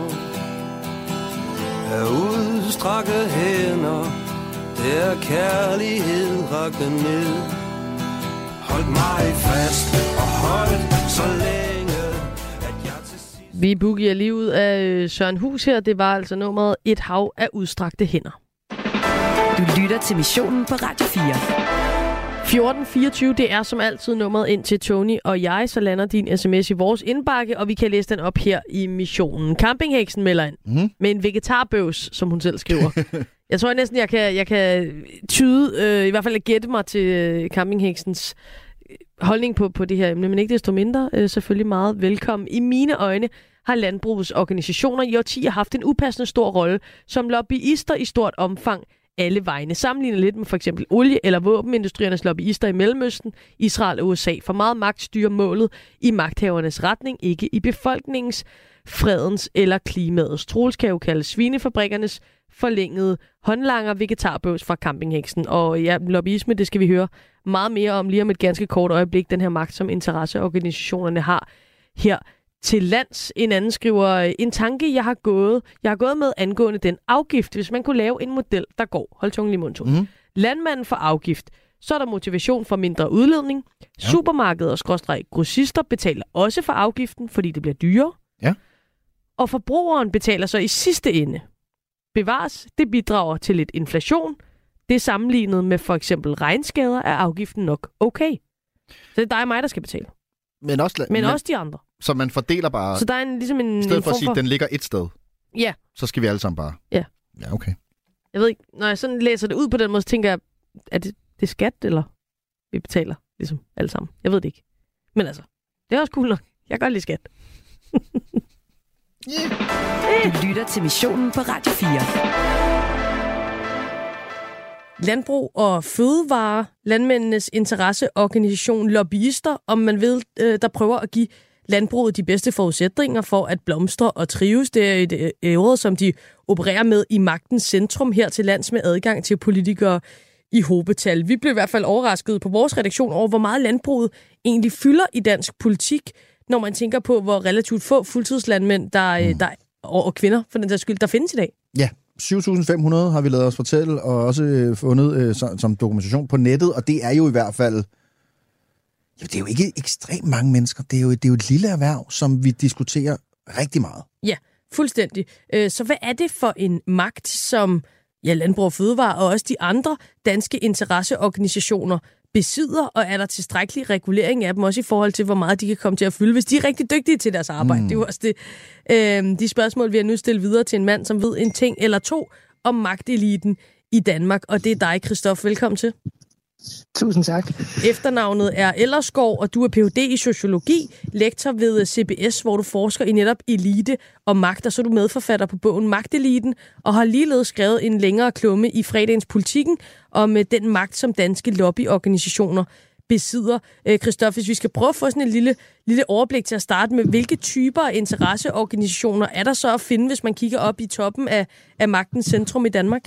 af udstrakte hænder, der kærlighed rakte ned. Hold mig fast og hold så længe, at jeg til sidst... Vi boogier lige ud af Søren Hus her. Det var altså nummeret Et hav af udstrakte hænder. Du lytter til Missionen på Radio fire. fjorten fireogtyve, det er som altid nummeret ind til Tony og jeg, så lander din sms i vores indbakke, og vi kan læse den op her i missionen. Campingheksen melder ind mm. med en vegetarbøvs, som hun selv skriver. Jeg tror næsten, jeg kan, jeg kan tyde, øh, i hvert fald at gætte mig til øh, campingheksens holdning på, på det her emne, men ikke desto mindre øh, selvfølgelig meget velkommen. I mine øjne har landbrugets organisationer i årtier haft en upassende stor rolle som lobbyister i stort omfang alle vegne. Sammenlignet lidt med for eksempel olie- eller våbenindustriernes lobbyister i Mellemøsten, Israel og U S A. For meget magt styrer målet i magthavernes retning, ikke i befolkningens, fredens eller klimaets. Troels kan jo kalde svinefabrikkernes forlængede håndlanger vegetarbøvs fra campingheksen. Og ja, lobbyisme, det skal vi høre meget mere om lige om et ganske kort øjeblik. Den her magt, som interesseorganisationerne har her til lands. En anden skriver, en tanke, jeg har gået, jeg har gået med angående den afgift, hvis man kunne lave en model, der går. Hold tungen i munden. Mm. Landmanden for afgift. Så er der motivation for mindre udledning. Ja. Supermarkeder og skråstreg grossister betaler også for afgiften, fordi det bliver dyrere. Ja. Og forbrugeren betaler så i sidste ende. Bevares, det bidrager til lidt inflation. Det er sammenlignet med for eksempel regnskader, er afgiften nok okay. Så det er dig og mig, der skal betale. Men også, men men, også de andre. Så man fordeler bare... Så der er en, ligesom en... I stedet for at sige, for... at den ligger et sted, ja. så skal vi alle sammen bare... Ja. Ja, okay. Jeg ved ikke, når jeg sådan læser det ud på den måde, så tænker jeg, er det, det er skat, eller vi betaler ligesom alle sammen? Jeg ved det ikke. Men altså, det er også cool nok. Jeg kan godt lide skat. yeah. Du lytter til Missionen på Radio fire. Landbrug og Fødevare, landmændenes interesseorganisation Lobbyister, om man ved, der prøver at give landbruget de bedste forudsætninger for at blomstre og trives. Det er et øvrigt, som de opererer med i magtens centrum her til lands med adgang til politikere i hobetal. Vi blev i hvert fald overrasket på vores redaktion over, hvor meget landbruget egentlig fylder i dansk politik, når man tænker på, hvor relativt få fuldtidslandmænd der, mm. der, og, og kvinder, for den der skyld, der findes i dag. Ja, syv tusind fem hundrede har vi lavet os fortælle, og også øh, fundet øh, som, som dokumentation på nettet, og det er jo i hvert fald... Jo, det er jo ikke ekstremt mange mennesker. Det er, jo, det er jo et lille erhverv, som vi diskuterer rigtig meget. Ja, fuldstændig. Så hvad er det for en magt, som ja, Landbrug og Fødevare og også de andre danske interesseorganisationer besidder, og er der tilstrækkelig regulering af dem, også i forhold til, hvor meget de kan komme til at fylde, hvis de er rigtig dygtige til deres arbejde? Mm. Det er jo også det, øh, de spørgsmål, vi har nu stillet videre til en mand, som ved en ting eller to om magteliten i Danmark, og det er dig, Christoph. Velkommen til. Tusind tak. Efternavnet er Ellerskov, og du er P H D i sociologi, lektor ved C B S, hvor du forsker i netop elite og magt, og så er du medforfatter på bogen Magteliten, og har ligeledes skrevet en længere klumme i fredagens Politikken om den magt, som danske lobbyorganisationer besidder. Christoph, hvis vi skal prøve at få sådan en lille, lille overblik til at starte med, hvilke typer af interesseorganisationer er der så at finde, hvis man kigger op i toppen af, af magtens centrum i Danmark?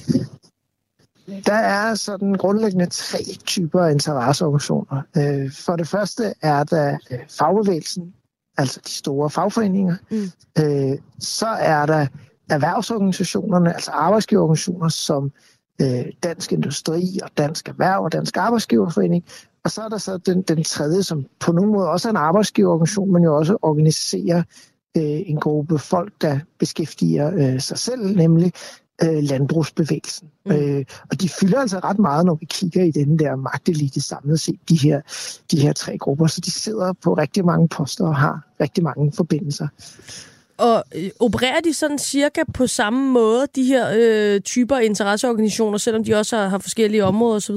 Der er sådan grundlæggende tre typer af interesseorganisationer. For det første er der fagbevægelsen, altså de store fagforeninger. Mm. Så er der erhvervsorganisationerne, altså arbejdsgiverorganisationer som Dansk Industri og Dansk Erhverv og Dansk Arbejdsgiverforening. Og så er der så den, den tredje, som på nogen måde også er en arbejdsgiverorganisation, men jo også organiserer en gruppe folk, der beskæftiger sig selv, nemlig Øh, landbrugsbevægelsen. Mm. Øh, og de fylder altså ret meget, når vi kigger i den der magtelite samlet set, de her, de her tre grupper. Så de sidder på rigtig mange poster og har rigtig mange forbindelser. Og øh, opererer de sådan cirka på samme måde, de her øh, typer af interesseorganisationer, selvom de også har, har forskellige områder osv.?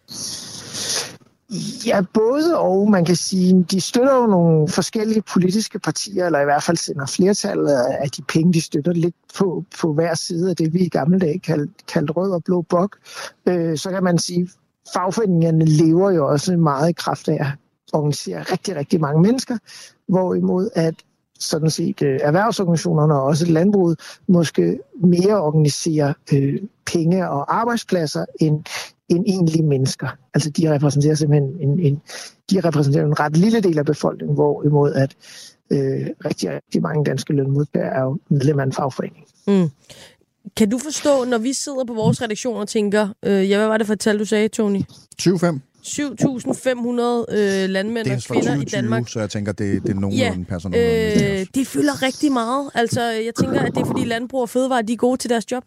Ja, både og. Man kan sige, de støtter jo nogle forskellige politiske partier, eller i hvert fald sender flertallet af de penge, de støtter lidt på, på hver side af det, vi i gamle dage kaldte, kaldte rød og blå blok. Øh, så kan man sige, fagforeningerne lever jo også meget i kraft af at organisere rigtig, rigtig mange mennesker, hvorimod at sådan set øh, erhvervsorganisationerne og også landbruget måske mere organiserer øh, penge og arbejdspladser end end egentlige mennesker. Altså de repræsenterer simpelthen en, en, de repræsenterer en ret lille del af befolkningen, hvorimod at øh, rigtig, rigtig mange danske lønmodtagere er jo medlem af en fagforening. Mm. Kan du forstå, når vi sidder på vores redaktion og tænker, øh, ja, hvad var det for et tal, du sagde, Tony? syv fem syv tusind fem hundrede øh, landmænd og kvinder i Danmark. Så jeg tænker, det, det er nogenlunde ja, personer. Øh, de fylder rigtig meget. Altså, jeg tænker, at det er fordi Landbrug og Fødevare, de er gode til deres job.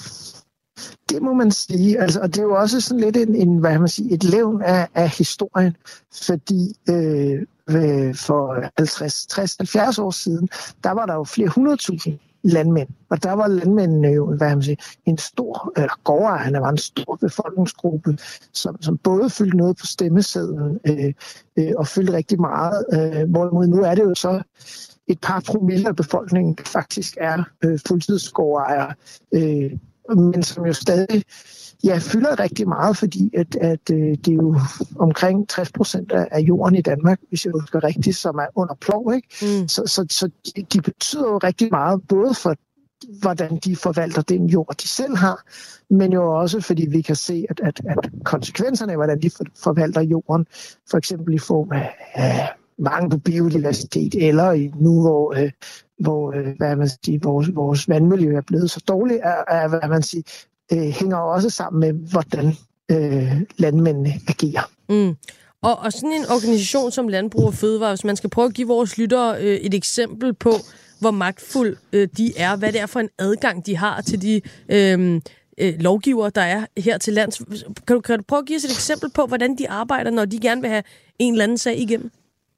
Det må man sige, altså, og det er jo også sådan lidt en, en hvad man siger, et levn af, af historien, fordi øh, for halvtreds, tres, halvfjerds år siden, der var der jo flere hundredtusind landmænd, og der var landmændene jo, hvad man siger, en stor, eller gårdejerne var en stor befolkningsgruppe, som, som både fyldte noget på stemmesedlen øh, øh, og fyldte rigtig meget, øh, hvorimod nu er det jo så et par promille af befolkningen, der faktisk er øh, fuldtidsgårdejere, øh, men som jo stadig ja, fylder rigtig meget, fordi at, at, øh, det er jo omkring tres procent af jorden i Danmark, hvis jeg husker rigtigt, som er under plov. Ikke? Mm. Så, så, så de, de betyder jo rigtig meget, både for hvordan de forvalter den jord, de selv har, men jo også fordi vi kan se, at, at, at konsekvenserne af, hvordan de forvalter jorden, for eksempel i form af øh, mangel på biodiversitet, eller i nu, hvor, øh, hvor øh, hvad man siger, vores, vores vandmiljø er blevet så dårligt, er, er, hvad man siger, øh, hænger også sammen med, hvordan øh, landmændene agerer. Mm. Og, og sådan en organisation som Landbrug og Fødevare, hvis man skal prøve at give vores lyttere øh, et eksempel på, hvor magtfuld øh, de er, hvad det er for en adgang, de har til de øh, øh, lovgivere, der er her til lands. Kan du, kan du prøve at give os et eksempel på, hvordan de arbejder, når de gerne vil have en eller anden sag igennem?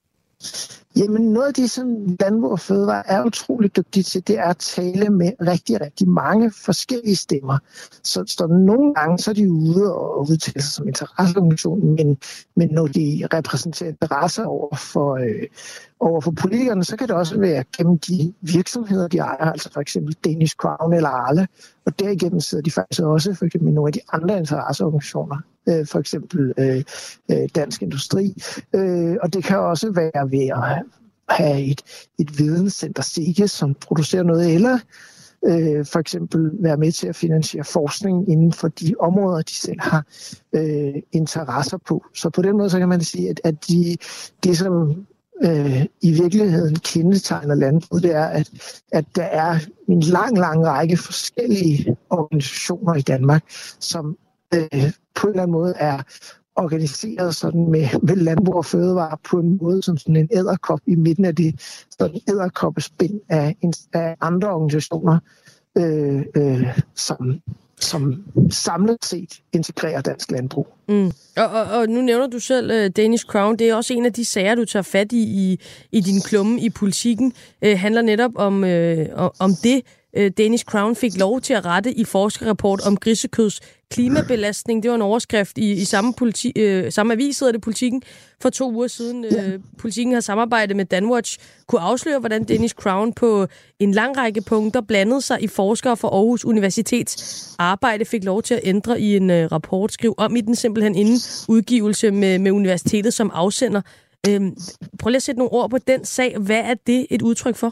Jamen noget af det, som Landbrug og Fødevare er utroligt dygtige til, det er at tale med rigtig, rigtig mange forskellige stemmer. Så står der nogle gange, så er de ude og udtale sig som interesseorganisation, men, men når de repræsenterer interesser over for, øh, over for politikerne, så kan det også være gennem de virksomheder, de ejer, altså for eksempel Danish Crown eller Arla, og derigennem sidder de faktisk også for eksempel med nogle af de andre interesseorganisationer. For eksempel øh, Dansk Industri. Øh, og det kan også være ved at have et, et videnscenter SIGE, som producerer noget, eller øh, for eksempel være med til at finansiere forskning inden for de områder, de selv har øh, interesser på. Så på den måde så kan man sige, at, at de, det, som øh, i virkeligheden kendetegner landbruget, det er, at, at der er en lang, lang række forskellige organisationer i Danmark, som øh, på en eller anden måde er organiseret sådan med, med Landbrug og Fødevare på en måde som sådan en edderkop i midten af det sådan edderkoppespind af, af andre organisationer, øh, øh, som, som samlet set integrerer dansk landbrug. Mm. Og, og, og nu nævner du selv uh, Danish Crown. Det er også en af de sager, du tager fat i i, i din klumme i Politikken. Uh, handler netop om, uh, om det, Danish Crown fik lov til at rette i forskerrapport om grisekøds klimabelastning. Det var en overskrift i, i samme, politi, øh, samme avis, hedder det Politikken, for to uger siden. Øh, Politikken har samarbejdet med Danwatch, kunne afsløre, hvordan Danish Crown på en lang række punkter blandede sig i forskere fra Aarhus Universitets arbejde, fik lov til at ændre i en øh, rapport, skriv om i den simpelthen inden udgivelse med, med universitetet som afsender. Øh, prøv lige at sætte nogle ord på den sag. Hvad er det et udtryk for?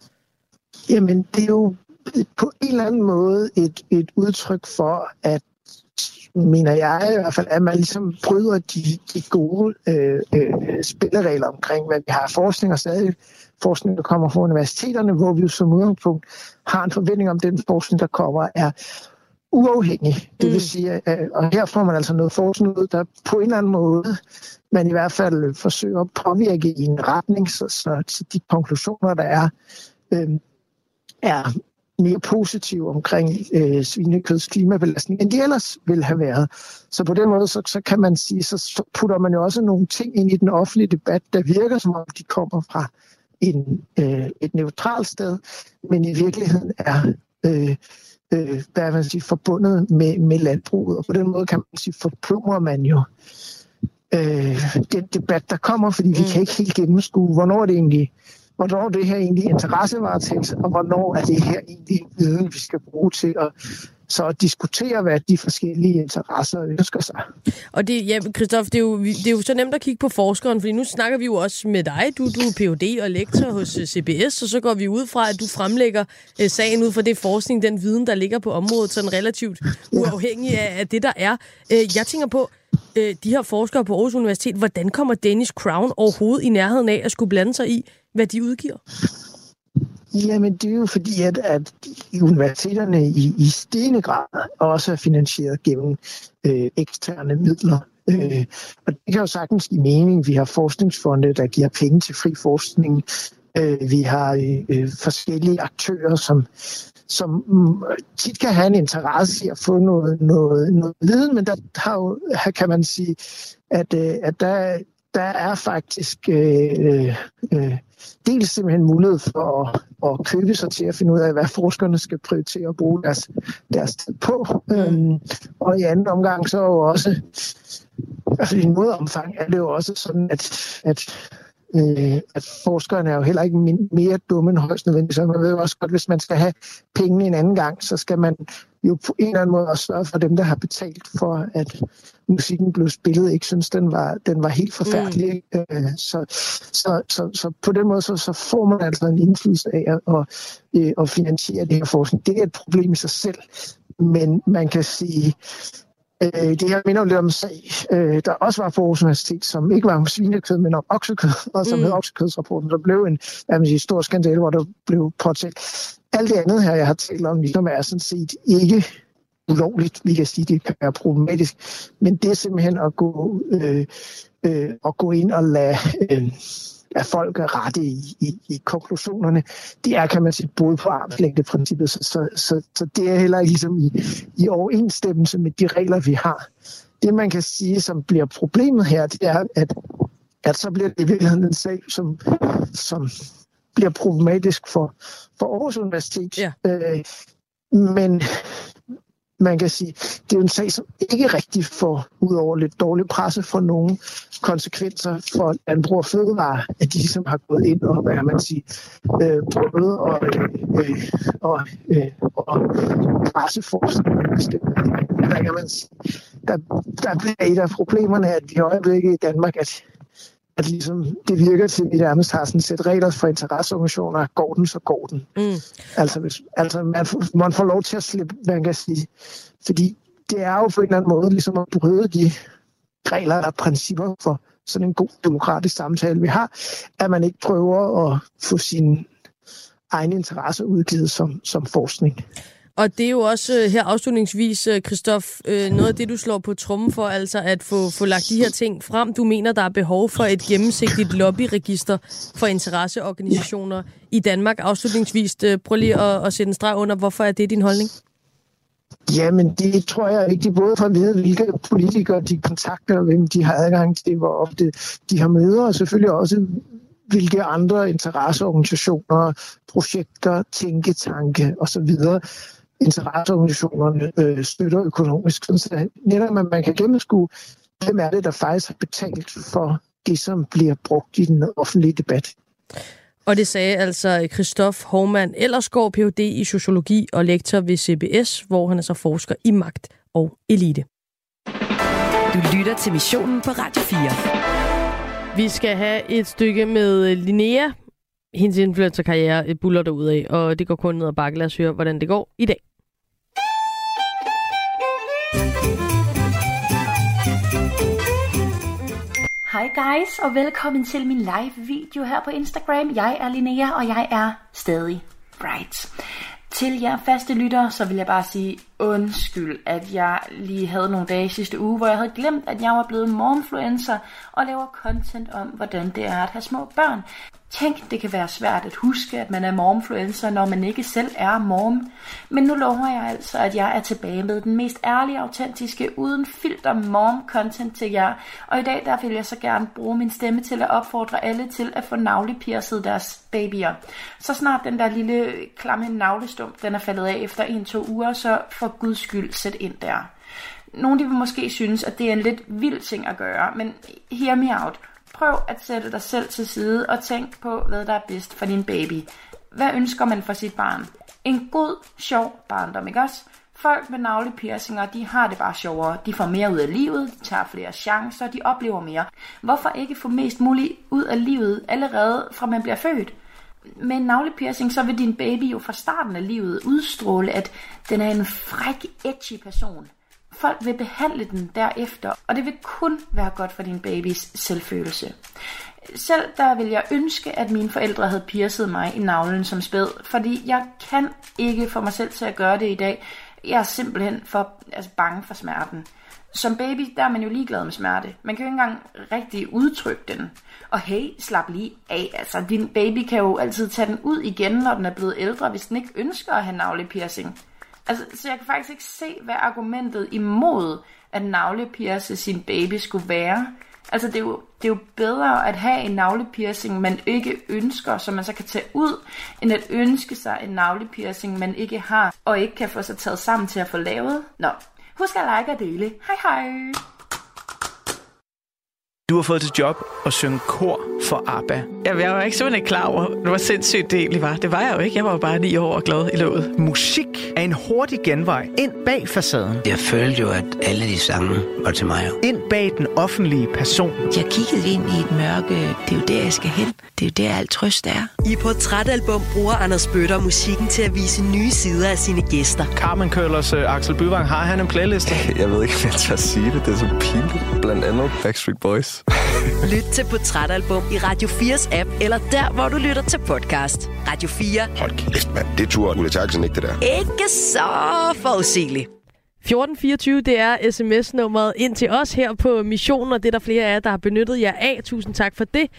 Jamen, det er jo på en eller anden måde et, et udtryk for, at, mener jeg i hvert fald, at man ligesom bryder de, de gode øh, øh, spilleregler omkring, hvad vi har forskning og stadig forskning, der kommer fra universiteterne, hvor vi jo som udgangspunkt har en forventning om, den forskning, der kommer, er uafhængig. Det vil sige, at, og her får man altså noget forskning ud, der på en eller anden måde, man i hvert fald forsøger at påvirke i en retning, så, så, så de konklusioner, der er, øh, er mere positive omkring øh, svinekøds klimabelastning, end de ellers ville have været. Så på den måde, så, så kan man sige, så putter man jo også nogle ting ind i den offentlige debat, der virker som om de kommer fra en, øh, et neutralt sted, men i virkeligheden er øh, øh, hvad man sige, forbundet med, med landbruget. Og på den måde kan man sige, forplumrer man jo øh, den debat, der kommer, fordi vi kan ikke helt gennemskue, hvornår er det egentlig Hvornår er det her egentlig interessevaretagelse, og hvornår er det her egentlig viden, vi skal bruge til at, så at diskutere, hvad de forskellige interesser ønsker sig. Og det, ja, Christoph, det er, jo, det er jo så nemt at kigge på forskeren, fordi nu snakker vi jo også med dig. Du, du er P H D og lektor hos C B S, og så går vi ud fra, at du fremlægger uh, sagen ud fra det forskning, den viden, der ligger på området, sådan relativt uafhængig af, af det, der er. Uh, jeg tænker på, uh, de her forskere på Aarhus Universitet, hvordan kommer Danish Crown overhovedet i nærheden af at skulle blande sig i, hvad de udgiver? Jamen, det er jo fordi, at, at universiteterne i, i stigende grad også er finansieret gennem øh, eksterne midler. Øh, og det kan jo sagtens give mening. Vi har forskningsfonde, der giver penge til fri forskning. Øh, vi har øh, forskellige aktører, som, som tit kan have en interesse i at få noget, noget, noget viden, men der har jo, her kan man sige, at, øh, at der, der er faktisk øh, øh, dels simpelthen mulighed for at, at købe sig til at finde ud af, hvad forskerne skal prioritere at bruge deres, deres tid på. Øhm, og i anden omgang så er jo også, altså i noget omfang er det jo også sådan, at, at, øh, at forskerne er jo heller ikke mere dumme end højst nødvendigt. Så man ved jo også godt, hvis man skal have penge en anden gang, så skal man jo på en eller anden måde også sørge for dem, der har betalt for, at musikken blev spillet, ikke synes, den var, den var helt forfærdelig. Mm. Så, så, så, så på den måde, så, så får man altså en indflydelse af at, at, at finansiere det her forskning. Det er et problem i sig selv, men man kan sige, øh, det her minder jo lidt om en sag, øh, der også var på Aarhus Universitet, som ikke var om svinekød, men om oksekød, og som mm. hed oksekødsrapporten, der blev en sige, stor skandale, hvor der blev påtalt. Alt det andet her, jeg har talt om, ligesom er sådan set ikke ulovligt. Vi kan sige, det kan være problematisk. Men det er simpelthen at gå, øh, øh, at gå ind og lade, øh, at folk er rette i, i, i konklusionerne. Det er, kan man sige, både på armslængdeprincippet, så, så, så, så det er heller ikke ligesom i, i overensstemmelse med de regler, vi har. Det, man kan sige, som bliver problemet her, det er, at, at så bliver det i virkeligheden en sag, som, som bliver problematisk for, for Aarhus Universitet. Ja. Øh, men man kan sige, det er en sag, som ikke rigtig får, ud over lidt dårlig presse, for nogle konsekvenser for Landbrug og Fødevare, at de ligesom har gået ind og, hvad man siger, øh, prøvet og, øh, og, øh, og presseforskning. Der kan man sige, der, der bliver et af problemerne, at i øjeblikket i Danmark, at at ligesom det virker til, at vi nærmest har sådan set regler for interesseorganisationer, går den, så går den. Mm. Altså, hvis, altså man, man får lov til at slippe, man kan sige. Fordi det er jo på en eller anden måde ligesom at bryde de regler og principper for sådan en god demokratisk samtale, vi har, at man ikke prøver at få sin egen interesse udgivet som, som forskning. Og det er jo også her afslutningsvis, Christoph, noget af det, du slår på trommen for, altså at få, få lagt de her ting frem. Du mener, der er behov for et gennemsigtigt lobbyregister for interesseorganisationer i Danmark. Afslutningsvis, prøv lige at, at sætte en streg under. Hvorfor er det din holdning? Jamen, det tror jeg ikke. Både for at vide, hvilke politikere de kontakter, og hvem de har adgang til, hvor ofte de har møder, og selvfølgelig også hvilke andre interesseorganisationer, projekter, tænketanke osv. interesseorganisationerne øh, støtter økonomisk. Så netop at man kan gennemskue, hvem er det, der faktisk har betalt for det, som bliver brugt i den offentlige debat. Og det sagde altså Christoph Hovmand Ellersgaard, P H D i sociologi og lektor ved C B S, hvor han er så forsker i magt og elite. Du lytter til Missionen på Radio fire. Vi skal have et stykke med Linnea. Hendes influencerkarriere buller derudad, og det går kun ned ad bakke. Lad os høre, hvordan det går i dag. Hej guys, og velkommen til min live video her på Instagram. Jeg er Linnea, og jeg er stadig bright. Til jer faste lyttere, så vil jeg bare sige undskyld, at jeg lige havde nogle dage sidste uge, hvor jeg havde glemt, at jeg var blevet momfluencer og laver content om, hvordan det er at have små børn. Tænk, det kan være svært at huske, at man er momfluencer, når man ikke selv er mom. Men nu lover jeg altså, at jeg er tilbage med den mest ærlige, autentiske, uden filter mom-content til jer. Og i dag der vil jeg så gerne bruge min stemme til at opfordre alle til at få navlepiercet deres babyer. Så snart den der lille klamme navlestump, den er faldet af efter en to uger, så for guds skyld sæt ind der. Nogle de vil måske synes, at det er en lidt vild ting at gøre, men hear me out. Prøv at sætte dig selv til side og tænk på, hvad der er bedst for din baby. Hvad ønsker man for sit barn? En god, sjov barndom, ikke også? Folk med navlepiercinger, de har det bare sjovere. De får mere ud af livet, de tager flere chancer, de oplever mere. Hvorfor ikke få mest muligt ud af livet allerede fra man bliver født? Med en navlepiercing, så vil din baby jo fra starten af livet udstråle, at den er en fræk, edgy person. Folk vil behandle den derefter, og det vil kun være godt for din babys selvfølelse. Selv der vil jeg ønske, at mine forældre havde piercet mig i navlen som spæd, fordi jeg kan ikke få mig selv til at gøre det i dag. Jeg er simpelthen for altså, bange for smerten. Som baby, der er man jo ligeglad med smerte. Man kan jo ikke engang rigtig udtrykke den. Og hey, slap lige af. Altså, din baby kan jo altid tage den ud igen, når den er blevet ældre, hvis den ikke ønsker at have navlepiercing. Altså, så jeg kan faktisk ikke se, hvad argumentet imod at navlepierce sin baby skulle være. Altså, det er, jo, det er jo bedre at have en navlepiercing, man ikke ønsker, som man så kan tage ud, end at ønske sig en navlepiercing, man ikke har, og ikke kan få sig taget sammen til at få lavet. Nå, husk at like og dele. Hej hej! Du har fået til job at synge kor for ABBA. Jeg, jeg var ikke simpelthen ikke klar over, hvor sindssygt det egentlig var. Det var jeg jo ikke. Jeg var jo bare ni år og glad i låget. Musik er en hurtig genvej ind bag facaden. Jeg følte jo, at alle de sange var til mig. Ind bag den offentlige person. Jeg kiggede ind i et mørke. Det er jo der, jeg skal hen. Det er jo der, alt trøst er. I Portrætalbum bruger Anders Bøtter musikken til at vise nye sider af sine gæster. Carmen Køllers uh, Axel Byvang, har han en playliste? Jeg ved ikke, hvad jeg skal sige det. Det er så pinligt. Blandt andet Backstreet Boys. Lyt til Portrætalbum i Radio fires app, eller der, hvor du lytter til podcast. Radio fire. Hold kæft, mand. Det turde Ulla Terkelsen ikke, det der. Ikke så forudsigeligt. fjorten fireogtyve, det er sms-nummeret ind til os her på Missionen, og det er der flere af jer, der har benyttet jer af. Tusind tak for det.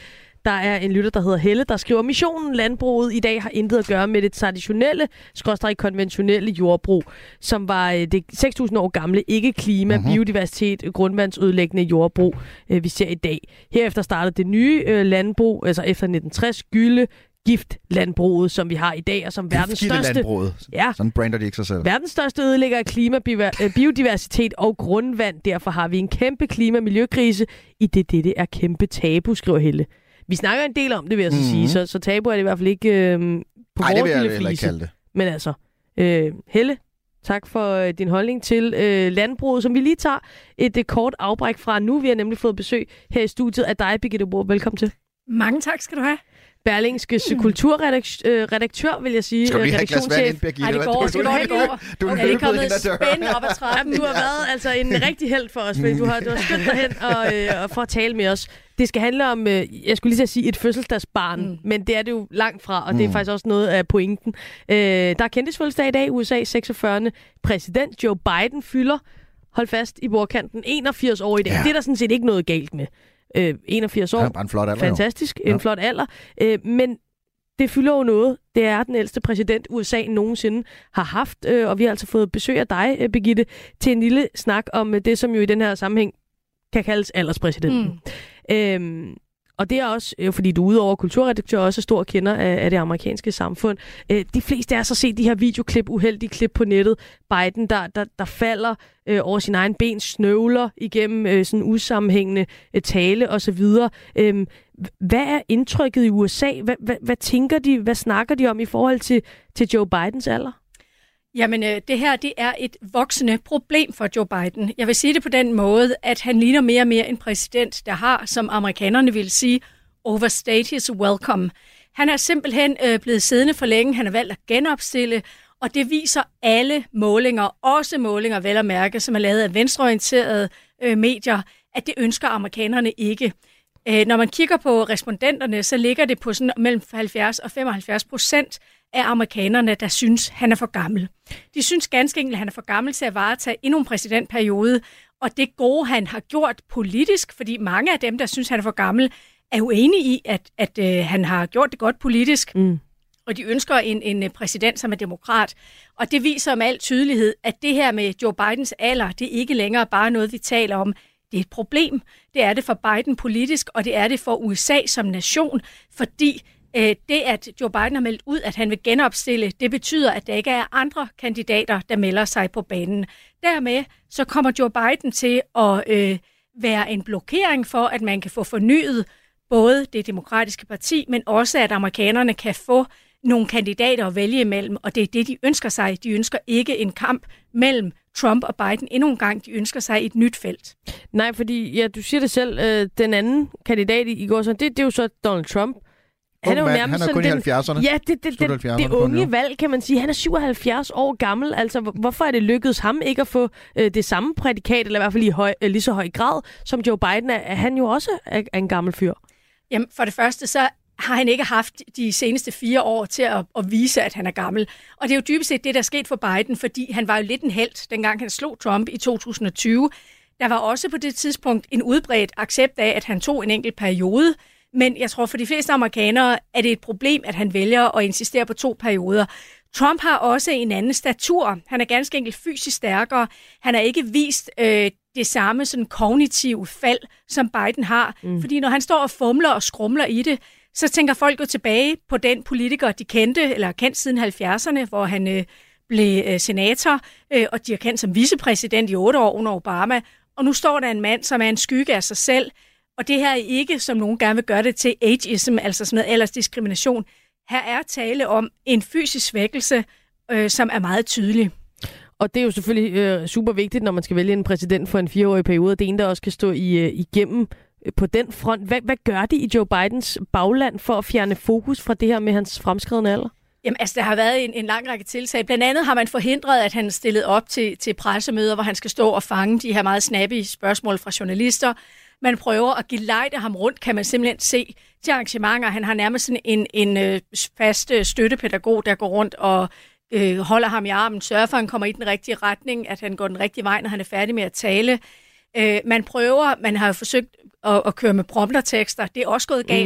Der er en lytter, der hedder Helle, der skriver, missionen landbruget i dag har intet at gøre med det traditionelle, skråstreg konventionelle jordbrug, som var øh, det seks tusind år gamle ikke-klima, mm-hmm. biodiversitet, grundvandsødelæggende jordbrug, øh, vi ser i dag. Herefter startede det nye øh, landbrug, altså efter nitten tres, Gylde, giftlandbruget, som vi har i dag, og som verdens største... Ja. Sådan brander de ikke sig selv. Verdens største ødelægger af klima, biodiversitet og grundvand. Derfor har vi en kæmpe klima- og miljøkrise, i det dette er kæmpe tabu, skriver Helle. Vi snakker en del om det, vil jeg så mm-hmm. sige, så, så tabu er det i hvert fald ikke øh, på Ej, vores lille flise. det vil jeg kalde det. Men altså, øh, Helle, tak for øh, din holdning til øh, landbruget, som vi lige tager et øh, kort afbræk fra nu. Vi har nemlig fået besøg her i studiet af dig, Birgitte Borup. Velkommen til. Mange tak skal du have. Berlingskes mm. kulturredaktør, vil jeg sige. Skal du lige have et glas vand ind, Birgitte? Ej, det går. Skal du have over? Du er løbet ind ad døren. Spændende op ad trappen. Du har været altså en rigtig held for os, fordi du har, du har skyndt dig hen og, øh, og for at tale med os. Det skal handle om, øh, jeg skulle lige sige et fødselsdagsbarn, mm. men det er det jo langt fra, og mm. det er faktisk også noget af pointen. Øh, der er kendisfødselsdag i dag, U S A seksogfyrre. Præsident Joe Biden fylder, hold fast i bordkanten, enogfirs år i dag. Ja. Det er der sådan set ikke noget galt med. Øh, enogfirs år. Ja, bare en flot alder. Fantastisk. Jo. En flot alder. Øh, men det fylder jo noget. Det er den ældste præsident, U S A nogensinde har haft. Øh, og vi har altså fået besøg af dig, Birgitte, til en lille snak om det, som jo i den her sammenhæng kan kaldes alderspræsidenten. Mm. Øhm, og det er også, øh, fordi du udover kulturredaktør også er stor kender af, af det amerikanske samfund. Øh, de fleste af os har set de her videoklip, uheldige klip på nettet. Biden, der, der, der falder øh, over sin egen ben, snøvler igennem øh, sådan usammenhængende øh, tale osv. Øh, hvad er indtrykket i U S A? Hvad, hvad, hvad tænker de, hvad snakker de om i forhold til, til Joe Bidens alder? Jamen, øh, det her det er et voksende problem for Joe Biden. Jeg vil sige det på den måde, at han ligner mere og mere en præsident, der har, som amerikanerne vil sige, overstayed his welcome. Han er simpelthen øh, blevet siddende for længe. Han har valgt at genopstille, og det viser alle målinger, også målinger vel at mærke, som er lavet af venstreorienterede øh, medier, at det ønsker amerikanerne ikke. Øh, når man kigger på respondenterne, så ligger det på sådan mellem halvfjerds og femoghalvfjerds procent af amerikanerne, der synes, han er for gammel. De synes ganske enkelt, at han er for gammel til at varetage endnu en præsidentperiode, og det gode, han har gjort politisk, fordi mange af dem, der synes, han er for gammel, er jo enige i, at, at øh, han har gjort det godt politisk, mm. og de ønsker en, en præsident, som er demokrat. Og det viser med al tydelighed, at det her med Joe Bidens alder, det er ikke længere bare noget, vi taler om. Det er et problem. Det er det for Biden politisk, og det er det for U S A som nation, fordi øh, det, at Joe Biden har meldt ud, at han vil genopstille, det betyder, at der ikke er andre kandidater, der melder sig på banen. Dermed så kommer Joe Biden til at øh, være en blokering for, at man kan få fornyet både det demokratiske parti, men også at amerikanerne kan få nogle kandidater at vælge imellem, og det er det, de ønsker sig. De ønsker ikke en kamp mellem Trump og Biden endnu en gang. De ønsker sig et nyt felt. Nej, fordi ja, du siger det selv, øh, den anden kandidat i går, så det, det er jo så Donald Trump. Han er jo nærmest han er kun i halvfjerdserne. Ja, det, det, det, det, det unge valg, kan man sige. Han er syvoghalvfjerds år gammel. Altså, hvorfor er det lykkedes ham ikke at få øh, det samme prædikat, eller i hvert fald i høj, øh, lige så høj grad, som Joe Biden er? Er han jo også er, er en gammel fyr? Jamen, for det første, så har han ikke haft de seneste fire år til at, at vise, at han er gammel. Og det er jo dybest set det, der er sket for Biden, fordi han var jo lidt en helt, dengang han slog Trump i to tusind og tyve. Der var også på det tidspunkt en udbredt accept af, at han tog en enkelt periode. Men jeg tror, for de fleste amerikanere er det et problem, at han vælger at insistere på to perioder. Trump har også en anden statur. Han er ganske enkelt fysisk stærkere. Han har ikke vist øh, det samme sådan kognitive fald, som Biden har. Mm. Fordi når han står og fumler og skrumler i det, så tænker folk jo tilbage på den politiker, de kendte, eller kendt siden halvfjerdserne, hvor han øh, blev øh, senator, øh, og de har kendt som vicepræsident i otte år under Obama. Og nu står der en mand, som er en skygge af sig selv. Og det her er ikke, som nogen gerne vil gøre det til, ageism, altså sådan noget aldersdiskrimination. Her er tale om en fysisk svækkelse, øh, som er meget tydelig. Og det er jo selvfølgelig øh, super vigtigt, når man skal vælge en præsident for en fireårig periode. Det er en, der også kan stå i, øh, igennem øh, på den front. Hvad, hvad gør de i Joe Bidens bagland for at fjerne fokus fra det her med hans fremskredne alder? Jamen, altså, der har været en, en lang række tiltag. Blandt andet har man forhindret, at han stillede op til, til pressemøder, hvor han skal stå og fange de her meget snappy spørgsmål fra journalister. Man prøver at gelejde ham rundt, kan man simpelthen se til arrangementer. Han har nærmest sådan en, en øh, fast øh, støttepædagog, der går rundt og øh, holder ham i armen, sørger for, at han kommer i den rigtige retning, at han går den rigtige vej, når han er færdig med at tale. Øh, man prøver, man har jo forsøgt at, at køre med promptertekster. Det er også gået galt. Mm.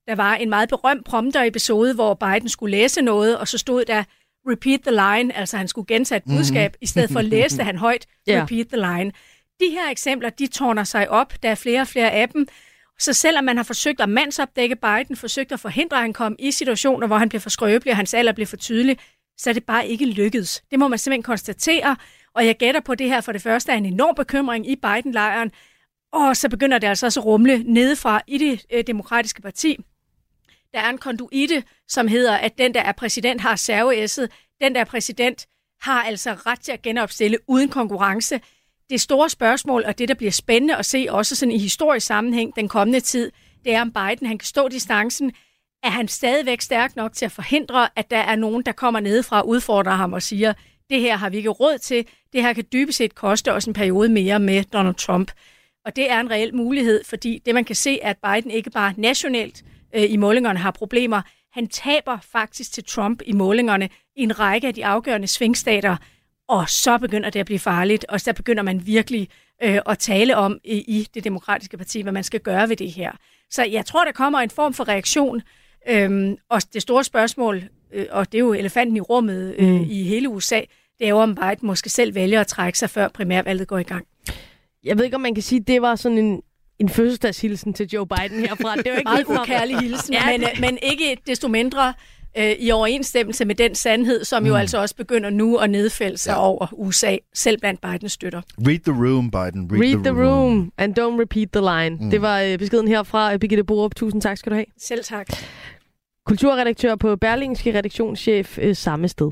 Der var en meget berømt prompter-episode, hvor Biden skulle læse noget, og så stod der repeat the line, altså han skulle gentage et budskab, mm-hmm. i stedet for at læse han højt, yeah. repeat the line. De her eksempler, de tårner sig op, der er flere og flere af dem. Så selvom man har forsøgt at mandsopdække Biden, forsøgt at forhindre, at han kom i situationer, hvor han bliver for skrøbelig, og hans alder bliver for tydelig, så er det bare ikke lykkedes. Det må man simpelthen konstatere, og jeg gætter på det her for det første er en enorm bekymring i Biden-lejren, og så begynder det altså også at rumle nedefra i det øh, demokratiske parti. Der er en konduite, som hedder, at den, der er præsident, har serveæsset. Den, der er præsident, har altså ret til at genopstille uden konkurrence. Det store spørgsmål, og det, der bliver spændende at se også sådan i historisk sammenhæng den kommende tid, det er, om Biden han kan stå distancen. Er han stadigvæk stærk nok til at forhindre, at der er nogen, der kommer nedefra og udfordrer ham og siger, det her har vi ikke råd til, det her kan dybest set koste os en periode mere med Donald Trump. Og det er en reel mulighed, fordi det man kan se er, at Biden ikke bare nationalt øh, i målingerne har problemer. Han taber faktisk til Trump i målingerne i en række af de afgørende svingstater, og så begynder det at blive farligt, og så begynder man virkelig øh, at tale om i, i det demokratiske parti, hvad man skal gøre ved det her. Så jeg tror, der kommer en form for reaktion, øhm, og det store spørgsmål, øh, og det er jo elefanten i rummet øh, mm. i hele U S A, det er jo, om Biden måske selv vælger at trække sig, før primærvalget går i gang. Jeg ved ikke, om man kan sige, at det var sådan en, en fødselsdagshilsen til Joe Biden herfra. Det er jo ikke meget ukærlig hilsen, ja, men, men ikke desto mindre øh, i overensstemmelse med den sandhed, som mm. jo altså også begynder nu at nedfælde sig ja. over U S A, selv blandt Bidens støtter. Read the room, Biden. Read, Read the, the room. room and don't repeat the line. Mm. Det var øh, beskeden herfra. Birgitte Borup, tusind tak skal du have. Selv tak. Kulturredaktør på Berlingske, redaktionschef øh, samme sted.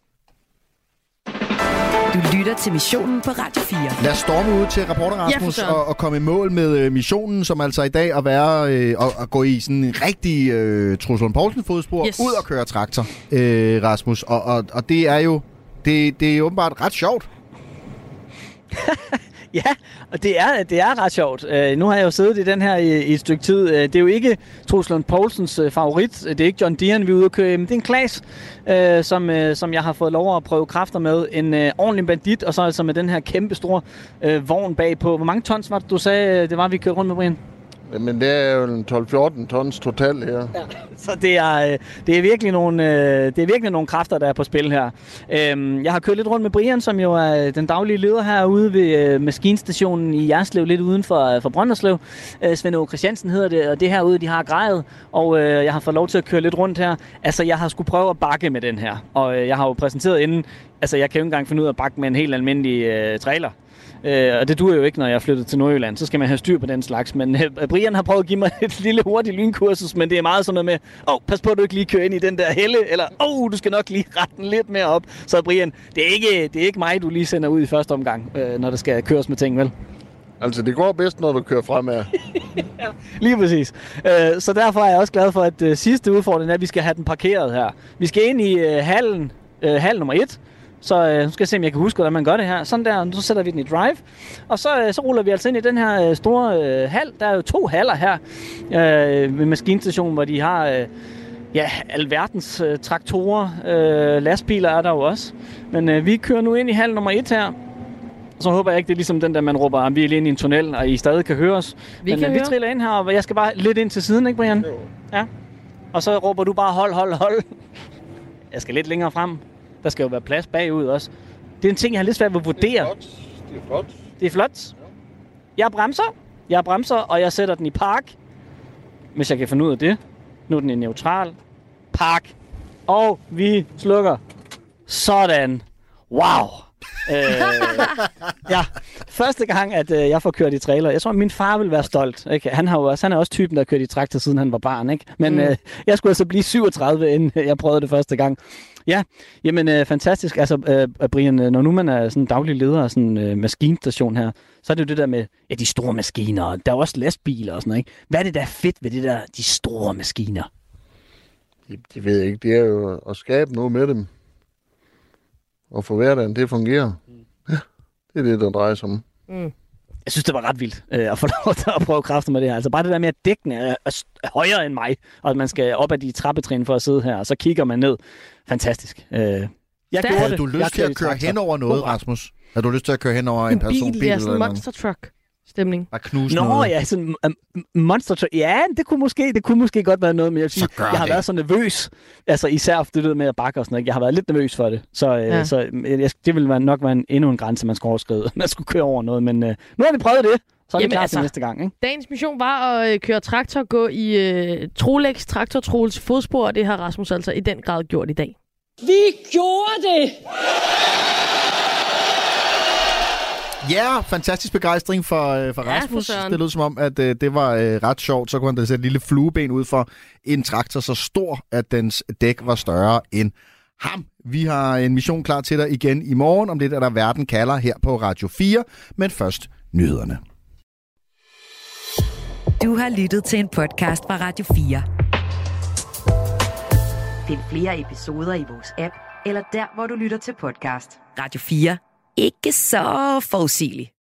Du lytter til Missionen på Radio fire. Lad os storme ud til reporter Rasmus ja, og, og komme i mål med øh, missionen, som altså i dag at være øh, og, og gå i sådan en rigtig øh, Troels Lund Poulsen fodspor, yes. ud og køre traktor, øh, Rasmus. Og, og, og det er jo det, det er åbenbart ret sjovt. Ja, og det er, det er ret sjovt. Uh, nu har jeg jo siddet i den her i, i et stykke tid. Uh, det er jo ikke Troels Lund Poulsens uh, favorit. Det er ikke John Deere, vi er ude at køre. Men det er en Claas, uh, som, uh, som jeg har fået lov at prøve kræfter med. En uh, ordentlig bandit, og så altså med den her kæmpe store uh, vogn bagpå. Hvor mange tons var det, du sagde, det var, vi kørte rundt med, Brian? Men det er jo tolv fjorten tons total her. Ja. Så det er, det, er virkelig nogle, det er virkelig nogle kræfter, der er på spil her. Jeg har kørt lidt rundt med Brian, som jo er den daglige leder herude ved maskinstationen i Jerslev, lidt uden for, for Brønderslev. Svend Åge Christiansen hedder det, og det herude, de har grejet, og jeg har fået lov til at køre lidt rundt her. Altså, jeg har skulle prøve at bakke med den her, og jeg har jo præsenteret inden, altså jeg kan jo ikke engang finde ud af at bakke med en helt almindelig uh, trailer. Uh, og det duer jo ikke, når jeg er flyttet til Nordjylland. Så skal man have styr på den slags. Men uh, Brian har prøvet at give mig et lille hurtigt lynkursus, men det er meget sådan noget med, åh, oh, pas på, at du ikke lige kører ind i den der helle, eller åh, oh, du skal nok lige rette den lidt mere op. Så Brian, det er ikke, det er ikke mig, du lige sender ud i første omgang, uh, når der skal køres med ting, vel? Altså, det går bedst, når du kører fremad. Ja, lige præcis. Uh, så derfor er jeg også glad for, at uh, sidste udfordring er, at vi skal have den parkeret her. Vi skal ind i uh, hallen, uh, hal nummer et. Så øh, nu skal jeg se, om jeg kan huske, hvordan man gør det her. Sådan der, så sætter vi den i drive. Og så, øh, så ruller vi altså ind i den her øh, store øh, hal. Der er jo to haller her øh, ved maskinstationen, hvor de har øh, ja, alverdens øh, traktorer. Øh, lastbiler er der jo også. Men øh, vi kører nu ind i hal nummer et her. Så håber jeg ikke, det er ligesom den der, man råber, at vi er lige ind i en tunnel, og I stadig kan høre os. Vi Men kan øh, høre. vi triller ind her, og jeg skal bare lidt ind til siden, ikke Brian? Jo. Ja. Og så råber du bare, hold, hold, hold. Jeg skal lidt længere frem. Der skal jo være plads bagud også. Det er en ting, jeg har lidt svært ved at vurdere. Det er flot. Det er flot. Det er flot. Jeg bremser. Jeg bremser, og jeg sætter den i park. Hvis jeg kan finde ud af det. Nu er den i neutral. Park. Og vi slukker. Sådan. Wow. øh, ja, første gang, at øh, jeg får kørt i trailer. Jeg tror, at min far vil være stolt. Ikke? Han, har jo også, han er også typen, der har kørt i traktor, siden han var barn. Ikke? Men mm. øh, jeg skulle altså blive syvogtredive, inden jeg prøvede det første gang. Ja, jamen øh, fantastisk. Altså, øh, Brian, når nu man er sådan daglig leder af sådan en øh, maskinstation her, så er det jo det der med ja, de store maskiner. Der er også lastbiler og sådan noget, ikke? Hvad er det, der er fedt ved det der, de store maskiner? Det, det ved jeg ikke. Det er jo at skabe noget med dem. Og få hverdagen, det fungerer. Ja, det er det, der drejer sig om. Mm. Jeg synes, det var ret vildt øh, at få lov til at prøve kræfter med det her. Altså bare det der med, at dækkene er, er, er højere end mig, og at man skal op ad de trappetrin for at sidde her, og så kigger man ned. Fantastisk. Øh, jeg gjorde Har det. du lyst jeg til at køre hen over noget, Rasmus? Har du lyst til at køre hen over en, en personbil? Bil, ja, sådan en monster truck. stemning. Bare knuse Nå, noget. ja, sådan um, monster truck. Ja, det kunne måske, det kunne måske godt være noget, men jeg vil sige, jeg har det. været så nervøs, altså især det der med at bakke og sådan noget. Jeg har været lidt nervøs for det, så, øh, Ja. så øh, jeg, det ville være nok være en, endnu en grænse, man skulle overskride. Man skulle køre over noget, men øh, nu har vi prøvet det, så er det Jamen, klar altså, til næste gang, ikke? Dagens mission var at øh, køre traktor, gå i øh, Trolex Traktor Troels fodspor, og det har Rasmus altså i den grad gjort i dag. Vi gjorde det! Ja, yeah, fantastisk begejstring for, øh, for Ja, Rasmus. for søren. Det lød som om, at øh, det var øh, ret sjovt. Så kunne han da sætte et lille flueben ud for en traktor så stor, at dens dæk var større end ham. Vi har en mission klar til dig igen i morgen, om det der, der verden kalder her på Radio fire. Men først nyhederne. Du har lyttet til en podcast fra Radio fire. Find flere episoder i vores app, eller der, hvor du lytter til podcast. Radio fire. Ikke så forudsigeligt.